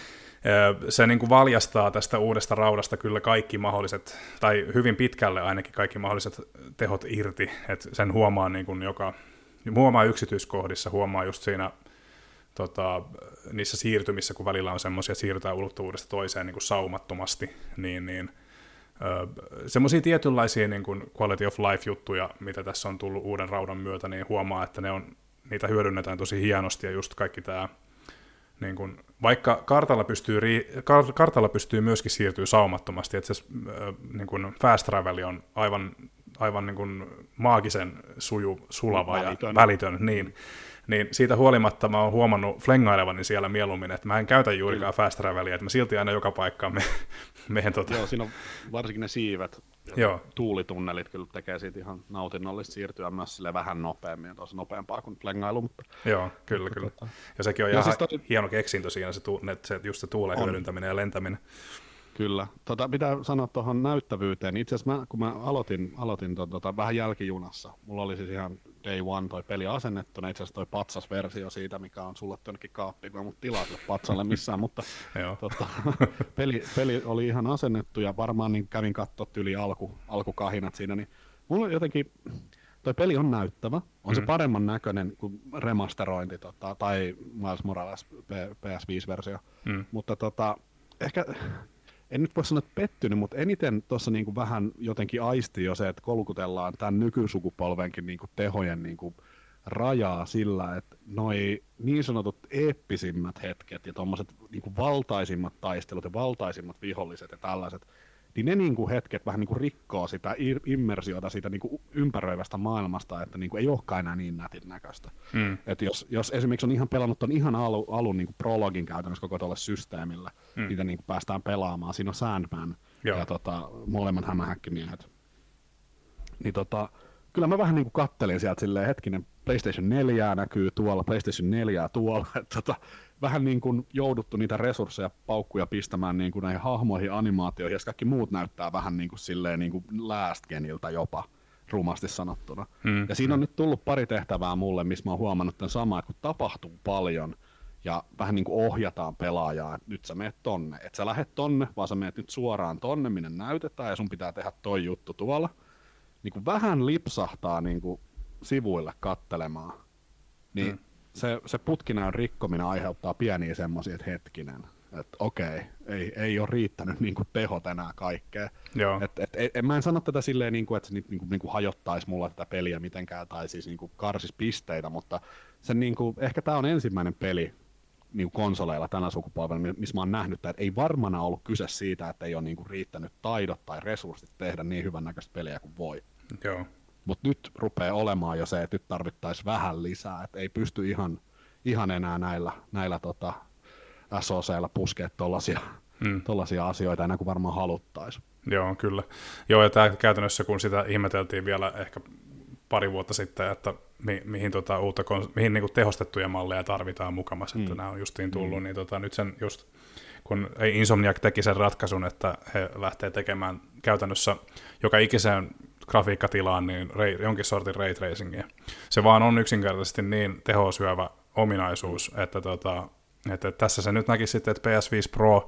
Se niin kuin valjastaa tästä uudesta raudasta kyllä kaikki mahdolliset, tai hyvin pitkälle ainakin kaikki mahdolliset tehot irti, että sen huomaa, niin kuin joka, huomaa yksityiskohdissa, huomaa just siinä tota, niissä siirtymissä, kun välillä on semmoisia, että siirrytään ulottuvuudesta toiseen niin kuin saumattomasti, niin, niin semmoisia tietynlaisia niin kuin quality of life-juttuja, mitä tässä on tullut uuden raudan myötä, niin huomaa, että ne on, niitä hyödynnetään tosi hienosti, ja just kaikki tämä niin kun, vaikka kartalla pystyy, kartalla pystyy myöskin siirtyä saumattomasti, että se niin kun fast traveli on aivan, aivan niin kun maagisen suju, sulava välitön. ja välitön, niin, niin siitä huolimatta mä oon huomannut flengailevani siellä mieluummin, että mä en käytä juurikaan Kyllä. fast travelia, että mä silti aina joka paikkaan me, mehen tota... Joo, siinä on varsinkin ne siivet, Joo. tuulitunnelit kyllä tekee siitä ihan nautinnollista siirtyä myös sille vähän nopeammin, ja tosi nopeampaa kuin flengailu, mutta... Joo, kyllä, kyllä. Tota... Ja sekin on ja ihan siis to... hieno keksintö siinä, se, tu... se, just se tuulen on. hyödyntäminen ja lentäminen. Kyllä. Tota, pitää sanoa tuohon näyttävyyteen. Itse asiassa mä, kun mä aloitin, aloitin to, tota, vähän jälkijunassa, mulla oli siis ihan day one toi peli asennettuna, itse asiassa toi patsasversio siitä, mikä on sulle jonnekin kaappiin, kun mä mut tilaa sille patsalle missään, mutta tota, peli, peli oli ihan asennettu ja varmaan niin kävin katsoa yli alku, alkukahinat siinä, niin mulla jotenkin, toi peli on näyttävä, on mm. se paremman näköinen kuin remasterointi tota, tai Miles Morales P S viisi-versio, mm. mutta tota, ehkä... En nyt voi sanoa, että pettynyt, mutta eniten tuossa niinku vähän jotenkin aisti jo se, että kolkutellaan tämän nykysukupolvenkin niinku tehojen niinku rajaa sillä, että noi niin sanotut eeppisimmät hetket ja tuommoiset niinku valtaisimmat taistelut ja valtaisimmat viholliset ja tällaiset, niin ne niinku hetket vähän niinku rikkoo sitä immersiota siitä niinku ympäröivästä maailmasta, että niinku ei olekaan enää niin nätin näköistä. Mm. Et jos, jos esimerkiksi on ihan pelannut ton ihan alu, alun niinku prologin käytännössä koko tuolle systeemillä, mm. niitä niinku päästään pelaamaan. Siinä on Sandman Joo. ja tota, molemmat hämähäkkimiehet. Niin tota, kyllä mä vähän niinku kattelin sieltä silleen, hetkinen, PlayStation neljä näkyy tuolla, PlayStation neljä tuolla, että tota, vähän niin kuin jouduttu niitä resursseja, paukkuja pistämään niin kuin näihin hahmoihin, animaatioihin, ja kaikki muut näyttää vähän niin kuin silleen niin kuin last geniltä jopa, rumasti sanottuna. Mm, ja siinä on mm. nyt tullut pari tehtävää mulle, missä mä oon huomannut tämän samaa, että kun tapahtuu paljon, ja vähän niin kuin ohjataan pelaajaa, että nyt sä meet tonne, et sä lähet tonne, vaan sä meet nyt suoraan tonne, minne näytetään, ja sun pitää tehdä toi juttu tuolla, niin kuin vähän lipsahtaa niin kuin sivuille kattelemaan, niin mm. se, se putkinäön rikkominen aiheuttaa pieniä semmoisia, että hetkinen, että okei, ei, ei ole riittänyt niin kuin tehot enää kaikkea. Et, et, et, en, mä en sano tätä silleen, niin kuin, että se niin kuin, niin kuin hajottaisi mulla tätä peliä mitenkään, tai siis niin kuin karsisi pisteitä, mutta se, niin kuin, ehkä tämä on ensimmäinen peli niin kuin konsoleilla tänä sukupolvella, missä mä oon nähnyt, että ei varmana ollut kyse siitä, että ei ole niin kuin riittänyt taidot tai resurssit tehdä niin hyvän näköistä peliä kuin voi. Joo. Mutta nyt rupeaa olemaan jo se, että nyt tarvittaisiin vähän lisää, että ei pysty ihan, ihan enää näillä, näillä tota, S O C:llä puskea tollaisia, mm. tollaisia asioita enää kuin varmaan haluttaisiin. Joo, kyllä. Joo, ja tämä käytännössä, kun sitä ihmeteltiin vielä ehkä pari vuotta sitten, että mi- mihin, tota, uutta kons- mihin niinku tehostettuja malleja tarvitaan mukamassa, että mm. nämä on justiin tullut, mm. niin tota, nyt sen just, kun Insomniac teki sen ratkaisun, että he lähtee tekemään käytännössä joka ikiseen grafiikkatilaan niin ray, jonkin sortin ray tracingia. Se vaan on yksinkertaisesti niin tehosyövä ominaisuus, että tota, Että tässä se nyt näkisi sitten, että P S viisi Pro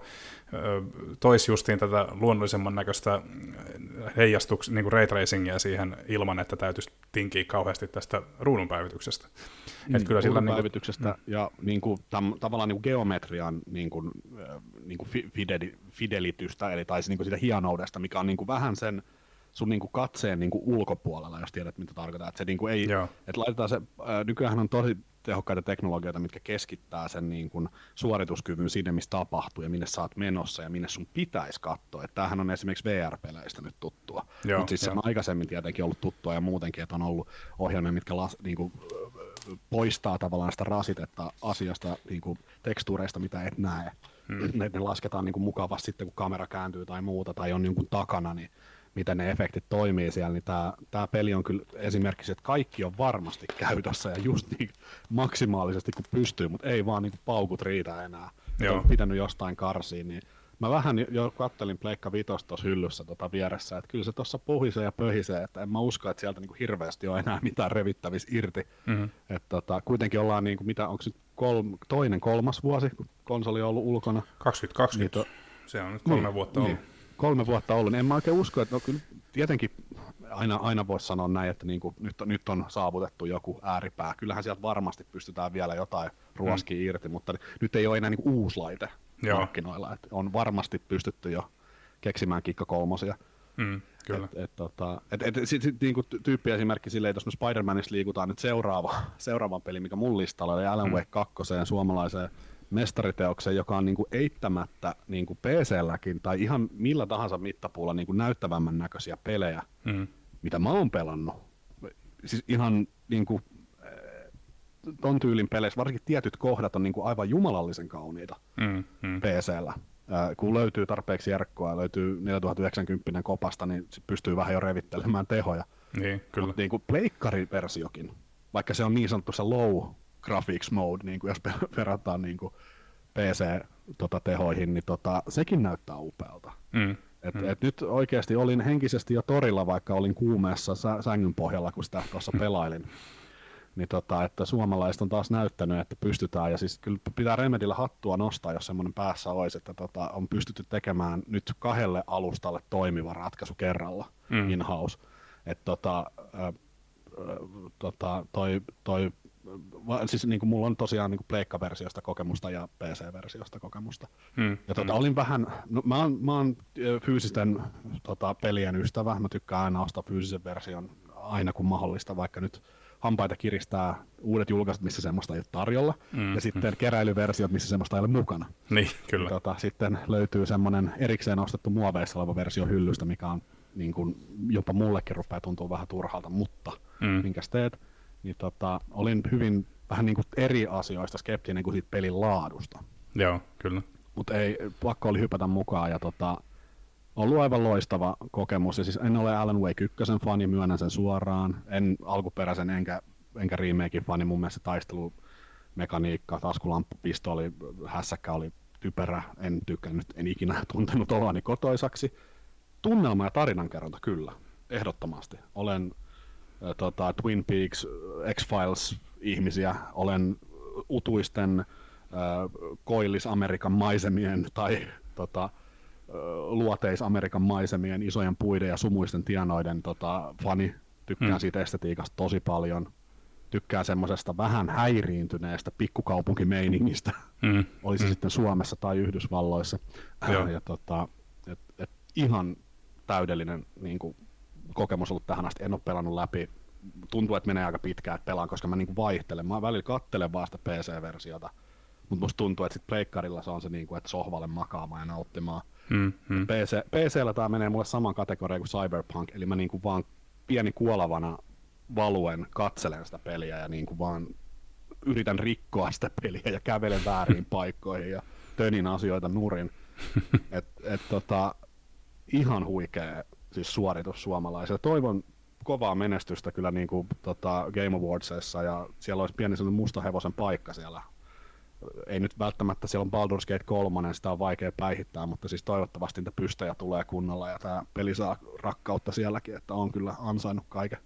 toisi justiin tätä luonnollisemman näköistä heijastuks, niin kuin ray tracingia siihen ilman, että täytyisi tinkiä kauheasti tästä ruudunpäivityksestä. Mm, kyllä ruudunpäivityksestä niin, ja niin kuin, tam, tavallaan niin kuin geometrian niin kuin, niin kuin fideli, fidelitystä, eli tai niin kuin siitä hienoudesta, mikä on niin kuin vähän sen sun niin kuin katseen niin kuin ulkopuolella, jos tiedät, mitä tarkoittaa. Että se niin kuin ei, että laitetaan se, ää, nykyään on tosi tehokkaita teknologioita, mitkä keskittää sen niin kuin suorituskyvyn sinne, missä tapahtuu ja minne sä oot menossa ja minne sun pitäisi katsoa. Että tämähän on esimerkiksi V R-peleistä nyt tuttua, mutta siis se on aikaisemmin tietenkin ollut tuttua ja muutenkin, että on ollut ohjelmia, mitkä las, niin kuin, poistaa tavallaan sitä rasitetta asiasta, niin kuin tekstuureista, mitä et näe. Hmm. Ne, ne lasketaan niin kuin mukavasti sitten, kun kamera kääntyy tai muuta tai on jonkun takana, niin miten ne efektit toimii siellä, niin tämä, tämä peli on kyllä esimerkiksi, että kaikki on varmasti käytössä ja just niin maksimaalisesti kun pystyy, mutta ei vaan niin kuin paukut riitä enää. On pitänyt jostain karsiin, niin mä vähän jo kattelin Pleikka Vitosta tuossa hyllyssä tota vieressä, että kyllä se tuossa puhisee ja pöhisee, että en mä usko, että sieltä niin kuin hirveästi on enää mitään revittävissä irti. Mm-hmm. Että tota, kuitenkin ollaan, niin kuin, mitä, onko nyt kolm, toinen, kolmas vuosi, kun konsoli on ollut ulkona. kaksituhattakaksikymmentä, niin to, se on nyt kolme niin, vuotta ollut. Niin. Kolme vuotta ollut, niin en mä oikein usko, että no kyllä tietenkin aina, aina voisi sanoa näin, että niin kuin nyt, on, nyt on saavutettu joku ääripää. Kyllähän sieltä varmasti pystytään vielä jotain ruoskia mm. irti, mutta nyt ei ole enää niin kuin uusi laite Joo. markkinoilla. Et on varmasti pystytty jo keksimään kikkakolmosia. Mm, kyllä. Et, et, tota, et, et, sit, sit, niin kuin tyyppiesimerkki silleen, että jos me Spider-Manissa liikutaan nyt seuraava, seuraavan peli, mikä mun listalla oli Alan Wake kaksi suomalaiseen mestariteoksen, joka on niin kuin eittämättä niin kuin P C-lläkin tai ihan millä tahansa mittapuulla niin kuin näyttävämmän näköisiä pelejä, mm. mitä mä oon pelannut. Siis ihan niin kuin, ton tyylin peleissä, varsinkin tietyt kohdat on niin kuin aivan jumalallisen kauniita mm. Mm. P C-llä. Äh, kun löytyy tarpeeksi järkkoa, löytyy neljätuhattayhdeksänkymmentä kopasta, niin sit pystyy vähän jo revittelemään tehoja. Niin, kyllä. Mut niin kuin pleikkariversiokin, vaikka se on niin sanottu se low graphics mode, niin kuin jos verrataan niin kuin P C-tehoihin, niin tota, sekin näyttää upealta. Mm. Et, mm. et nyt oikeasti olin henkisesti jo torilla, vaikka olin kuumeessa sä, sängyn pohjalla, kun sitä tuossa pelailin. Niin tota, että suomalaiset on taas näyttänyt, että pystytään, ja siis kyllä pitää Remedillä hattua nostaa, jos semmoinen päässä olisi, että tota, on pystytty tekemään nyt kahdelle alustalle toimiva ratkaisu kerralla mm. in-house. Että tota, äh, tota, toi, toi Va, siis niin kuin mulla on tosiaan niin kuin Pleikka-versiosta kokemusta ja P C-versiosta kokemusta. Hmm. Ja tota, hmm. olin vähän, no, mä oon, mä oon fyysisten tota, pelien ystävä, mä tykkään aina ostaa fyysisen version aina kun mahdollista, vaikka nyt hampaita kiristää uudet julkaisut, missä semmoista ei ole tarjolla, hmm. ja sitten hmm. keräilyversiot, missä semmoista ei ole mukana. Niin, kyllä. Ja, tota, sitten löytyy semmoinen erikseen ostettu muoveissa oleva versio hyllystä, mikä on niin kuin, jopa mullekin rupeaa tuntua vähän turhalta, mutta hmm. minkäs teet? Niin tota, olin hyvin vähän niin kuin eri asioista skeptinen kuin siitä pelin laadusta. Joo, kyllä. Mutta ei, pakko oli hypätä mukaan ja tota, ollut aivan loistava kokemus. Ja siis en ole Alan Wake ykkösen fani, myönnän sen suoraan. En alkuperäisen enkä, enkä remakein fani. Mun mielestä taistelumekaniikka, taskulamppu, pistooli, hässäkkä oli typerä. En tykännyt, en ikinä tuntenut oloani kotoisaksi. Tunnelma ja tarinankerronta kyllä, ehdottomasti. Olen Tota, Twin Peaks, X-Files-ihmisiä, olen utuisten äh, koillis-Amerikan maisemien tai tota, äh, luoteis-Amerikan maisemien, isojen puiden ja sumuisten tienoiden tota, fani. Tykkään mm. siitä estetiikasta tosi paljon. Tykkään semmosesta vähän häiriintyneestä pikkukaupunkimeiningistä, mm. oli se mm. sitten Suomessa tai Yhdysvalloissa. ja, tota, et, et ihan täydellinen niin kuin, kokemus ollut tähän asti, en ole pelannut läpi. Tuntuu, että menee aika pitkään, että pelaan, koska mä niinku vaihtelen. Mä välillä kattelen vaan sitä P C-versiota, mutta musta tuntuu, että sit pleikkarilla se on se, niinku, että sohvalle makaamaan ja nauttimaan. Mm, mm. P C, P C:llä tää menee mulle saman kategoriaan kuin Cyberpunk, eli mä niinku vaan pieni kuolavana valuen katselen sitä peliä ja niinku vaan yritän rikkoa sitä peliä ja kävelen väärin paikkoihin ja tönin asioita nurin. et, et, tota, ihan huikea siis suoritus suomalaisille. Toivon kovaa menestystä kyllä niin kuin, tota, Game Awardsissa, ja siellä olisi pieni sellainen mustahevosen paikka siellä. Ei nyt välttämättä, siellä on Baldur's Gate kolme, sitä on vaikea päihittää, mutta siis toivottavasti niitä pystejä tulee kunnolla, ja tämä peli saa rakkautta sielläkin, että on kyllä ansainnut kaiken.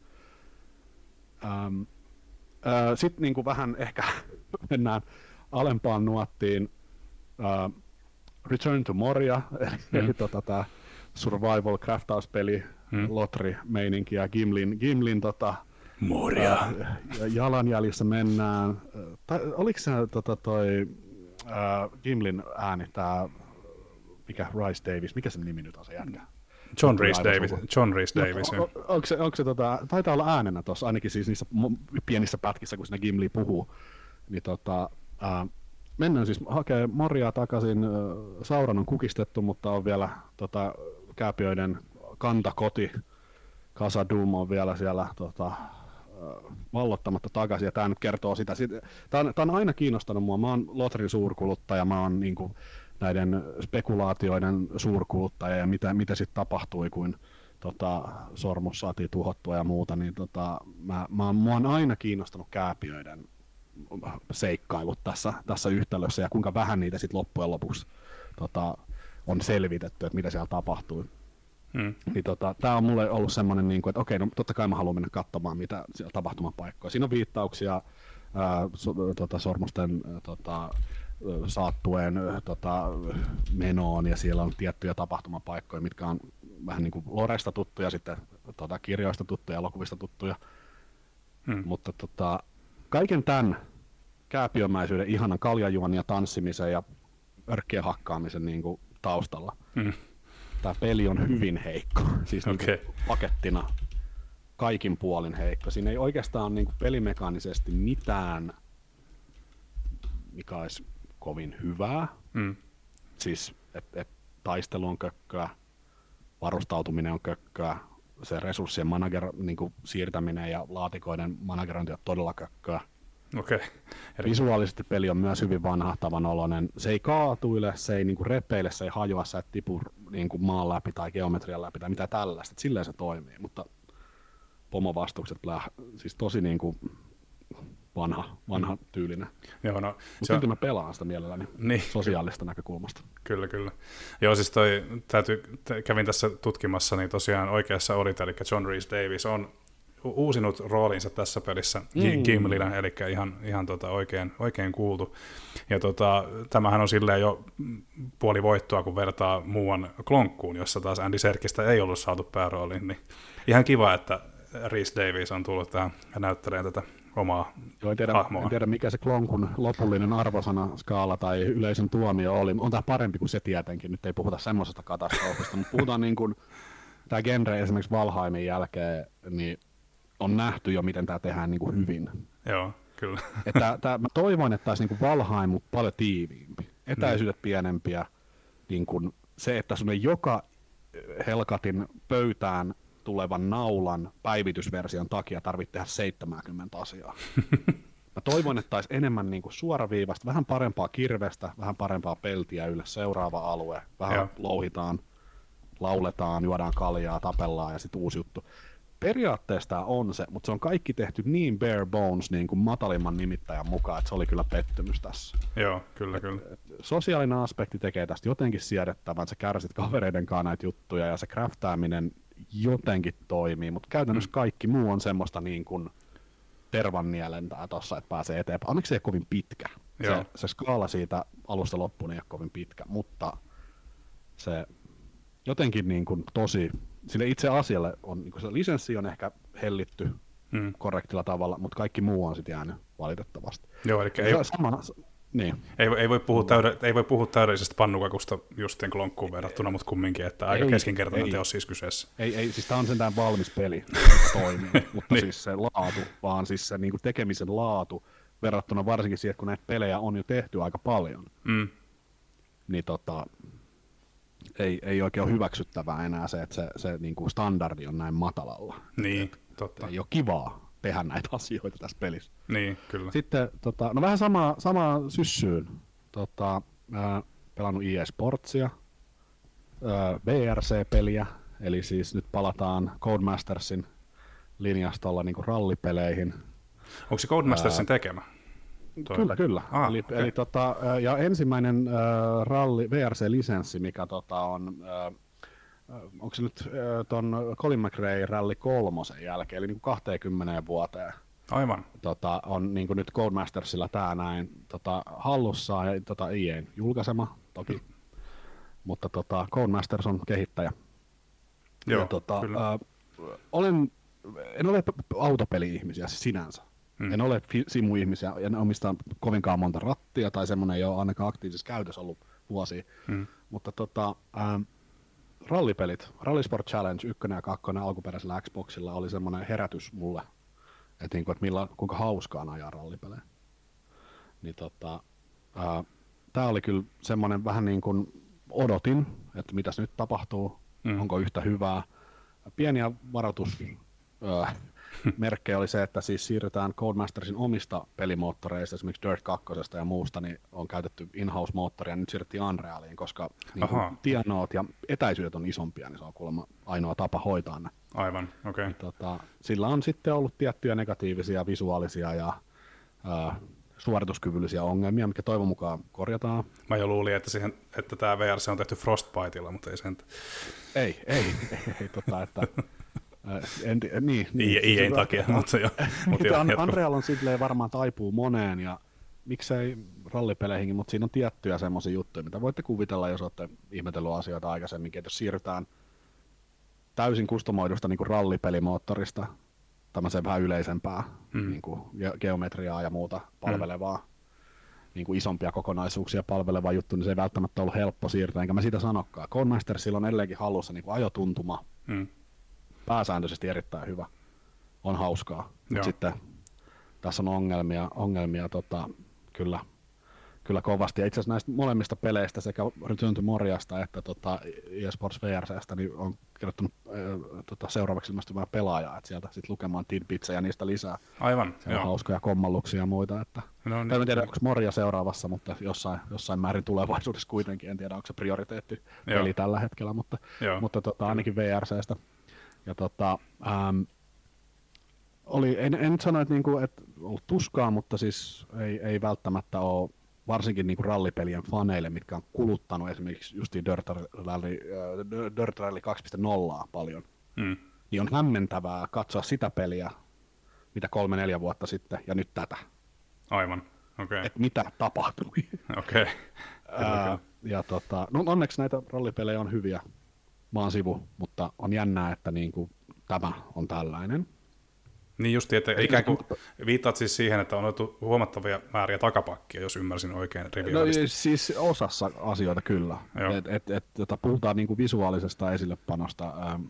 Ähm, äh, Sitten niin kuin vähän ehkä mennään alempaan nuottiin. Äh, Return to Moria, eli, mm. eli tota, tämä survival craftaus-peli, mm. lotri-meininki ja Gimlin, Gimlin tota, Moria. Äh, jalanjäljissä mennään. Tai, oliko se tota, toi äh, Gimlin ääni, tää, mikä Rhys Davies, mikä sen nimi nyt on se jätkä? John Rhys Davies. John Rhys Davies. No, on, onko se, onko se tota, taitaa olla äänenä tuossa, ainakin siis niissä pienissä pätkissä, kun siinä Gimli puhuu. Niin tota, äh, mennään siis hakee Moriaa takaisin. Sauron on kukistettu, mutta on vielä tota, kääpiöiden kantakoti. Khazad-dûm on vielä siellä tota, vallottamatta takaisin, ja tämä nyt kertoo sitä. Tämä on, tämä on aina kiinnostanut mua. Mä oon lotrin suurkuluttaja, mä oon niin kuin näiden spekulaatioiden suurkuluttaja, ja mitä, mitä sitten tapahtui, kun tota, sormus saatiin tuhottua ja muuta, niin tota, mä, mä, mä oon aina kiinnostanut kääpiöiden seikkailut tässä, tässä yhtälössä, ja kuinka vähän niitä sitten loppujen lopuksi tota, on selvitetty, että mitä siellä tapahtui. Hmm. Niin tota, tää on mulle ollut semmoinen, niin kuin, että okei, no totta kai mä haluan mennä katsomaan, mitä siellä tapahtumapaikkoja. Siinä on viittauksia ää, so, tota, sormusten tota, saattueen tota, menoon, ja siellä on tiettyjä tapahtumapaikkoja, mitkä on vähän niin kuin loresta tuttuja, sitten tota, kirjoista tuttuja, elokuvista tuttuja. Hmm. Mutta tota, kaiken tämän kääpiömäisyyden, ihanan kaljajuon ja tanssimisen ja örkkien hakkaamisen niin kuin taustalla, hmm. tämä peli on hyvin heikko, siis okay. Niin pakettina kaikin puolin heikko. Siinä ei oikeastaan ole niin pelimekaanisesti mitään, mikä olisi kovin hyvää. Mm. Siis, että et, taistelu on kökköä, varustautuminen on kökköä, se resurssien manager, niin kuin siirtäminen ja laatikoiden managerointi on todella kökköä. Okay. Eli visuaalisesti peli on myös hyvin vanhahtavan oloinen. Se ei kaatuile, se ei niinku repeile, se ei hajoa, sä et tipu niinku maan läpi tai geometrian läpi tai mitä tällaista. Et silleen se toimii, mutta pomovastukset, siis tosi niinku vanha, vanha mm. tyylinen. Joo, no, mutta silti on... mä pelaan sitä mielelläni niin. sosiaalista näkökulmasta. Kyllä, kyllä. Joo, siis toi, täytyy, kävin tässä tutkimassa, niin tosiaan oikeassa olit, eli John Rhys Davies on uusinut roolinsa tässä pelissä mm. Gimlinä, eli ihan, ihan tota oikein, oikein kuultu. Ja tota, tämähän on silleen jo puoli voittoa, kun vertaa muuan Klonkkuun, jossa taas Andy Serkistä ei ollut saatu päärooliin. Niin ihan kiva, että Rhys Davies on tullut tähän ja näyttelee tätä omaa Joo, en tiedä, hahmoa. En tiedä, mikä se Klonkun lopullinen arvosana, skaala tai yleisön tuomio oli. On tämä parempi kuin se tietenkin, nyt ei puhuta semmoisesta katastrofista, mutta puhutaan niin kuin, tämä genre esimerkiksi Valheimin jälkeen, niin on nähty jo, miten tämä tehdään niin kuin hyvin. Joo, kyllä. Että, tää, mä toivon, että olisi niin kuin Valheim, mutta paljon tiiviimpi. Etäisyydet mm. pienempiä. Niin kuin se, että sun ei joka helkatin pöytään tulevan naulan päivitysversion takia tarvitse tehdä seitsemänkymmentä asiaa. Mä toivon, että olisi enemmän niin kuin suoraviivasta, vähän parempaa kirvestä, vähän parempaa peltiä yllä seuraava alue. Vähän Joo. louhitaan, lauletaan, juodaan kaljaa, tapellaan ja sitten uusi juttu. Periaatteessa tämä on se, mutta se on kaikki tehty niin bare bones niin kuin matalimman nimittäjän mukaan, että se oli kyllä pettymys tässä. Joo, kyllä, et, kyllä. Et sosiaalinen aspekti tekee tästä jotenkin siedettävän, sä kärsit kavereiden kanssa näitä juttuja ja se craftaaminen jotenkin toimii, mutta käytännössä mm. kaikki muu on semmoista niin kuin tervannielentää tossa, että pääsee eteenpäin. Onneksi se ei ole kovin pitkä. Se, se skaala siitä alusta loppuun ei ole kovin pitkä, mutta se jotenkin niin kuin tosi... Sille itse asialle on, niin se lisenssi on ehkä hellitty hmm. korrektilla tavalla, mutta kaikki muu on sitten jäänyt valitettavasti. Joo, eli ei, sama, niin. ei, ei, voi puhua täydä, ei voi puhua täydellisestä pannukakusta justiin Klonkkuun verrattuna, mutta kumminkin, että aika ei, keskinkertainen ei, teos siis kyseessä. Ei, ei, siis tämä on sentään valmis peli, toimii, mutta niin. Siis se laatu, vaan siis se niin kuin tekemisen laatu verrattuna varsinkin siihen, kun näitä pelejä on jo tehty aika paljon, mm. niin tota... Ei, ei oikein ole hyväksyttävää enää se, että se, se niin kuin standardi on näin matalalla. Niin, et, totta. Ei ole kivaa tehdä näitä asioita tässä pelissä. Niin, kyllä. Sitten, tota, no vähän samaa, samaa syssyyn. Tota, ää, pelannut E A Sportsia, V R C-peliä, eli siis nyt palataan Codemastersin linjastolla niin kuin rallipeleihin. Onko se Codemastersin tekemä? Toi. Kyllä, kyllä. Ah, eli, okay. eli, tota, ja ensimmäinen äh, ralli, V R C-lisenssi, mikä tota, on, äh, onko se nyt äh, ton Colin McRae Rally kolmosen jälkeen, eli niin kuin kaksikymmentä vuoteen. Aivan. Tota, on niin kuin nyt Codemastersilla tää näin tota, hallussaan ja tota, E A:n julkaisema toki, mm. mutta tota, Codemasters on kehittäjä. Joo, ja, tota, kyllä. Äh, olen, en ole autopeli-ihmisiä siis sinänsä. Mm. En ole simu-ihmisiä, en omista kovinkaan monta rattia, tai semmoinen ei ole ainakaan aktiivisessa käytössä ollut vuosia. Mm. Mutta tota, ähm, rallipelit, Rally Sport Challenge yksi ja kaksi alkuperäisellä Xboxilla oli semmoinen herätys mulle, että niinku, et milla, kuinka hauskaa on ajaa rallipelejä. Niin tota, äh, tää oli kyllä semmoinen vähän niin kuin odotin, että mitäs nyt tapahtuu, mm. onko yhtä hyvää. Pieniä varoitus... Äh, merkkejä oli se, että siis siirrytään Codemastersin omista pelimoottoreista, esimerkiksi Dirt kaksi ja muusta, niin on käytetty in-house-moottoria, nyt siirryttiin Unrealiin, koska niin tienoot ja etäisyydet on isompia, niin se on kuulemma ainoa tapa hoitaa ne. Aivan, okei. Okay. Tota, sillä on sitten ollut tiettyjä negatiivisia visuaalisia ja ää, suorituskyvyllisiä ongelmia, mikä toivon mukaan korjataan. Mä jo luulin, että, siihen, että tämä V R C on tehty Frostbiteilla, mutta ei sen. Ei, ei, ei, ei tota, että... En, niin, niin, I A:n takia, mutta jo. Mut jo Unreal on silleen varmaan taipuu moneen ja miksei rallipeleihinkin, mutta siinä on tiettyjä semmoisia juttuja, mitä voitte kuvitella, jos olette ihmetellyt asioita aikaisemminkin, että jos siirrytään täysin kustomoidusta niin kuin rallipelimoottorista tämmöiseen vähän yleisempää mm. niin kuin geometriaa ja muuta palvelevaa, mm. niin kuin isompia kokonaisuuksia palvelevaa juttu, niin se ei välttämättä ollut helppo siirtää, enkä mä sitä sanokaan. Codemastersilla on edelleenkin hallussa niin kuin ajotuntuma, mm. pääsääntöisesti erittäin hyvä, on hauskaa, mutta sitten tässä on ongelmia, ongelmia tota, kyllä, kyllä kovasti. Ja itse asiassa näistä molemmista peleistä, sekä Return to Moriasta että tota, E A Sports V R C:stä, niin on kirjoittanut äh, tota, seuraavaksi ilmestyvää pelaajaa, että sieltä sitten lukemaan tidbitsejä ja niistä lisää. Aivan, siellä on hauskoja kommalluksia ja muita. Että, no, niin, en tiedä, onko Moria seuraavassa, mutta jossain, jossain määrin tulevaisuudessa kuitenkin, en tiedä, onko se prioriteetti peli tällä hetkellä, mutta, mutta tota, ainakin V R C:stä. Ja tota, ähm, oli, en, en nyt sano, että niinku, et ollut tuskaa, mutta siis ei, ei välttämättä ole, varsinkin niinku rallipelien faneille, mitkä on kuluttanut esimerkiksi justiin Dirt Rally, äh, Dirt Rally kaksi piste nolla paljon, mm. niin on hämmentävää katsoa sitä peliä, mitä kolme neljä vuotta sitten, ja nyt tätä. Aivan, okei. Okay. Että mitä tapahtui. Okei. Okay. äh, ja tota, no onneksi näitä rallipelejä on hyviä. Maan sivu, mutta on jännää, että niin kuin tämä on tällainen. Niin just, että ikään kuin viittaat siis siihen, että on otettu huomattavia määriä takapakkia, jos ymmärsin oikein rivialisesti. No siis osassa asioita kyllä. Et, et, et, et, puhutaan niin kuin visuaalisesta esillepanosta. Ähm,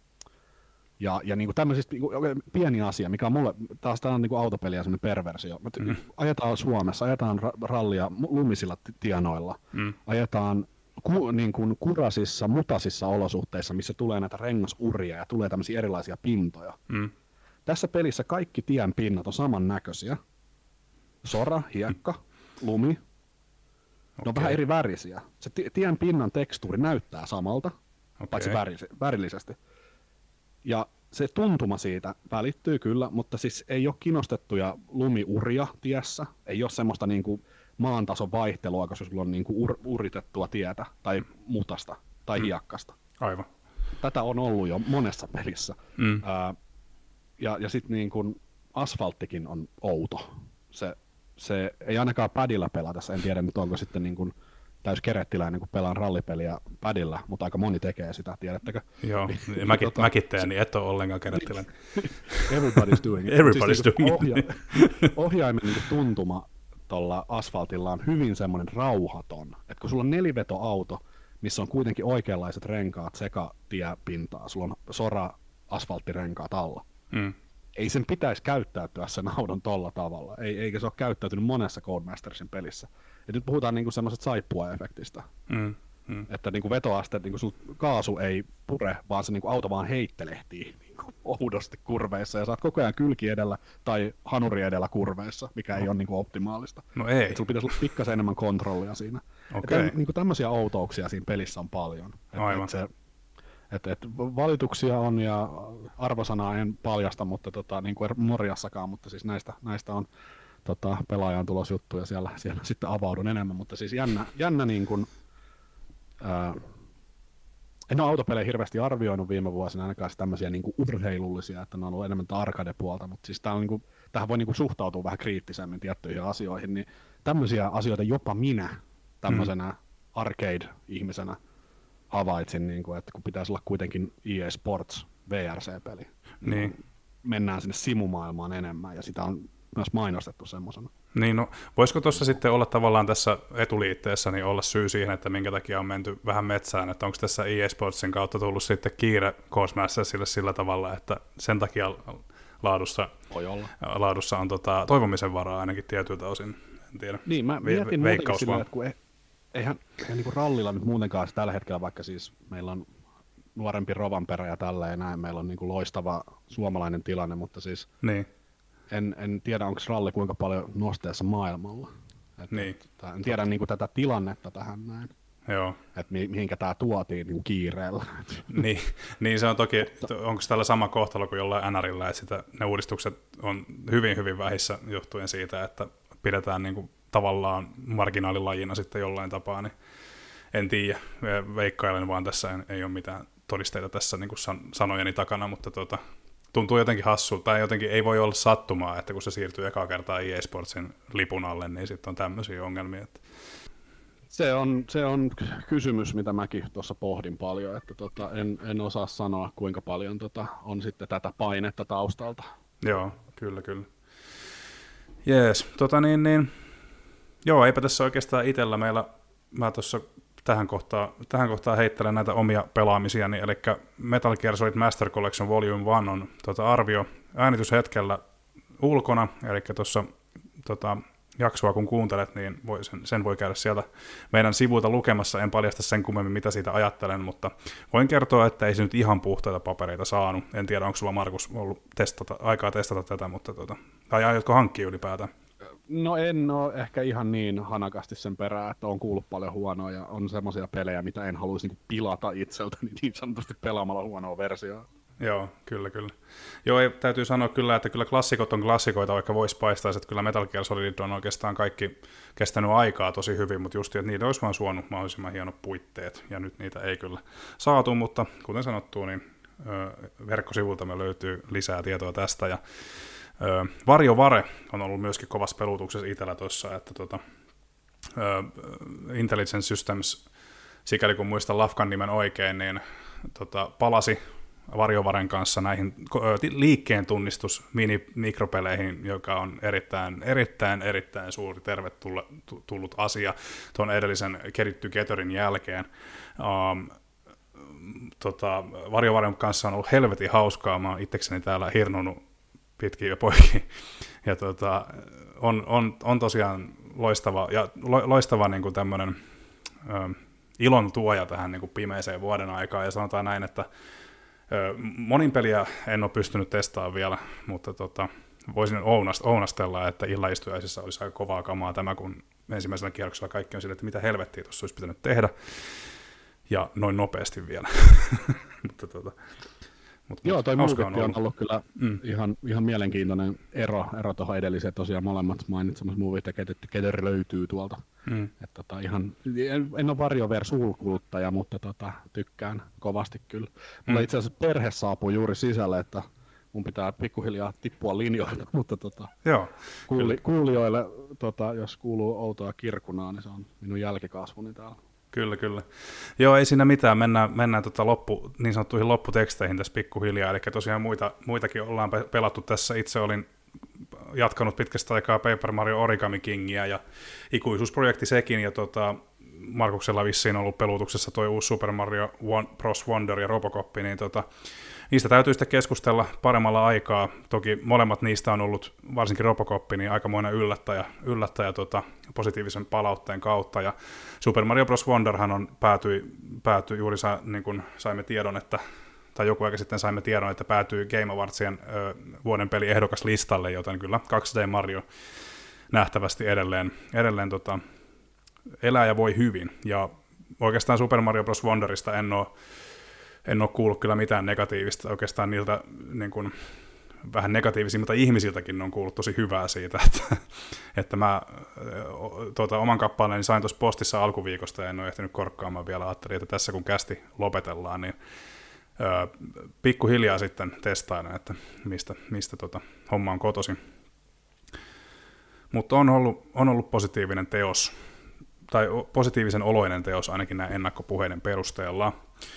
ja ja niin kuin tämmöisistä niin kuin, pieni asia, mikä on mulle, taas tämä on niin kuin autopeliä semmoinen perversio. Mm. Ajetaan Suomessa, ajetaan rallia lumisilla tienoilla, mm. ajetaan Ku, niin kuin kurasissa, mutasissa olosuhteissa, missä tulee näitä rengasuria ja tulee tämmöisiä erilaisia pintoja. Mm. Tässä pelissä kaikki tien pinnat on samannäköisiä. Sora, hiekka, lumi. Okay. Ne on vähän eri värisiä. Se tien pinnan tekstuuri näyttää samalta, okay. paitsi väris, värillisesti. Ja se tuntuma siitä välittyy kyllä, mutta siis ei ole kinostettuja lumiuria tiessä. Ei ole semmoista niinku maantason vaihtelua, koska sulla on niinku ur- uritettua tietä tai mutasta tai mm. hiekkasta. Aivan. Tätä on ollut jo monessa pelissä. Mm. Ää, ja ja sitten niinku asfalttikin on outo. Se, se ei ainakaan padilla pelata. En tiedä nyt onko sitten niinku täys kerettiläinen, kun pelaan rallipeliä padilla, mutta aika moni tekee sitä, tiedättekö? Joo, mäkin, tota, mäkin teen, niin et ole ollenkaan kerettiläinen. Everybody's doing it. Everybody's siis doing ohja- it. ohjaimen niin tuntuma tuolla asfaltilla on hyvin semmoinen rauhaton. Et kun sulla on nelivetoauto, missä on kuitenkin oikeanlaiset renkaat sekä tiepintaa, sulla on sora asfalttirenkaat alla. Mm. Ei sen pitäisi käyttäytyä sen auton tolla tavalla, ei, eikä se ole käyttäytynyt monessa Codemastersin pelissä. Et nyt puhutaan niinku semmoisesta saippua-efektistä, mm. Mm. että niinku vetoaste, niinku sul kaasu ei pure, vaan se niinku auto vaan heittelehtii oudosti kurveissa ja sä oot koko ajan kylki edellä tai hanuri edellä kurveissa, mikä ei ole niin kuin optimaalista. No ei. Et sulla pitäisi olla pikkasen enemmän kontrollia siinä. Okay. Et, niin kuin tämmöisiä outouksia siinä pelissä on paljon. Et, Aivan. Et se, et, et valituksia on ja arvosanaa en paljasta, mutta tota, niin kuin Norjassakaan, mutta siis näistä, näistä on tota, pelaajan tulosjuttuja siellä, siellä sitten avaudun enemmän, mutta siis jännä, jännä niin kuin, ää, en ole autopelejä hirveästi arvioinut viime vuosina, ainakaan tämmöisiä niin kuin urheilullisia, että ne on ollut enemmän arcade-puolta, mutta siis tää on, niin kuin, tähän voi niin kuin suhtautua vähän kriittisemmin tiettyihin asioihin, niin tämmöisiä asioita jopa minä tämmöisenä mm. arcade-ihmisenä havaitsin, niin kuin, että kun pitäisi olla kuitenkin E A Sports V R C-peli, niin mennään sinne simumaailmaan enemmän, ja sitä on myös mainostettu semmoisena. Niin, no voisiko tuossa sitten olla tavallaan tässä etuliitteessä niin olla syy siihen, että minkä takia on menty vähän metsään, että onko tässä E A Sportsin kautta tullut sitten kiire Codemastersille sillä tavalla, että sen takia laadussa, Voi olla. laadussa on tota, toivomisen varaa ainakin tietyiltä osin, en tiedä. Niin, mä mietin Ve- muutenkin silleen, että kun ei, eihän, eihän niin kuin rallilla nyt muutenkaan tällä hetkellä, vaikka siis meillä on nuorempi Rovanperä ja tälleen ja näin, meillä on niin kuin loistava suomalainen tilanne, mutta siis niin. En, en tiedä, onko ralli kuinka paljon nosteessa maailmalla. Et, Niin. et, en tiedä niin kuin, tätä tilannetta tähän näin. Joo. Että mi, mihinkä tämä tuotiin niin kiireellä. niin, niin se on toki, onko tällä sama kohtalo kuin jollain N R:llä, että sitä, ne uudistukset on hyvin hyvin vähissä johtuen siitä, että pidetään niin kuin, tavallaan marginaalilajina sitten jollain tapaa, niin en tiedä, veikkailen vaan tässä, en, ei ole mitään todisteita tässä niin kuin san, sanojeni takana, mutta tota, tuntuu jotenkin hassulta, tai jotenkin ei voi olla sattumaa, että kun se siirtyy ekaa kertaa E A Sportsin lipun alle, niin sitten on tämmöisiä ongelmia. Että... Se, on, se on kysymys, mitä mäkin tuossa pohdin paljon, että tota, en, en osaa sanoa, kuinka paljon tota, on sitten tätä painetta taustalta. Joo, kyllä, kyllä. Jees, tota niin, niin, joo, eipä tässä oikeastaan itsellä meillä, mä tuossa tähän kohtaan, tähän kohtaan heittelen näitä omia pelaamisiani, eli Metal Gear Solid Master Collection Volume yksi on tota, arvio äänityshetkellä ulkona, eli tuossa tota, jaksoa kun kuuntelet, niin voi sen, sen voi käydä sieltä meidän sivuilta lukemassa, en paljasta sen kummemmin mitä siitä ajattelen, mutta voin kertoa, että ei se nyt ihan puhtaita papereita saanut, en tiedä onko sulla Markus ollut testata, aikaa testata tätä, mutta tota, tai aiotko hankkia ylipäätään? No en ole ehkä ihan niin hanakasti sen perään, että on kuullut paljon huonoa ja on semmoisia pelejä, mitä en haluaisi niin pilata itseltäni niin sanotusti pelaamalla huonoa versioa. Joo, kyllä, kyllä. Joo, ei, täytyy sanoa kyllä, että kyllä klassikot on klassikoita, vaikka voisi paistaa, että kyllä Metal Gear Solid on oikeastaan kaikki kestänyt aikaa tosi hyvin, mutta just, että niitä olisi vaan suonut mahdollisimman hienot puitteet, ja nyt niitä ei kyllä saatu, mutta kuten sanottu, niin ö, verkkosivulta me löytyy lisää tietoa tästä, ja ö, Varjo Vare on ollut myöskin kovassa pelutuksessa itsellä tuossa, että tota, ö, Intelligent Systems, sikäli kun muistan Lafkan nimen oikein, niin tota, palasi Varjovaren kanssa näihin liikkeen tunnistus mini-mikropeleihin, joka on erittäin, erittäin, erittäin suuri tervetullut asia tuon edellisen Get Togetherin jälkeen. Um, tota, Varjovaren kanssa on ollut helvetin hauskaa, mä oon itsekseni täällä hirnunut pitkin ja poikin, ja tota, on, on, on tosiaan loistava, ja lo, loistava niin kuin tämmöinen um, ilon tuoja tähän niin kuin pimeiseen vuoden aikaan, ja sanotaan näin, että monin peliä en ole pystynyt testaamaan vielä, mutta tota, voisin ounastella, että illaistujaisissa olisi aika kovaa kamaa tämä, kun ensimmäisellä kierroksella kaikki on sille, että mitä helvettiä tuossa olisi pitänyt tehdä, ja noin nopeasti vielä. mutta, tota, mutta, Joo, toi Movie on, on ollut kyllä mm. ihan, ihan mielenkiintoinen ero, ero tuohon edelliseen, tosiaan molemmat mainitsemat Movie Together löytyy tuolta. Mm. Et tota, ihan, en, en ole VarioVer suurkuluttaja, mutta tota, tykkään kovasti kyllä. Mulla mm. itse asiassa perhe saapuu juuri sisälle, että mun pitää pikkuhiljaa tippua linjoilta, mutta tota, Joo, kuuli, kuulijoille, tota, jos kuuluu outoa kirkunaa, niin se on minun jälkikasvuni täällä. Kyllä, kyllä. Joo, ei siinä mitään. Mennään, mennään tota loppu, niin sanottuihin lopputeksteihin tässä pikkuhiljaa. Eli tosiaan muita, muitakin ollaan pelattu tässä. Itse olin jatkanut pitkästä aikaa Paper Mario Origami Kingia ja ikuisuusprojekti sekin. Ja tota, Markuksella vissiin on ollut pelutuksessa toi uusi Super Mario Bros. Wonder ja Robocop, niin tota, niistä täytyy sitten keskustella paremmalla aikaa. Toki molemmat niistä on ollut, varsinkin Robocop, niin aikamoinen yllättäjä, yllättäjä tota, positiivisen palautteen kautta. Ja Super Mario Bros. Wonderhan on, päätyi, päätyi juuri sa, niin kuin saimme tiedon, että tai joku aika sitten saimme tiedon, että päätyy Game Awardsien ö, vuoden peli ehdokaslistalle, joten kyllä kaksi D Mario nähtävästi edelleen, edelleen tota, elää ja voi hyvin. Ja oikeastaan Super Mario Bros. Wonderista en ole, en ole kuullut kyllä mitään negatiivista. Oikeastaan niiltä niin kuin, vähän negatiivisimmilta ihmisiltäkin on kuullut tosi hyvää siitä, että, että mä tuota, oman kappaleeni sain tuossa postissa alkuviikosta ja en ole ehtinyt korkkaamaan vielä. Ajattelin, että tässä kun kästi lopetellaan, niin ö, pikkuhiljaa sitten testailen, että mistä, mistä tota, homma on kotoisin. Mutta on ollut, on ollut positiivinen teos, tai positiivisen oloinen teos ainakin näin ennakkopuheiden perusteella.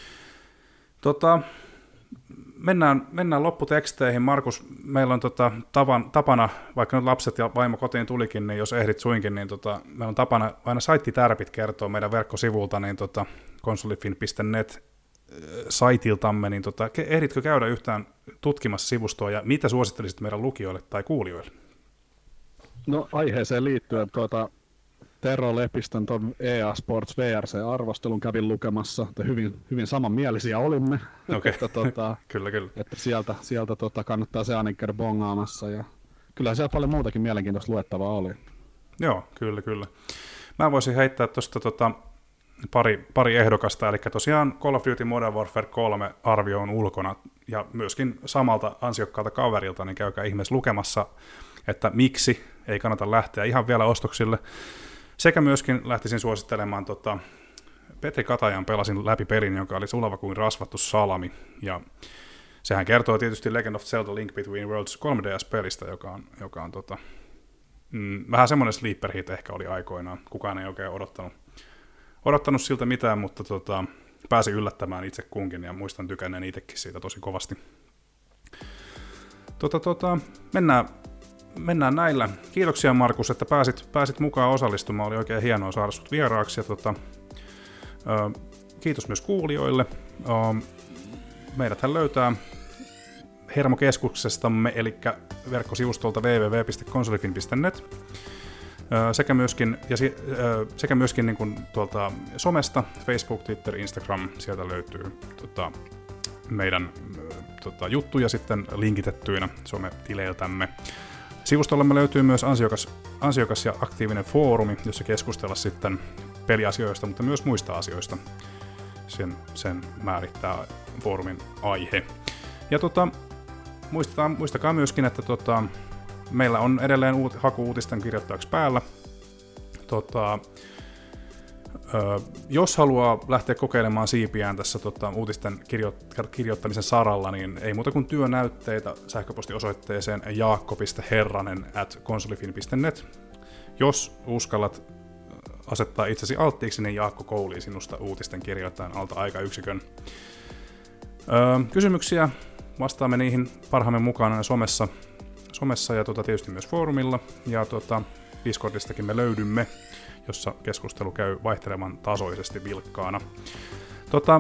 Tota, mennään, mennään lopputeksteihin. Markus, meillä on tota, tavan, tapana, vaikka nyt lapset ja vaimo kotiin tulikin, niin jos ehdit suinkin, niin tota, meillä on tapana aina saittitärpit kertoo meidän verkkosivulta, niin tota, konsolifin piste net saitiltamme, niin tota, ehditkö käydä yhtään tutkimassa sivustoa, ja mitä suosittelisit meidän lukijoille tai kuulijoille? No aiheeseen liittyen tuota, Tero Lepistön tuon E A Sports V R C-arvostelun kävin lukemassa, että hyvin, hyvin samanmielisiä olimme. Okay. että, tuota, kyllä, kyllä. että sieltä, sieltä tuota, kannattaa se ainakin käydä bongaamassa. Ja kyllä siellä paljon muutakin mielenkiintoista luettavaa oli. Joo, kyllä, kyllä. Mä voisin heittää tuosta tota, pari, pari ehdokasta, eli tosiaan Call of Duty Modern Warfare kolme arvio on ulkona, ja myöskin samalta ansiokkaalta kaverilta, niin käykää ihmeessä lukemassa, että miksi ei kannata lähteä ihan vielä ostoksille. Sekä myöskin lähtisin suosittelemaan tota, Petri Katajan pelasin läpi pelin, joka oli sulava kuin rasvattu salami. Ja sehän kertoo tietysti Legend of Zelda Link Between Worlds kolme D S-pelistä, joka on, joka on tota, mm, vähän semmoinen sleeper hit ehkä oli aikoinaan. Kukaan ei oikein odottanut, odottanut siltä mitään, mutta tota, pääsi yllättämään itse kunkin ja muistan tykänneen itsekin siitä tosi kovasti. Tota, tota, mennään... Mennään näillä. Kiitoksia Markus, että pääsit, pääsit mukaan osallistumaan. Oli oikein hienoa saada sut vieraaksi. Ja tota, ö, kiitos myös kuulijoille. Ö, meidäthän löytää hermokeskuksestamme, eli verkkosivustolta double-u double-u double-u piste konsolifin piste net. Ö, sekä myöskin, ja, ö, sekä myöskin niin kuin tuolta somesta, Facebook, Twitter, Instagram. Sieltä löytyy tota, meidän ö, tota, juttuja sitten linkitettyinä sometileiltämme. Sivustollamme löytyy myös ansiokas, ansiokas ja aktiivinen foorumi, jossa keskustella sitten peliasioista, mutta myös muista asioista. Sen, sen määrittää foorumin aihe. Ja tota, muistakaa, muistakaa myöskin, että tota, meillä on edelleen uut, haku uutisten kirjoittajaksi päällä. Tota, ö, jos haluaa lähteä kokeilemaan siipiään tässä tota, uutisten kirjo- kirjoittamisen saralla, niin ei muuta kuin työnäytteitä sähköpostiosoitteeseen jaakko piste herranen at konsolifin piste net. Jos uskallat asettaa itsesi alttiiksi, niin Jaakko koulii sinusta uutisten kirjoittajan alta aikayksikön. Öö, kysymyksiä vastaamme niihin parhaamme mukaan somessa, somessa ja tota, tietysti myös foorumilla. Ja tota, Discordistakin me löydymme, jossa keskustelu käy vaihtelevan tasoisesti vilkkaana. Tota,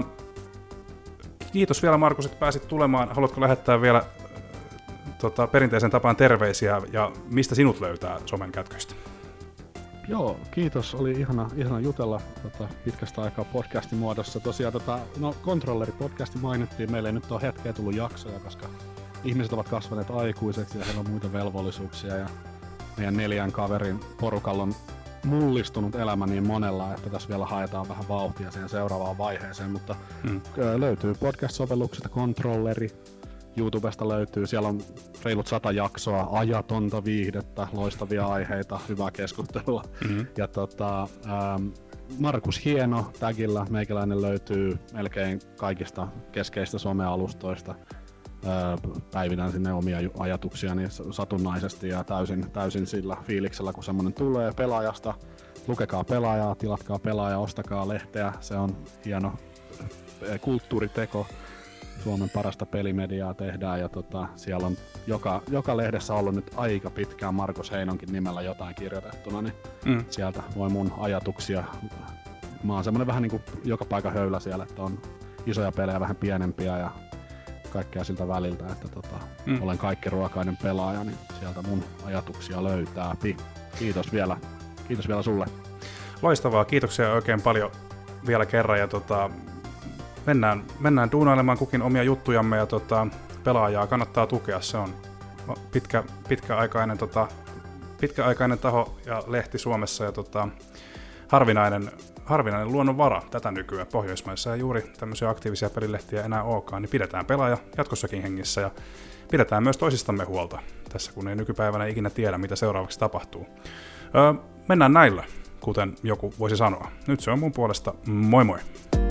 kiitos vielä Markus, että pääsit tulemaan. Haluatko lähettää vielä tota, perinteisen tapaan terveisiä ja mistä sinut löytää somen kätköistä? Joo, kiitos. Oli ihana, ihana jutella tota, pitkästä aikaa podcastin muodossa. Tosiaan tota, no, Controlleri-podcasti mainittiin. Meillä ei nyt ole hetkeä tullut jaksoja, koska ihmiset ovat kasvaneet aikuiseksi ja heillä on muita velvollisuuksia. Ja meidän neljän kaverin porukalla on mullistunut elämä niin monella, että tässä vielä haetaan vähän vauhtia siihen seuraavaan vaiheeseen. Mutta hmm. löytyy podcast-sovelluksesta Controlleri. YouTubesta löytyy, siellä on reilut sata jaksoa, ajatonta viihdettä, loistavia aiheita, hyvää keskustelua. Mm-hmm. Ja tota, ähm, Markus Hieno tagillä meikäläinen löytyy melkein kaikista keskeistä somealustoista. Äh, päivitän sinne omia ajatuksiani satunnaisesti ja täysin, täysin sillä fiiliksellä, kun semmonen tulee pelaajasta. Lukekaa pelaajaa, tilatkaa pelaajaa, ostakaa lehteä, se on hieno kulttuuriteko. Suomen parasta pelimediaa tehdään ja tota, siellä on joka, joka lehdessä ollut nyt aika pitkään Markus Heinonkin nimellä jotain kirjoitettuna, niin mm. sieltä voi mun ajatuksia. Mä oon semmonen vähän niinku joka paikan höylä siellä, että on isoja pelejä, vähän pienempiä ja kaikkea siltä väliltä, että tota, mm. olen kaikkiruokainen pelaaja, niin sieltä mun ajatuksia löytää. Kiitos vielä, kiitos vielä sulle. Loistavaa, kiitoksia oikein paljon vielä kerran ja tota, mennään, mennään duunailemaan kukin omia juttujamme ja tota, pelaajaa kannattaa tukea. Se on pitkä, pitkäaikainen, tota, pitkäaikainen taho ja lehti Suomessa ja tota, harvinainen, harvinainen luonnonvara tätä nykyään Pohjoismaissa. Ja juuri tämmöisiä aktiivisia pelilehtiä enää olekaan, niin pidetään pelaaja jatkossakin hengissä ja pidetään myös toisistamme huolta tässä, kun ei nykypäivänä ikinä tiedä, mitä seuraavaksi tapahtuu. Öö, mennään näillä, kuten joku voisi sanoa. Nyt se on mun puolesta. Moi moi!